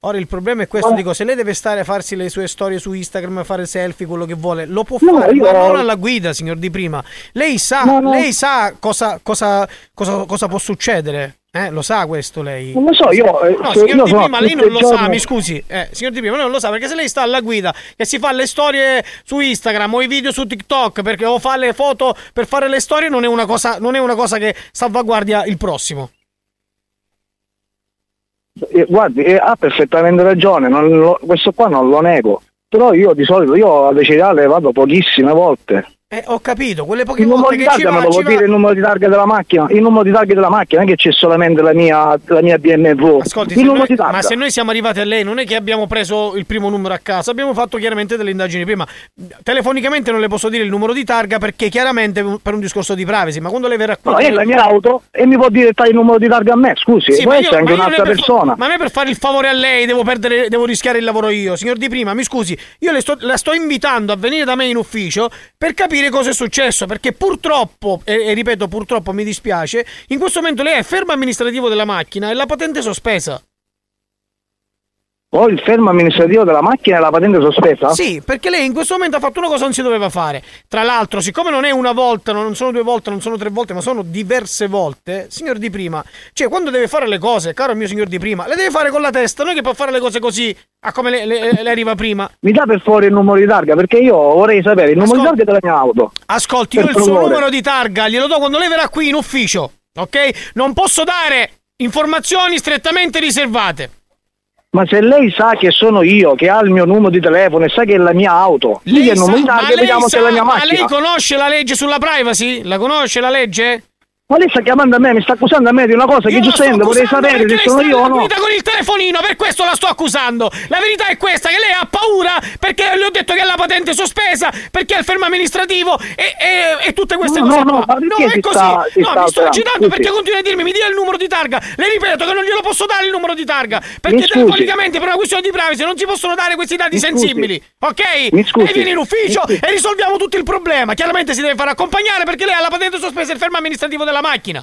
Ora il problema è questo, dico, se lei deve stare a farsi le sue storie su Instagram, fare selfie, quello che vuole, lo può No, fare, io- ma non alla guida, signor Di Prima. Lei sa, No. lei sa cosa può succedere. Lo sa questo lei? Non lo so, io... No, se signor io Di sono Prima, lei tutto non il lo sa, giorno- mi scusi. Signor Di Prima, lei non lo sa, perché se lei sta alla guida e si fa le storie su Instagram o i video su TikTok, o fa le foto per fare le storie, non è una cosa che salvaguardia il prossimo. Guardi, ha perfettamente ragione, questo qua non lo nego, però io di solito alle cereale vado pochissime volte. Ho capito, quelle poche Il numero volte di che ci targa va, me lo vuol dire il numero di targa della macchina? Il numero di targa della macchina, non è che c'è solamente la mia BMW. Ascolti, il numero di targa. ma se noi siamo arrivati a lei, non è che abbiamo preso il primo numero a caso, abbiamo fatto chiaramente delle indagini prima. Telefonicamente non le posso dire il numero di targa perché chiaramente per un discorso di privacy, ma quando lei verrà qui... No, è la mia auto e mi può dire il numero di targa a me, scusi, Sì, può ma essere anche non è un'altra persona. ma non è per fare il favore a lei, devo rischiare il lavoro io. Signor Di Prima, mi scusi, io la sto invitando a venire da me in ufficio per capire cosa è successo, perché purtroppo, e ripeto purtroppo mi dispiace, in questo momento lei è fermo amministrativo della macchina e la patente è sospesa. Ho il fermo amministrativo della macchina e la patente sospesa? Sì, perché lei in questo momento ha fatto una cosa che non si doveva fare. Tra l'altro, siccome non è una volta, non sono 2 volte, non sono 3 volte, ma sono diverse volte, signor Di Prima, cioè quando deve fare le cose, caro mio signor Di Prima, le deve fare con la testa, non è che può fare le cose così, a come le arriva prima. Mi dà per favore il numero di targa, perché io vorrei sapere il numero di targa della mia auto. Ascolti, Per io il suo favore. numero di targa glielo do quando lei verrà qui in ufficio, ok? Non posso dare informazioni strettamente riservate. Ma se lei sa che sono io, che ha il mio numero di telefono e sa che è la mia auto, lì il numero di targa e vediamo se è la mia macchina. Ma lei conosce la legge sulla privacy? La conosce la legge? Ma lei sta chiamando a me, mi sta accusando a me di una cosa che giustamente vorrei sapere se sono io o no. Con il telefonino, per questo la sto accusando. La verità è questa, che lei ha paura perché le ho detto che ha la patente sospesa, perché ha il fermo amministrativo e tutte queste cose. No, ma perché è si così. sta Mi sto alterando? agitando Scusi. perché continua a dirmi, mi dia il numero di targa. Le ripeto che non glielo posso dare il numero di targa, perché Mi scusi. telefonicamente per una questione di privacy non si possono dare questi dati Mi scusi. sensibili. Ok? Mi scusi. Lei viene in ufficio Mi scusi. e risolviamo tutto il problema. Chiaramente si deve fare accompagnare perché lei ha la patente sospesa e il fermo amministrativo della macchina.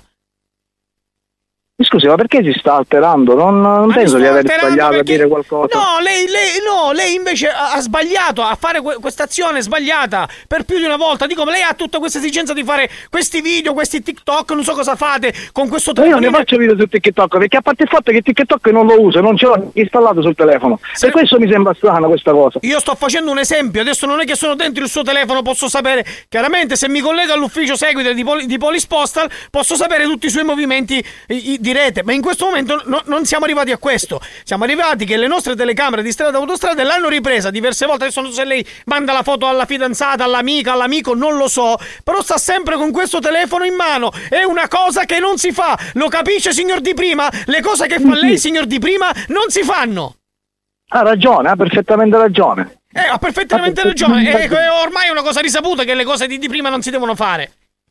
Mi scusi, ma perché si sta alterando? Non penso di aver sbagliato a dire qualcosa. No, lei invece ha sbagliato a fare questa azione sbagliata per più di una volta. Dico, ma lei ha tutta questa esigenza di fare questi video, questi TikTok, non so cosa fate con questo Ma io telefono. non ne faccio video su TikTok, perché a parte il fatto che TikTok non lo uso, non ce l'ho installato sul telefono. Per questo mi sembra strana questa cosa. Io sto facendo un esempio, adesso non è che sono dentro il suo telefono, posso sapere, chiaramente se mi collego all'ufficio seguite di Police Postal, posso sapere tutti i suoi movimenti di rete, ma in questo momento non siamo arrivati a questo. Siamo arrivati che le nostre telecamere di strada e autostrade l'hanno ripresa diverse volte. Adesso non so se lei manda la foto alla fidanzata, all'amica, all'amico, non lo so, però sta sempre con questo telefono in mano. È una cosa che non si fa, lo capisce signor Di Prima? Le cose che fa lei signor Di Prima non si fanno. Ha ragione, ha perfettamente ragione. Ha perfettamente ragione. Ormai è una cosa risaputa che le cose di Prima non si devono fare.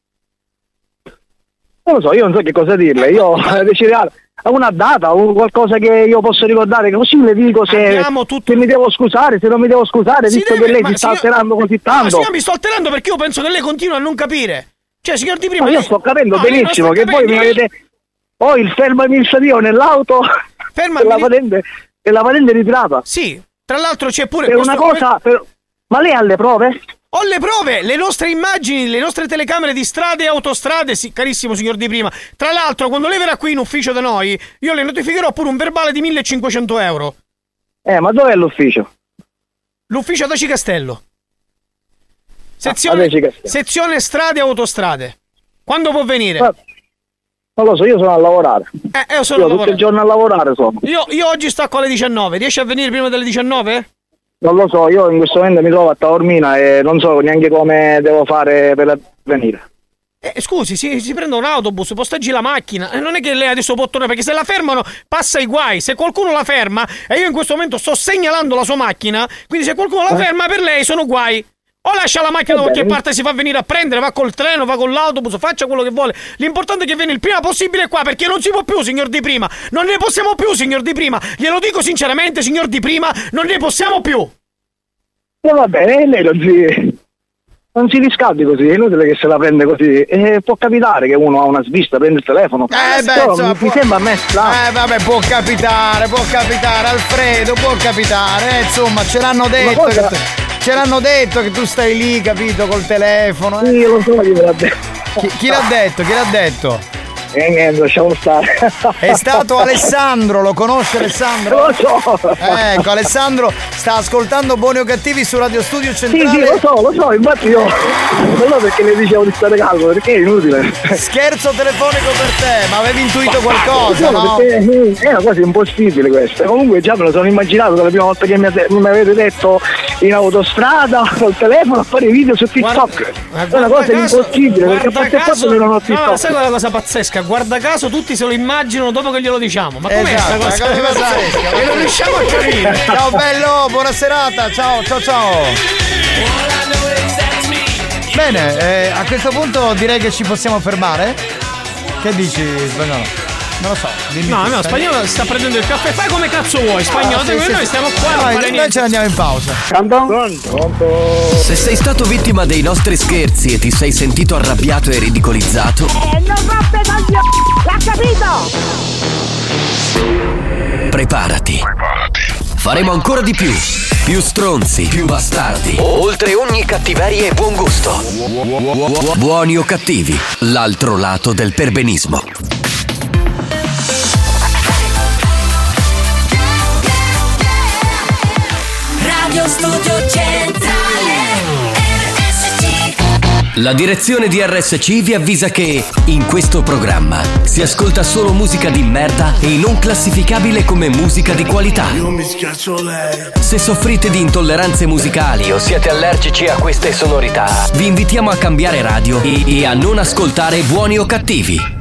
Non lo so, io non so che cosa dirle. Io decidere una data o qualcosa che io posso ricordare, così le dico se mi devo scusare, se non mi devo scusare, visto che lei si sta alterando così tanto. Ma sì, mi sto alterando perché io penso che lei continua a non capire. Cioè, signor Di Prima, Ma io lei... sto capendo No, benissimo lei che non sta voi mi capendo. avete. Ho il fermo amministrativo nell'auto e la patente ritirata. Sì, tra l'altro c'è pure per questo- una cosa. Ma lei ha le prove? Ho le prove, le nostre immagini, le nostre telecamere di strade e autostrade, sì, carissimo signor Di Prima. Tra l'altro, quando lei verrà qui in ufficio da noi, io le notificherò pure un verbale di 1.500 euro. Ma dov'è l'ufficio? L'ufficio ad Aci Castello. ad Aci Castello. Sezione strade e autostrade. Quando può venire? Non lo so, io sono a lavorare. Io sono a tutto lavorare. il giorno a lavorare sono. Io oggi stacco alle 19. Riesci a venire prima delle 19? Non lo so, io in questo momento mi trovo a Taormina e non so neanche come devo fare per venire. Scusi, si prende un autobus, posteggi la macchina. Non è che lei adesso può tornare, perché se la fermano passa i guai. Se qualcuno la ferma, e io in questo momento sto segnalando la sua macchina, quindi se qualcuno la ferma, per lei sono guai. O lascia la macchina da qualche parte e si fa venire a prendere, va col treno, va con l'autobus, faccia quello che vuole. L'importante è che viene il prima possibile qua, perché non si può più, signor Di Prima. Non ne possiamo più, signor Di Prima. Glielo dico sinceramente, signor Di Prima, non ne possiamo più. Va bene, lei lo Non si riscaldi così, è inutile che se la prende così. Può capitare che uno ha una svista, prende il telefono. Insomma, mi sembra a me strano. Vabbè, può capitare, Alfredo, può capitare. Insomma, ce l'hanno detto. Ce l'hanno detto che tu stai lì, capito, col telefono. Sì, lo so chi me l'ha detto. Chi l'ha detto? Chi l'ha detto? Niente, lasciamo stare. È stato Alessandro, lo conosce Alessandro? Lo so. Ecco, Alessandro sta ascoltando Buoni o Cattivi su Radio Studio Centrale. Sì, lo so, infatti io non so perché le dicevo di stare calmo, perché è inutile. Scherzo telefonico per te, ma avevi intuito qualcosa, no? Perché è una cosa impossibile questa. Comunque già me lo sono immaginato dalla prima volta che mi avete detto in autostrada col telefono a fare video su TikTok. È una cosa impossibile, perché a parte il fatto che non ho TikTok. No, sai quella cosa pazzesca? Guarda caso tutti se lo immaginano dopo che glielo diciamo. Ma com'è Esatto, sta cosa? E non riusciamo a capire. Ciao bello, buona serata, ciao. Bene, a questo punto direi che ci possiamo fermare. Che dici, Spagnolo? Non lo so. No, Spagnolo sta prendendo il caffè. Fai come cazzo vuoi, Spagnolo. Noi stiamo qua. Noi ce ne andiamo in pausa. Pronto? Se sei stato vittima dei nostri scherzi e ti sei sentito arrabbiato e ridicolizzato, non roppe coglioni! L'ha capito! preparati. Faremo ancora di più. Più stronzi, più bastardi. Oltre ogni cattiveria e buon gusto. Buoni o cattivi, l'altro lato del perbenismo. Radio Studio Centrale RSC. La direzione di RSC vi avvisa che in questo programma si ascolta solo musica di merda e non classificabile come musica di qualità. Io mi schiaccio lei. Se soffrite di intolleranze musicali o siete allergici a queste sonorità, vi invitiamo a cambiare radio e a non ascoltare Buoni o Cattivi.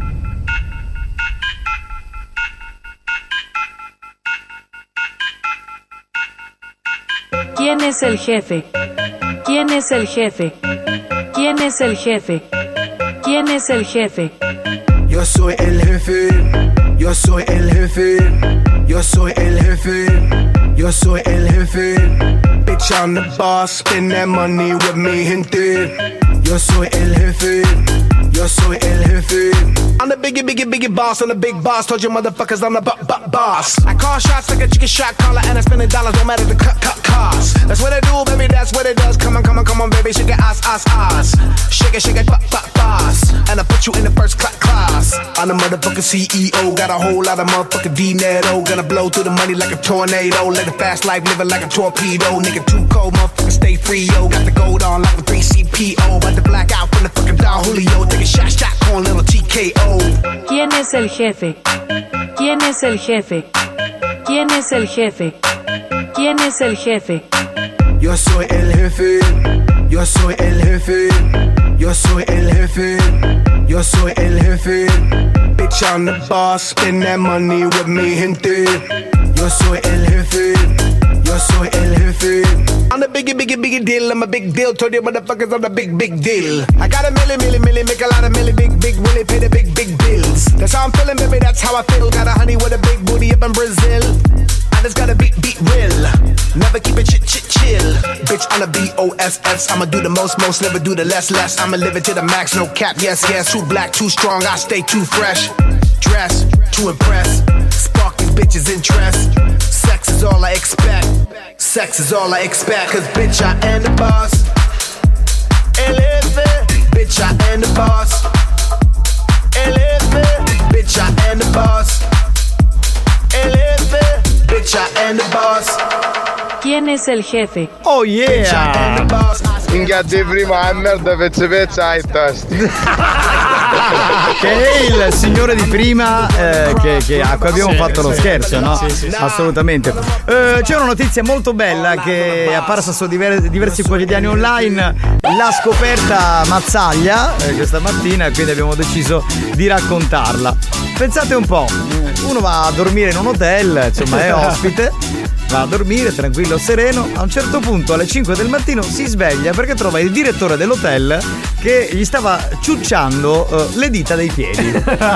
¿Quién es el jefe? ¿Quién es el jefe? ¿Quién es el jefe? ¿Quién es el jefe? Yo soy el jefe. Yo soy el jefe. Yo soy el jefe. Yo soy el jefe. Bitch, I'm the boss. Spend that money with me, gente. Yo soy el jefe. Yo soy el jefe. I'm the biggie boss. I'm the big boss. Told you motherfuckers I'm the boss. I call shots like a chicken shot caller, and I spend dollars no matter the cut cost. That's what I do, baby. That's what it does. Come on, baby. Shake it, ass. Shake it, boss. And I put you in the first class. I'm the motherfucking CEO. Got a whole lot of motherfucking dinero. Gonna blow through the money like a tornado. Let the fast life living like a torpedo. Nigga too cold, motherfucker stay free, yo. Got the gold on like a 3CPO. About to black out from the fucking Don Julio. Take a shot, con little TKO. ¿Quién es el jefe? ¿Quién es el jefe? ¿Quién es el jefe? ¿Quién es el jefe? Yo soy el jefe. Yo soy el jefe. Yo soy el jefe. Yo soy el jefe. Bitch, I'm the boss. Spend that money with me, gente. Yo soy el jefe. Yo soy el jefe. I'm the biggie deal. I'm a big deal. Told you motherfuckers I'm the big deal. I got a milli, make a lot of milli, big willie, pay the big bills. That's how I'm feeling, baby. That's how I feel. Got a honey with a big booty up in Brazil. I just gotta beat real. Never keep it chill. Bitch, I'm a BOSS. I'ma do the most, never do the less. I'ma live it to the max, no cap, yes. Too black, too strong, I stay too fresh. Dress, to impress. Spark these bitches' interest. Sex is all I expect. Sex is all I expect. Cause bitch, I am the boss. Bitch, I am the boss. Bitch, I am the boss. Bitch, I am the boss. ¿Quién es el jefe? Oh yeah! Minchia di prima è merda pezza ai tasti. Che è il signore di prima a cui abbiamo fatto lo scherzo, no? Sì. Assolutamente. C'è una notizia molto bella che è apparsa su diversi quotidiani online. L'ha scoperta Mazzaglia questa mattina e quindi abbiamo deciso di raccontarla. Pensate un po', uno va a dormire in un hotel, insomma è ospite, va a dormire tranquillo, sereno. A un certo punto alle 5 del mattino si sveglia perché trova il direttore dell'hotel che gli stava ciucciando le dita dei piedi.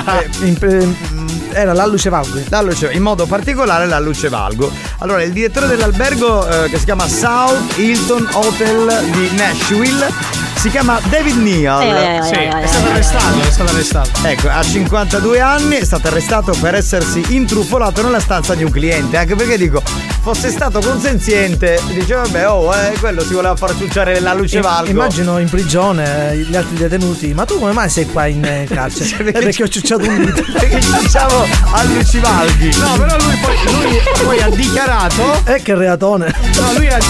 Era l'alluce valgo. In modo particolare l'alluce valgo. Allora il direttore dell'albergo che si chiama South Hilton Hotel di Nashville Si chiama David Neal. Sì, è stato arrestato. Ecco, ha 52 anni, è stato arrestato per essersi intrufolato nella stanza di un cliente. Anche perché dico, fosse stato consenziente, dice vabbè, quello si voleva far ciucciare la luce valgo. Immagino in prigione gli altri detenuti. Ma tu come mai sei qua in carcere? Perché ho ciucciato un dito. Perché ciucciavo a Lucivalghi. No, però lui poi ha dichiarato. Che reatone. No,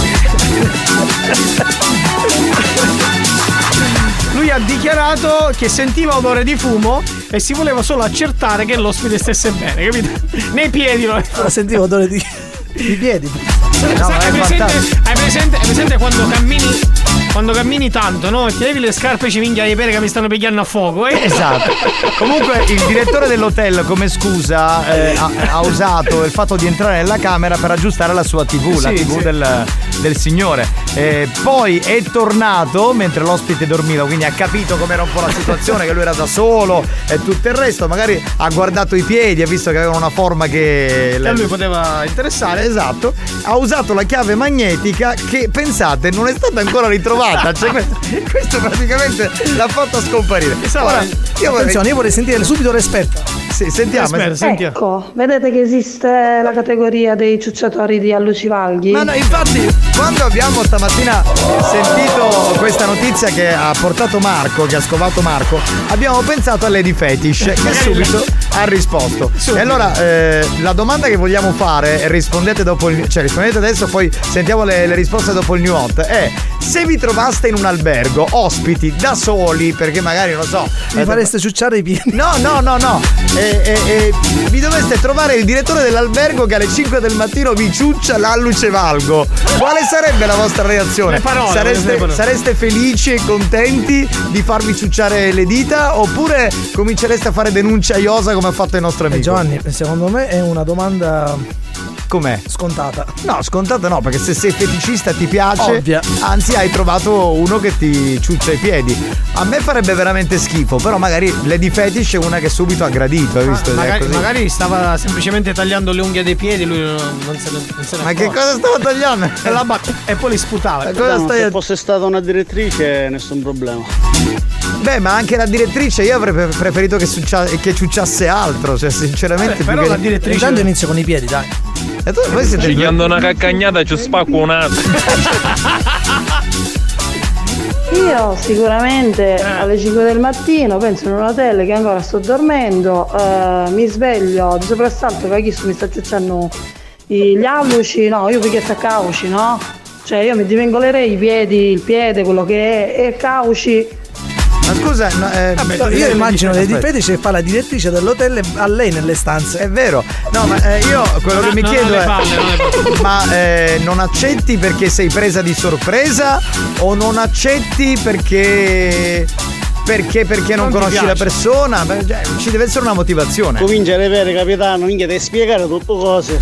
lui ha dichiarato che sentiva odore di fumo e si voleva solo accertare che l'ospite stesse bene, capito? Nei piedi sentivo odore di piedi. No, hai presente quando cammini tanto, no? Ti levi le scarpe e ci minchia i pere che mi stanno pigliando a fuoco, Esatto. Comunque il direttore dell'hotel come scusa ha usato il fatto di entrare nella camera per aggiustare la sua TV, la TV del signore. Poi è tornato mentre l'ospite dormiva, quindi ha capito com'era un po' la situazione, che lui era da solo e tutto il resto. Magari ha guardato i piedi, ha visto che avevano una forma che a lui poteva interessare. Esatto. Ha usato la chiave magnetica che, pensate, non è stata ancora ritrovata. Cioè, questo praticamente l'ha fatta scomparire. Ora, io vorrei sentire subito l'esperta. Sì, sentiamo. Ecco, vedete che esiste la categoria dei ciucciatori di allucivalghi? Ma no, infatti, quando abbiamo stamattina sentito questa notizia che ha portato Marco, che ha scovato Marco, abbiamo pensato a Lady Fetish, che subito ha risposto. E allora la domanda che vogliamo fare, rispondete dopo rispondete adesso, poi sentiamo le risposte dopo il new hot, è: se vi trovaste in un albergo ospiti da soli, perché magari non so, mi fareste ciucciare i piedi? No. Vi doveste trovare il direttore dell'albergo che alle 5 del mattino vi ciuccia la luce valgo. Quale sarebbe la vostra reazione? Sareste felici e contenti di farvi ciucciare le dita, oppure comincereste a fare denuncia iosa come ha fatto il nostro amico? Giovanni, secondo me è una domanda com'è? Scontata. No, scontata no, perché se sei feticista ti piace. Ovvia. Anzi, hai trovato uno che ti ciuccia i piedi. A me farebbe veramente schifo, però magari Lady Fetish è una che subito ha gradito, hai visto? Magari stava semplicemente tagliando le unghie dei piedi, lui non se ne Ma che cosa stava tagliando? E poi li sputava. Se fosse stata una direttrice, nessun problema. Beh, ma anche la direttrice, io avrei preferito che ciucciasse altro, cioè sinceramente. Però la direttrice intanto inizia con i piedi, dai. E tu voi siete ci chiando una caccagnata e ci spacco un altro. Io sicuramente alle 5 del mattino penso in un hotel che ancora sto dormendo, mi sveglio di soprassalto che chi mi sta ciucciando gli alluci, no, io picchietto a cauci, no? Cioè io mi divengolerei i piedi, il piede, quello che è, e cauci. Ma scusa, io immagino Lady Fetish che fa la direttrice dell'hotel a lei nelle stanze. È vero. No, ma io quello che mi chiedo è: ma non accetti perché sei presa di sorpresa o non accetti perché non conosci la persona? Ci deve essere una motivazione. Comincia a repere, capitano, minchia, devi spiegare tutte cose.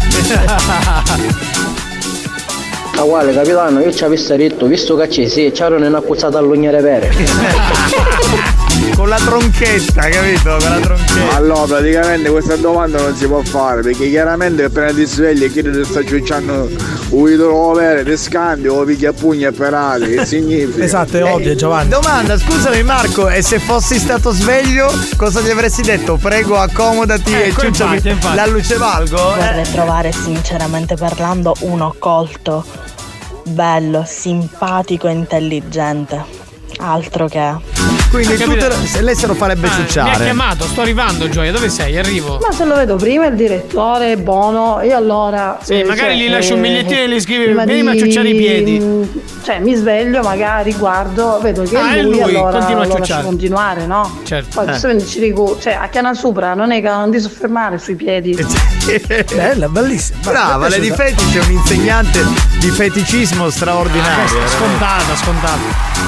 Uguale capitano, io ci avessi detto, visto che c'era un'accusata all'ugnere pere. Con la tronchetta, capito? Con la tronchetta. Allora, praticamente questa domanda non si può fare, perché chiaramente appena ti svegli e chi ti sta ciucciando un idolo vero, ti scambi o picchi a pugni e perate, che significa? Esatto, è ovvio, Giovanni. Domanda, scusami Marco, e se fossi stato sveglio, cosa gli avresti detto? Prego, accomodati e ciucciami la luce valgo? Vorrei trovare, sinceramente parlando, uno colto, bello, simpatico e intelligente. Altro che... Quindi lei se lo farebbe ciucciare. Mi ha chiamato, sto arrivando, Gioia, dove sei? Arrivo. Ma se lo vedo prima il direttore, buono, e allora... Sì, magari gli lascio un bigliettino e gli scrivi vieni a ciucciare i piedi. Cioè mi sveglio, magari guardo, vedo che è lui, allora continua a lo ciucciare. lascio continuare, no? Certo. Poi giustamente ci dico, cioè a Chiana Supra non è che non ti soffermare sui piedi. Bella, bellissima. Brava, Lady Fetish è un insegnante di feticismo straordinario. Scontata.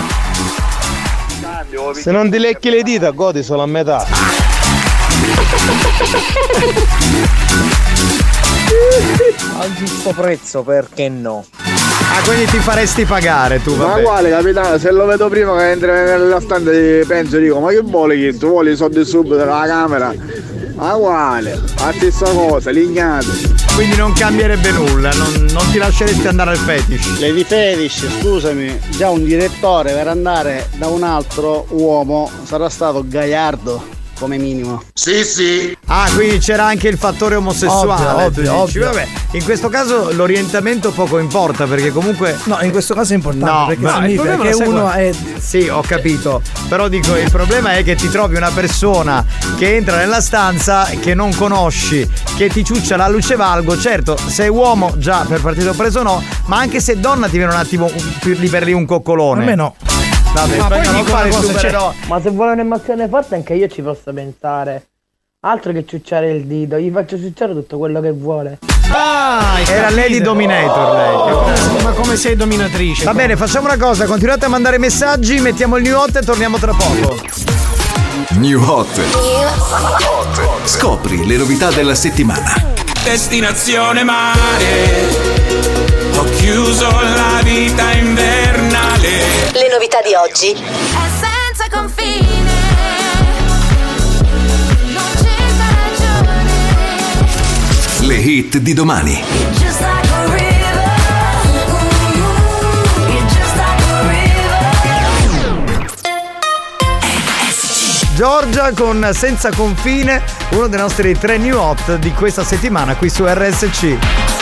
Se non ti lecchi le dita, godi solo a metà. Al giusto prezzo, perché no? Ah, quindi ti faresti pagare tu, vabbè. Ma quale capitano? Se lo vedo prima che entra nella stanza penso, dico, ma che vuole che tu vuoi i soldi subito dalla camera? Ma uguale, la stessa cosa, lignato. Quindi non cambierebbe nulla, non ti lasceresti andare al fetish. Lady Fetish, scusami, già un direttore per andare da un altro uomo sarà stato Gaiardo. Come minimo. Sì. Ah, quindi c'era anche il fattore omosessuale. Ovvio. Vabbè, in questo caso l'orientamento poco importa, perché comunque. No, in questo caso è importante, perché significa che uno è. Sì, ho capito. Però dico, il problema è che ti trovi una persona che entra nella stanza che non conosci, che ti ciuccia la luce valgo. Certo, sei uomo, già per partito preso no, ma anche se donna ti viene un attimo lì per lì un coccolone. A me no. Vabbè, ma poi dico una cosa, ma se vuole un'emozione forte anche io ci posso pensare. Altro che ciucciare il dito, gli faccio ciucciare tutto quello che vuole. Era Lady Dominator lei. Ma come sei dominatrice? Va bene, facciamo una cosa, continuate a mandare messaggi, mettiamo il new hot e torniamo tra poco. New Hot. Scopri le novità della settimana. Destinazione mare. Ho chiuso la vita invernale. Le novità di oggi. È senza confine. Non c'è ragione. Le hit di domani. Just like a river. You're just like a river. Giorgia con Senza Confine, uno dei nostri 3 new hot di questa settimana qui su RSC.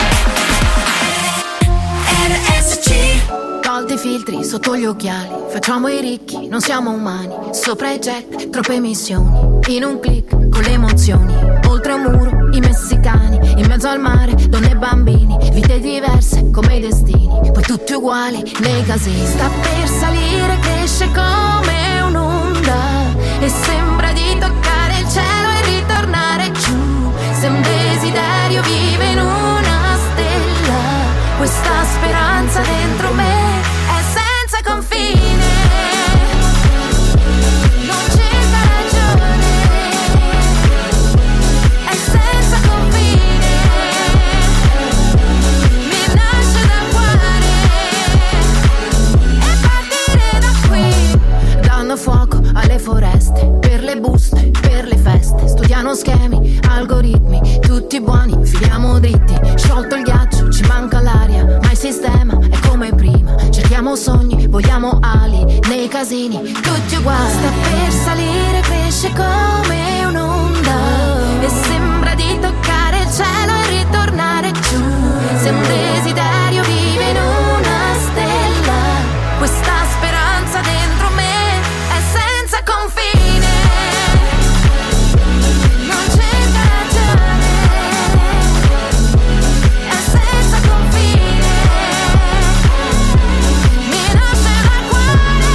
Tolti i filtri sotto gli occhiali, facciamo i ricchi, non siamo umani. Sopra i jet, troppe emissioni. In un click, con le emozioni. Oltre un muro, i messicani. In mezzo al mare, donne e bambini. Vite diverse, come i destini. Poi tutti uguali, nei casini. Sta per salire, cresce come un'onda. E sembra di toccare il cielo e ritornare giù. Se un desiderio vive in una stella, questa speranza dentro me è senza confine. Non cerca ragione, è senza confine. Mi nasce dal cuore e partire da qui. Dando fuoco alle foreste, per le buste, per le feste. Studiano schemi, algoritmi, tutti buoni, filiamo dritti. Sciolto il ghiaccio, ci manca l'aria, ma il sistema è come prima. Cerchiamo sogni, vogliamo ali, nei casini, tutti uguali. Sta per salire, cresce come un'onda. E sembra di toccare il cielo e ritornare giù. Se un desiderio vive in una stella, questa speranza dentro me è senza confine. Non cerca ragione, è senza confine. Mi nasce dal cuore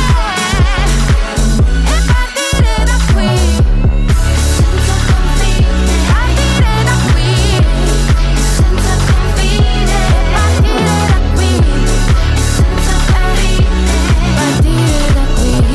e partire da qui. Senza confine, partire da qui. Senza confine, partire da qui. Senza confine, partire da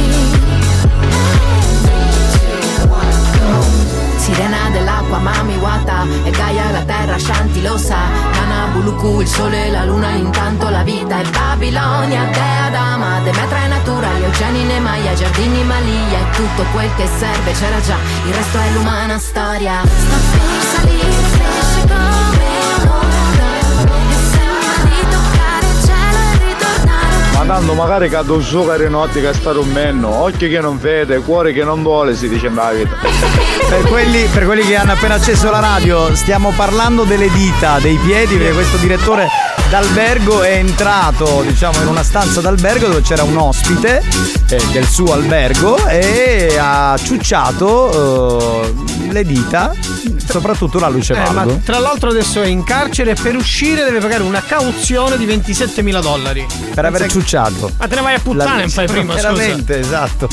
qui. Sirena dell'acqua, mami wata, e Gaia la terra, Shanti lo sa. Nana Buluku, il sole e la luna, intanto la vita è Babilonia, dea dama, Demetra è natura, gli oceani ne Maya, giardini Malia, e tutto quel che serve c'era già, il resto è l'umana storia. Sta per salire, cresce come un'onda, e sembra di toccare il cielo e ritornare. Ma tanto magari cado su cari notti che è stato un menno, occhio che non vede, cuore che non vuole, si dice nella vita. Per quelli che hanno appena acceso la radio, stiamo parlando delle dita, dei piedi, perché questo direttore d'albergo è entrato, diciamo, in una stanza d'albergo dove c'era un ospite del suo albergo e ha ciucciato le dita, soprattutto la luce valgo. Ma tra l'altro adesso è in carcere e per uscire deve pagare una cauzione di $27.000 per aver ciucciato. Ma te ne vai a puttane un fai prima, scusa. Veramente, esatto.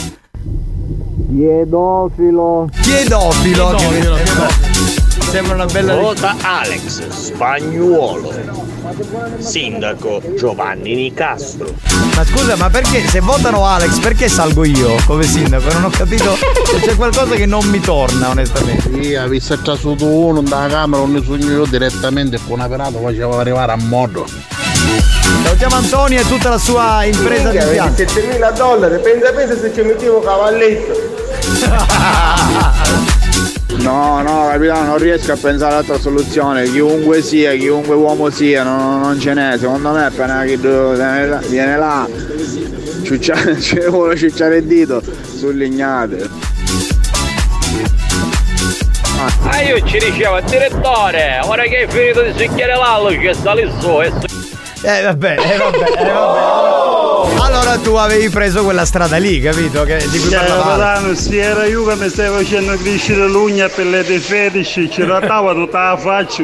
Chiedofilo. Sembra una bella. Vota Alex Spagnuolo. Sindaco Giovanni Nicastro. Ma scusa, ma perché se votano Alex, perché salgo io come sindaco? Non ho capito se c'è qualcosa che non mi torna, onestamente. Sì, avessi trasuto uno dalla camera, non ne sogno io direttamente con una penata facevo arrivare a modo. Salutiamo Antonio e tutta la sua impresa di piante. $7.000, pensa se ci mettevo cavalletto. No, capitano, non riesco a pensare all'altra soluzione. Chiunque sia, chiunque uomo sia, non ce n'è. Secondo me appena che viene là, vuole ciucciare il dito sull'ignate. Io ci dicevo, direttore, ora che hai finito di succhiare l'alluce, sali su vabbè. Allora tu avevi preso quella strada lì, capito? Di cui parlavamo. Se era io che mi stai facendo crescere l'ugna per le te fetici, ci rattava tutta la faccia.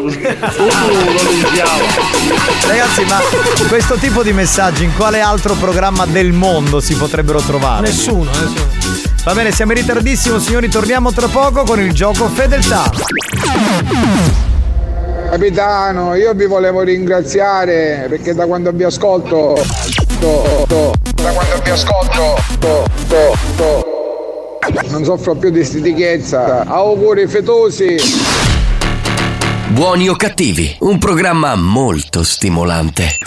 Ragazzi, ma questo tipo di messaggi in quale altro programma del mondo si potrebbero trovare? Nessuno. Va bene, siamo in ritardissimo, signori, torniamo tra poco con il gioco fedeltà. Capitano, io vi volevo ringraziare perché da quando vi ascolto non soffro più di stitichezza. Auguri fetosi. Buoni o cattivi, un programma molto stimolante.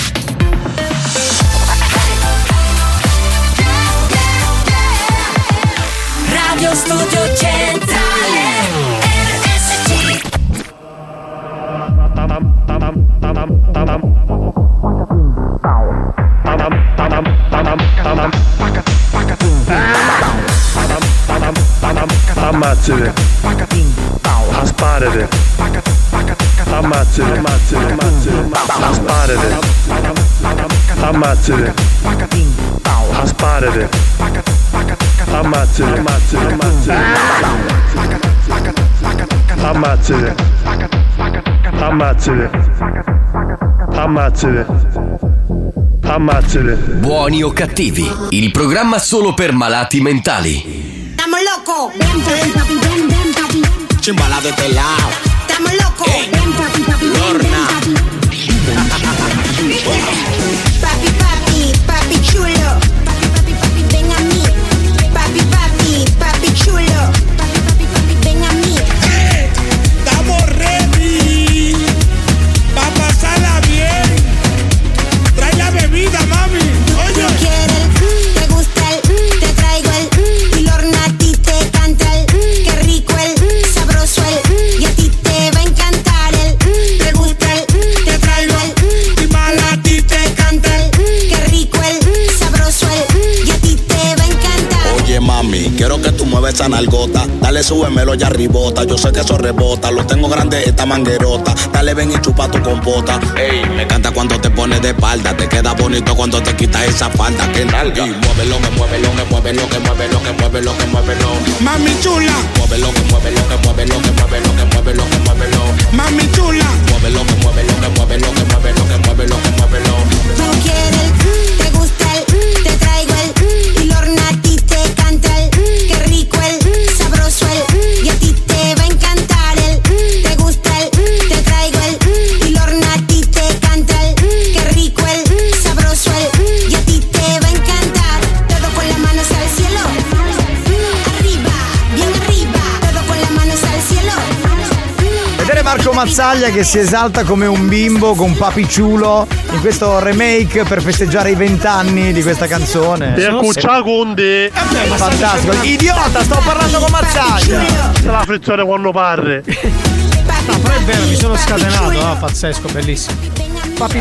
Radio Studio Centrale RSC. Ammazzate. Asparate. Ammazzate. Asparate. Ammazzate. Asparate. Ammazzate. Ammazzate. Buoni o cattivi, il programma solo per malati mentali. Estamos locos. Ven papi, ven papi. Chimbala de este lado. Estamos locos. Ven papi, Lorna. Papi chulo. Papi, ven a mí. Papi chulo. Papi, ven a mí. Estamos ready. Va a pasarla bien. Trae la bebida, mami. Oye. Tú quieres te gusta te traigo y Lorna a ti te canta qué rico sabroso y a ti te va a encantar te gusta te traigo y mala a ti te canta qué rico sabroso y a ti te va a encantar. Oye mami, quiero que tú mueves esa nalgota. Dale, súbemelo ya arribota. Yo sé que eso rebota. Lo tengo grande esta manguerota. Dale, ven y chupa tu compota. Ey, me encanta cuando te pones de espalda. Te queda bonito cuando te quitas esa falda. Que nalga. Y muévelo, que muévelo, que muévelo, que muévelo, que muévelo, que muévelo. Mami chula. Muévelo, que muévelo, que muévelo, que muévelo, que muévelo, que muévelo. Mami chula. Muévelo, que muévelo, que muévelo, que muévelo, que muévelo, que muévelo. Tú quieres te gusta te traigo y Lorna a ti te canta qué rico sabroso y a ti te va a encantar te gusta te traigo y Lorna a ti te canta qué rico sabroso y a ti te va a encantar. Todo con las manos al cielo, arriba, bien arriba, todo con las manos al cielo. Vedere Marco Mazzaglia che si esalta come un bimbo con Papi Ciulo in questo remake per festeggiare i 20 anni di questa canzone. Fantastico. Idiota, sto parlando con Mazzaglia. La frizione quando parli. No, però è vero, mi sono scatenato, pazzesco, bellissimo. Papi.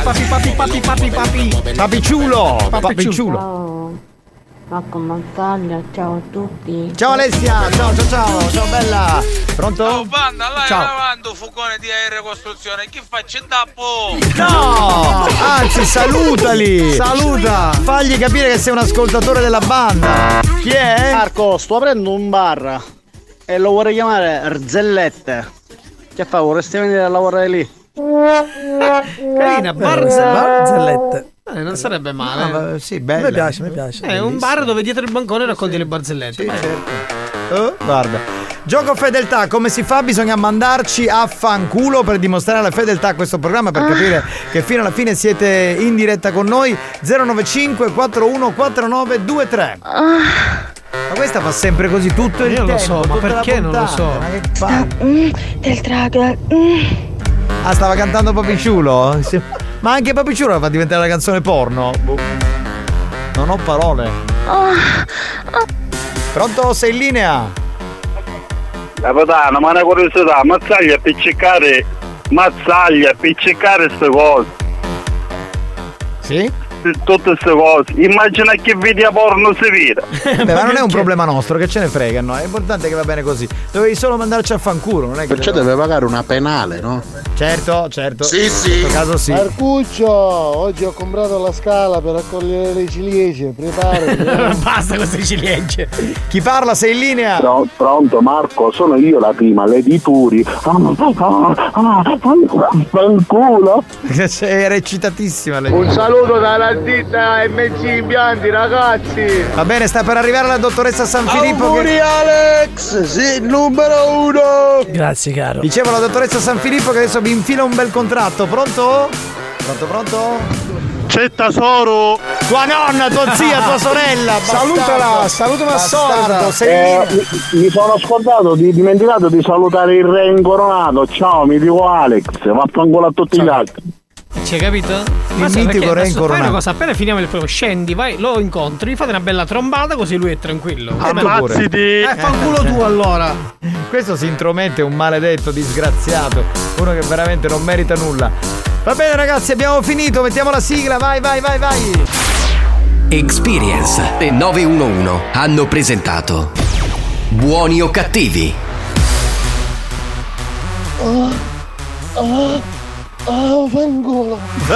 Papi Ciulo. Marco Mazzaglia, ciao a tutti. Ciao Alessia, ciao bella. Pronto? Oh banda, là ciao. lavando fugone di aereo costruzione, che faccio in tappo? No, anzi salutali. Saluta. Fagli capire che sei un ascoltatore della banda. Chi è? Marco, sto aprendo un bar e lo vorrei chiamare Zellette. Che fa, vorresti venire a lavorare lì? Carina, barzellette. Non sarebbe male. No, sì, bella. Mi piace. È un bar dove dietro il bancone racconti le barzellette. Sì, certo. Guarda. Gioco fedeltà, come si fa? Bisogna mandarci a fanculo per dimostrare la fedeltà a questo programma, per capire che fino alla fine siete in diretta con noi. 095 414923. Ma questa fa sempre così tutto il tempo. Io lo so, ma perché non lo so? Ma che fa? Del trago. Ah, stava cantando Papi Ciulo? Ma anche Papi Ciulo la fa diventare una canzone porno. Non ho parole. Pronto? Sei in linea? Capitano, ma una curiosità, mazzaglia a piccicare queste cose. Sì? Tutte queste cose. Immagina che video porno si vede. Beh, ma non è un problema nostro, che ce ne frega, no? È importante che va bene così. Dovevi solo mandarci a fanculo, non è che. Perciò deve pagare una penale, no? Certo. Sì. In questo caso sì. Marcuccio, oggi ho comprato la scala per raccogliere le ciliegie. Preparati. Basta con queste ciliegie. Chi parla? Sei in linea? Pronto Marco, sono io la prima, l'edituri. Fanculo. Era eccitatissima lei. Un saluto dalla ditta MC Impianti, ragazzi. Va bene, sta per arrivare la dottoressa San Filippo. Auguri Alex, sì, numero 1. Grazie caro. Dicevo la dottoressa San Filippo che adesso vi infila un bel contratto. Pronto? Pronto? C'è tesoro. Tua nonna, tua zia, tua sorella. Salutala sorda. Mi sono scordato, dimenticato di salutare il re incoronato. Ciao, mi dico Alex, vaffanculo a tutti gli altri. Ci hai capito? Il mitico re incoronato. Fai una cosa, appena finiamo il programma, scendi, vai, lo incontri, fate una bella trombata così lui è tranquillo. Ammazziti. Fanculo tu allora. Questo si intromette, un maledetto disgraziato, uno che veramente non merita nulla. Va bene ragazzi, abbiamo finito, mettiamo la sigla, vai. Experience e 911 hanno presentato Buoni o Cattivi. Fanculo.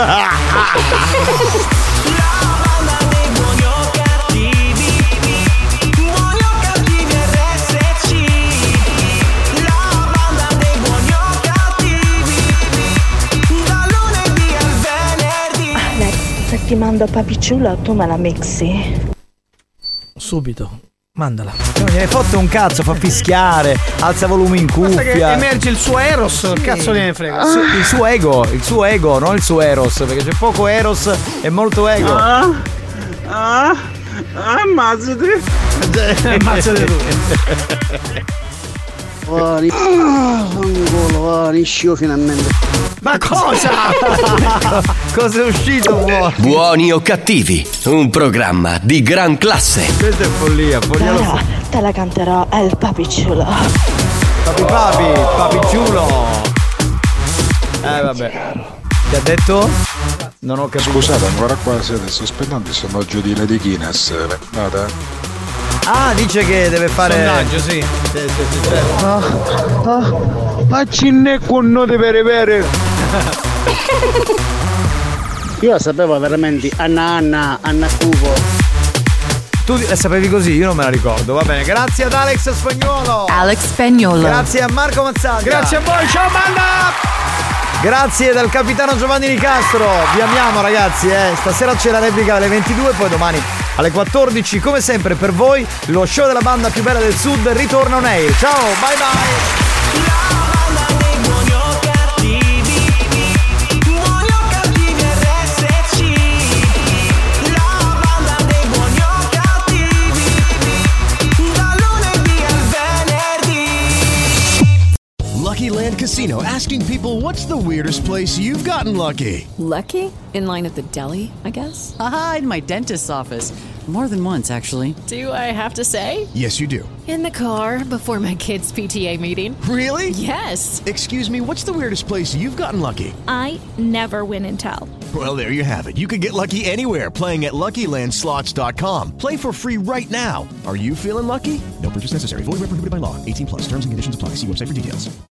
Se ti mando papiciulo tu me la mixi. Subito, mandala. Non gliene fotte un cazzo, fa fischiare, alza volume in Basta che cuffia. emerge il suo Eros, cazzo gliene frega. Il suo ego, non il suo Eros, perché c'è poco Eros e molto ego. Ammazzati. Ammazzati tu. Riscio finalmente. Ma cosa? Cosa è uscito fuori? Buoni o Cattivi, un programma di gran classe. Questa è follia Però te la canterò, è il papiciulo. Papiciulo. Vabbè. Ti ha detto? Non ho capito. Scusate, ancora qua siete sospendendo il sondaggio di Lady Guinness. Guarda. Ah, dice che deve fare sondaggio, sì. Ma ci ne con note vere. Io sapevo veramente Anna Cubo. Tu la sapevi così, io non me la ricordo. Va bene, grazie ad Alex Spagnuolo. Grazie a Marco Mazzaglia. Grazie a voi, ciao banda! Grazie dal capitano Giovanni Nicastro. Vi amiamo ragazzi, Stasera c'è la replica alle 22, poi domani alle 14. Come sempre per voi lo show della banda più bella del sud ritorna on air. Ciao, bye bye. Lucky Land Casino, asking people, what's the weirdest place you've gotten lucky? Lucky? In line at the deli, I guess? Aha, in my dentist's office. More than once, actually. Do I have to say? Yes, you do. In the car before my kids' PTA meeting. Really? Yes. Excuse me, what's the weirdest place you've gotten lucky? I never win and tell. Well, there you have it. You can get lucky anywhere, playing at LuckyLandSlots.com. Play for free right now. Are you feeling lucky? No purchase necessary. Void where prohibited by law. 18+. Terms and conditions apply. See website for details.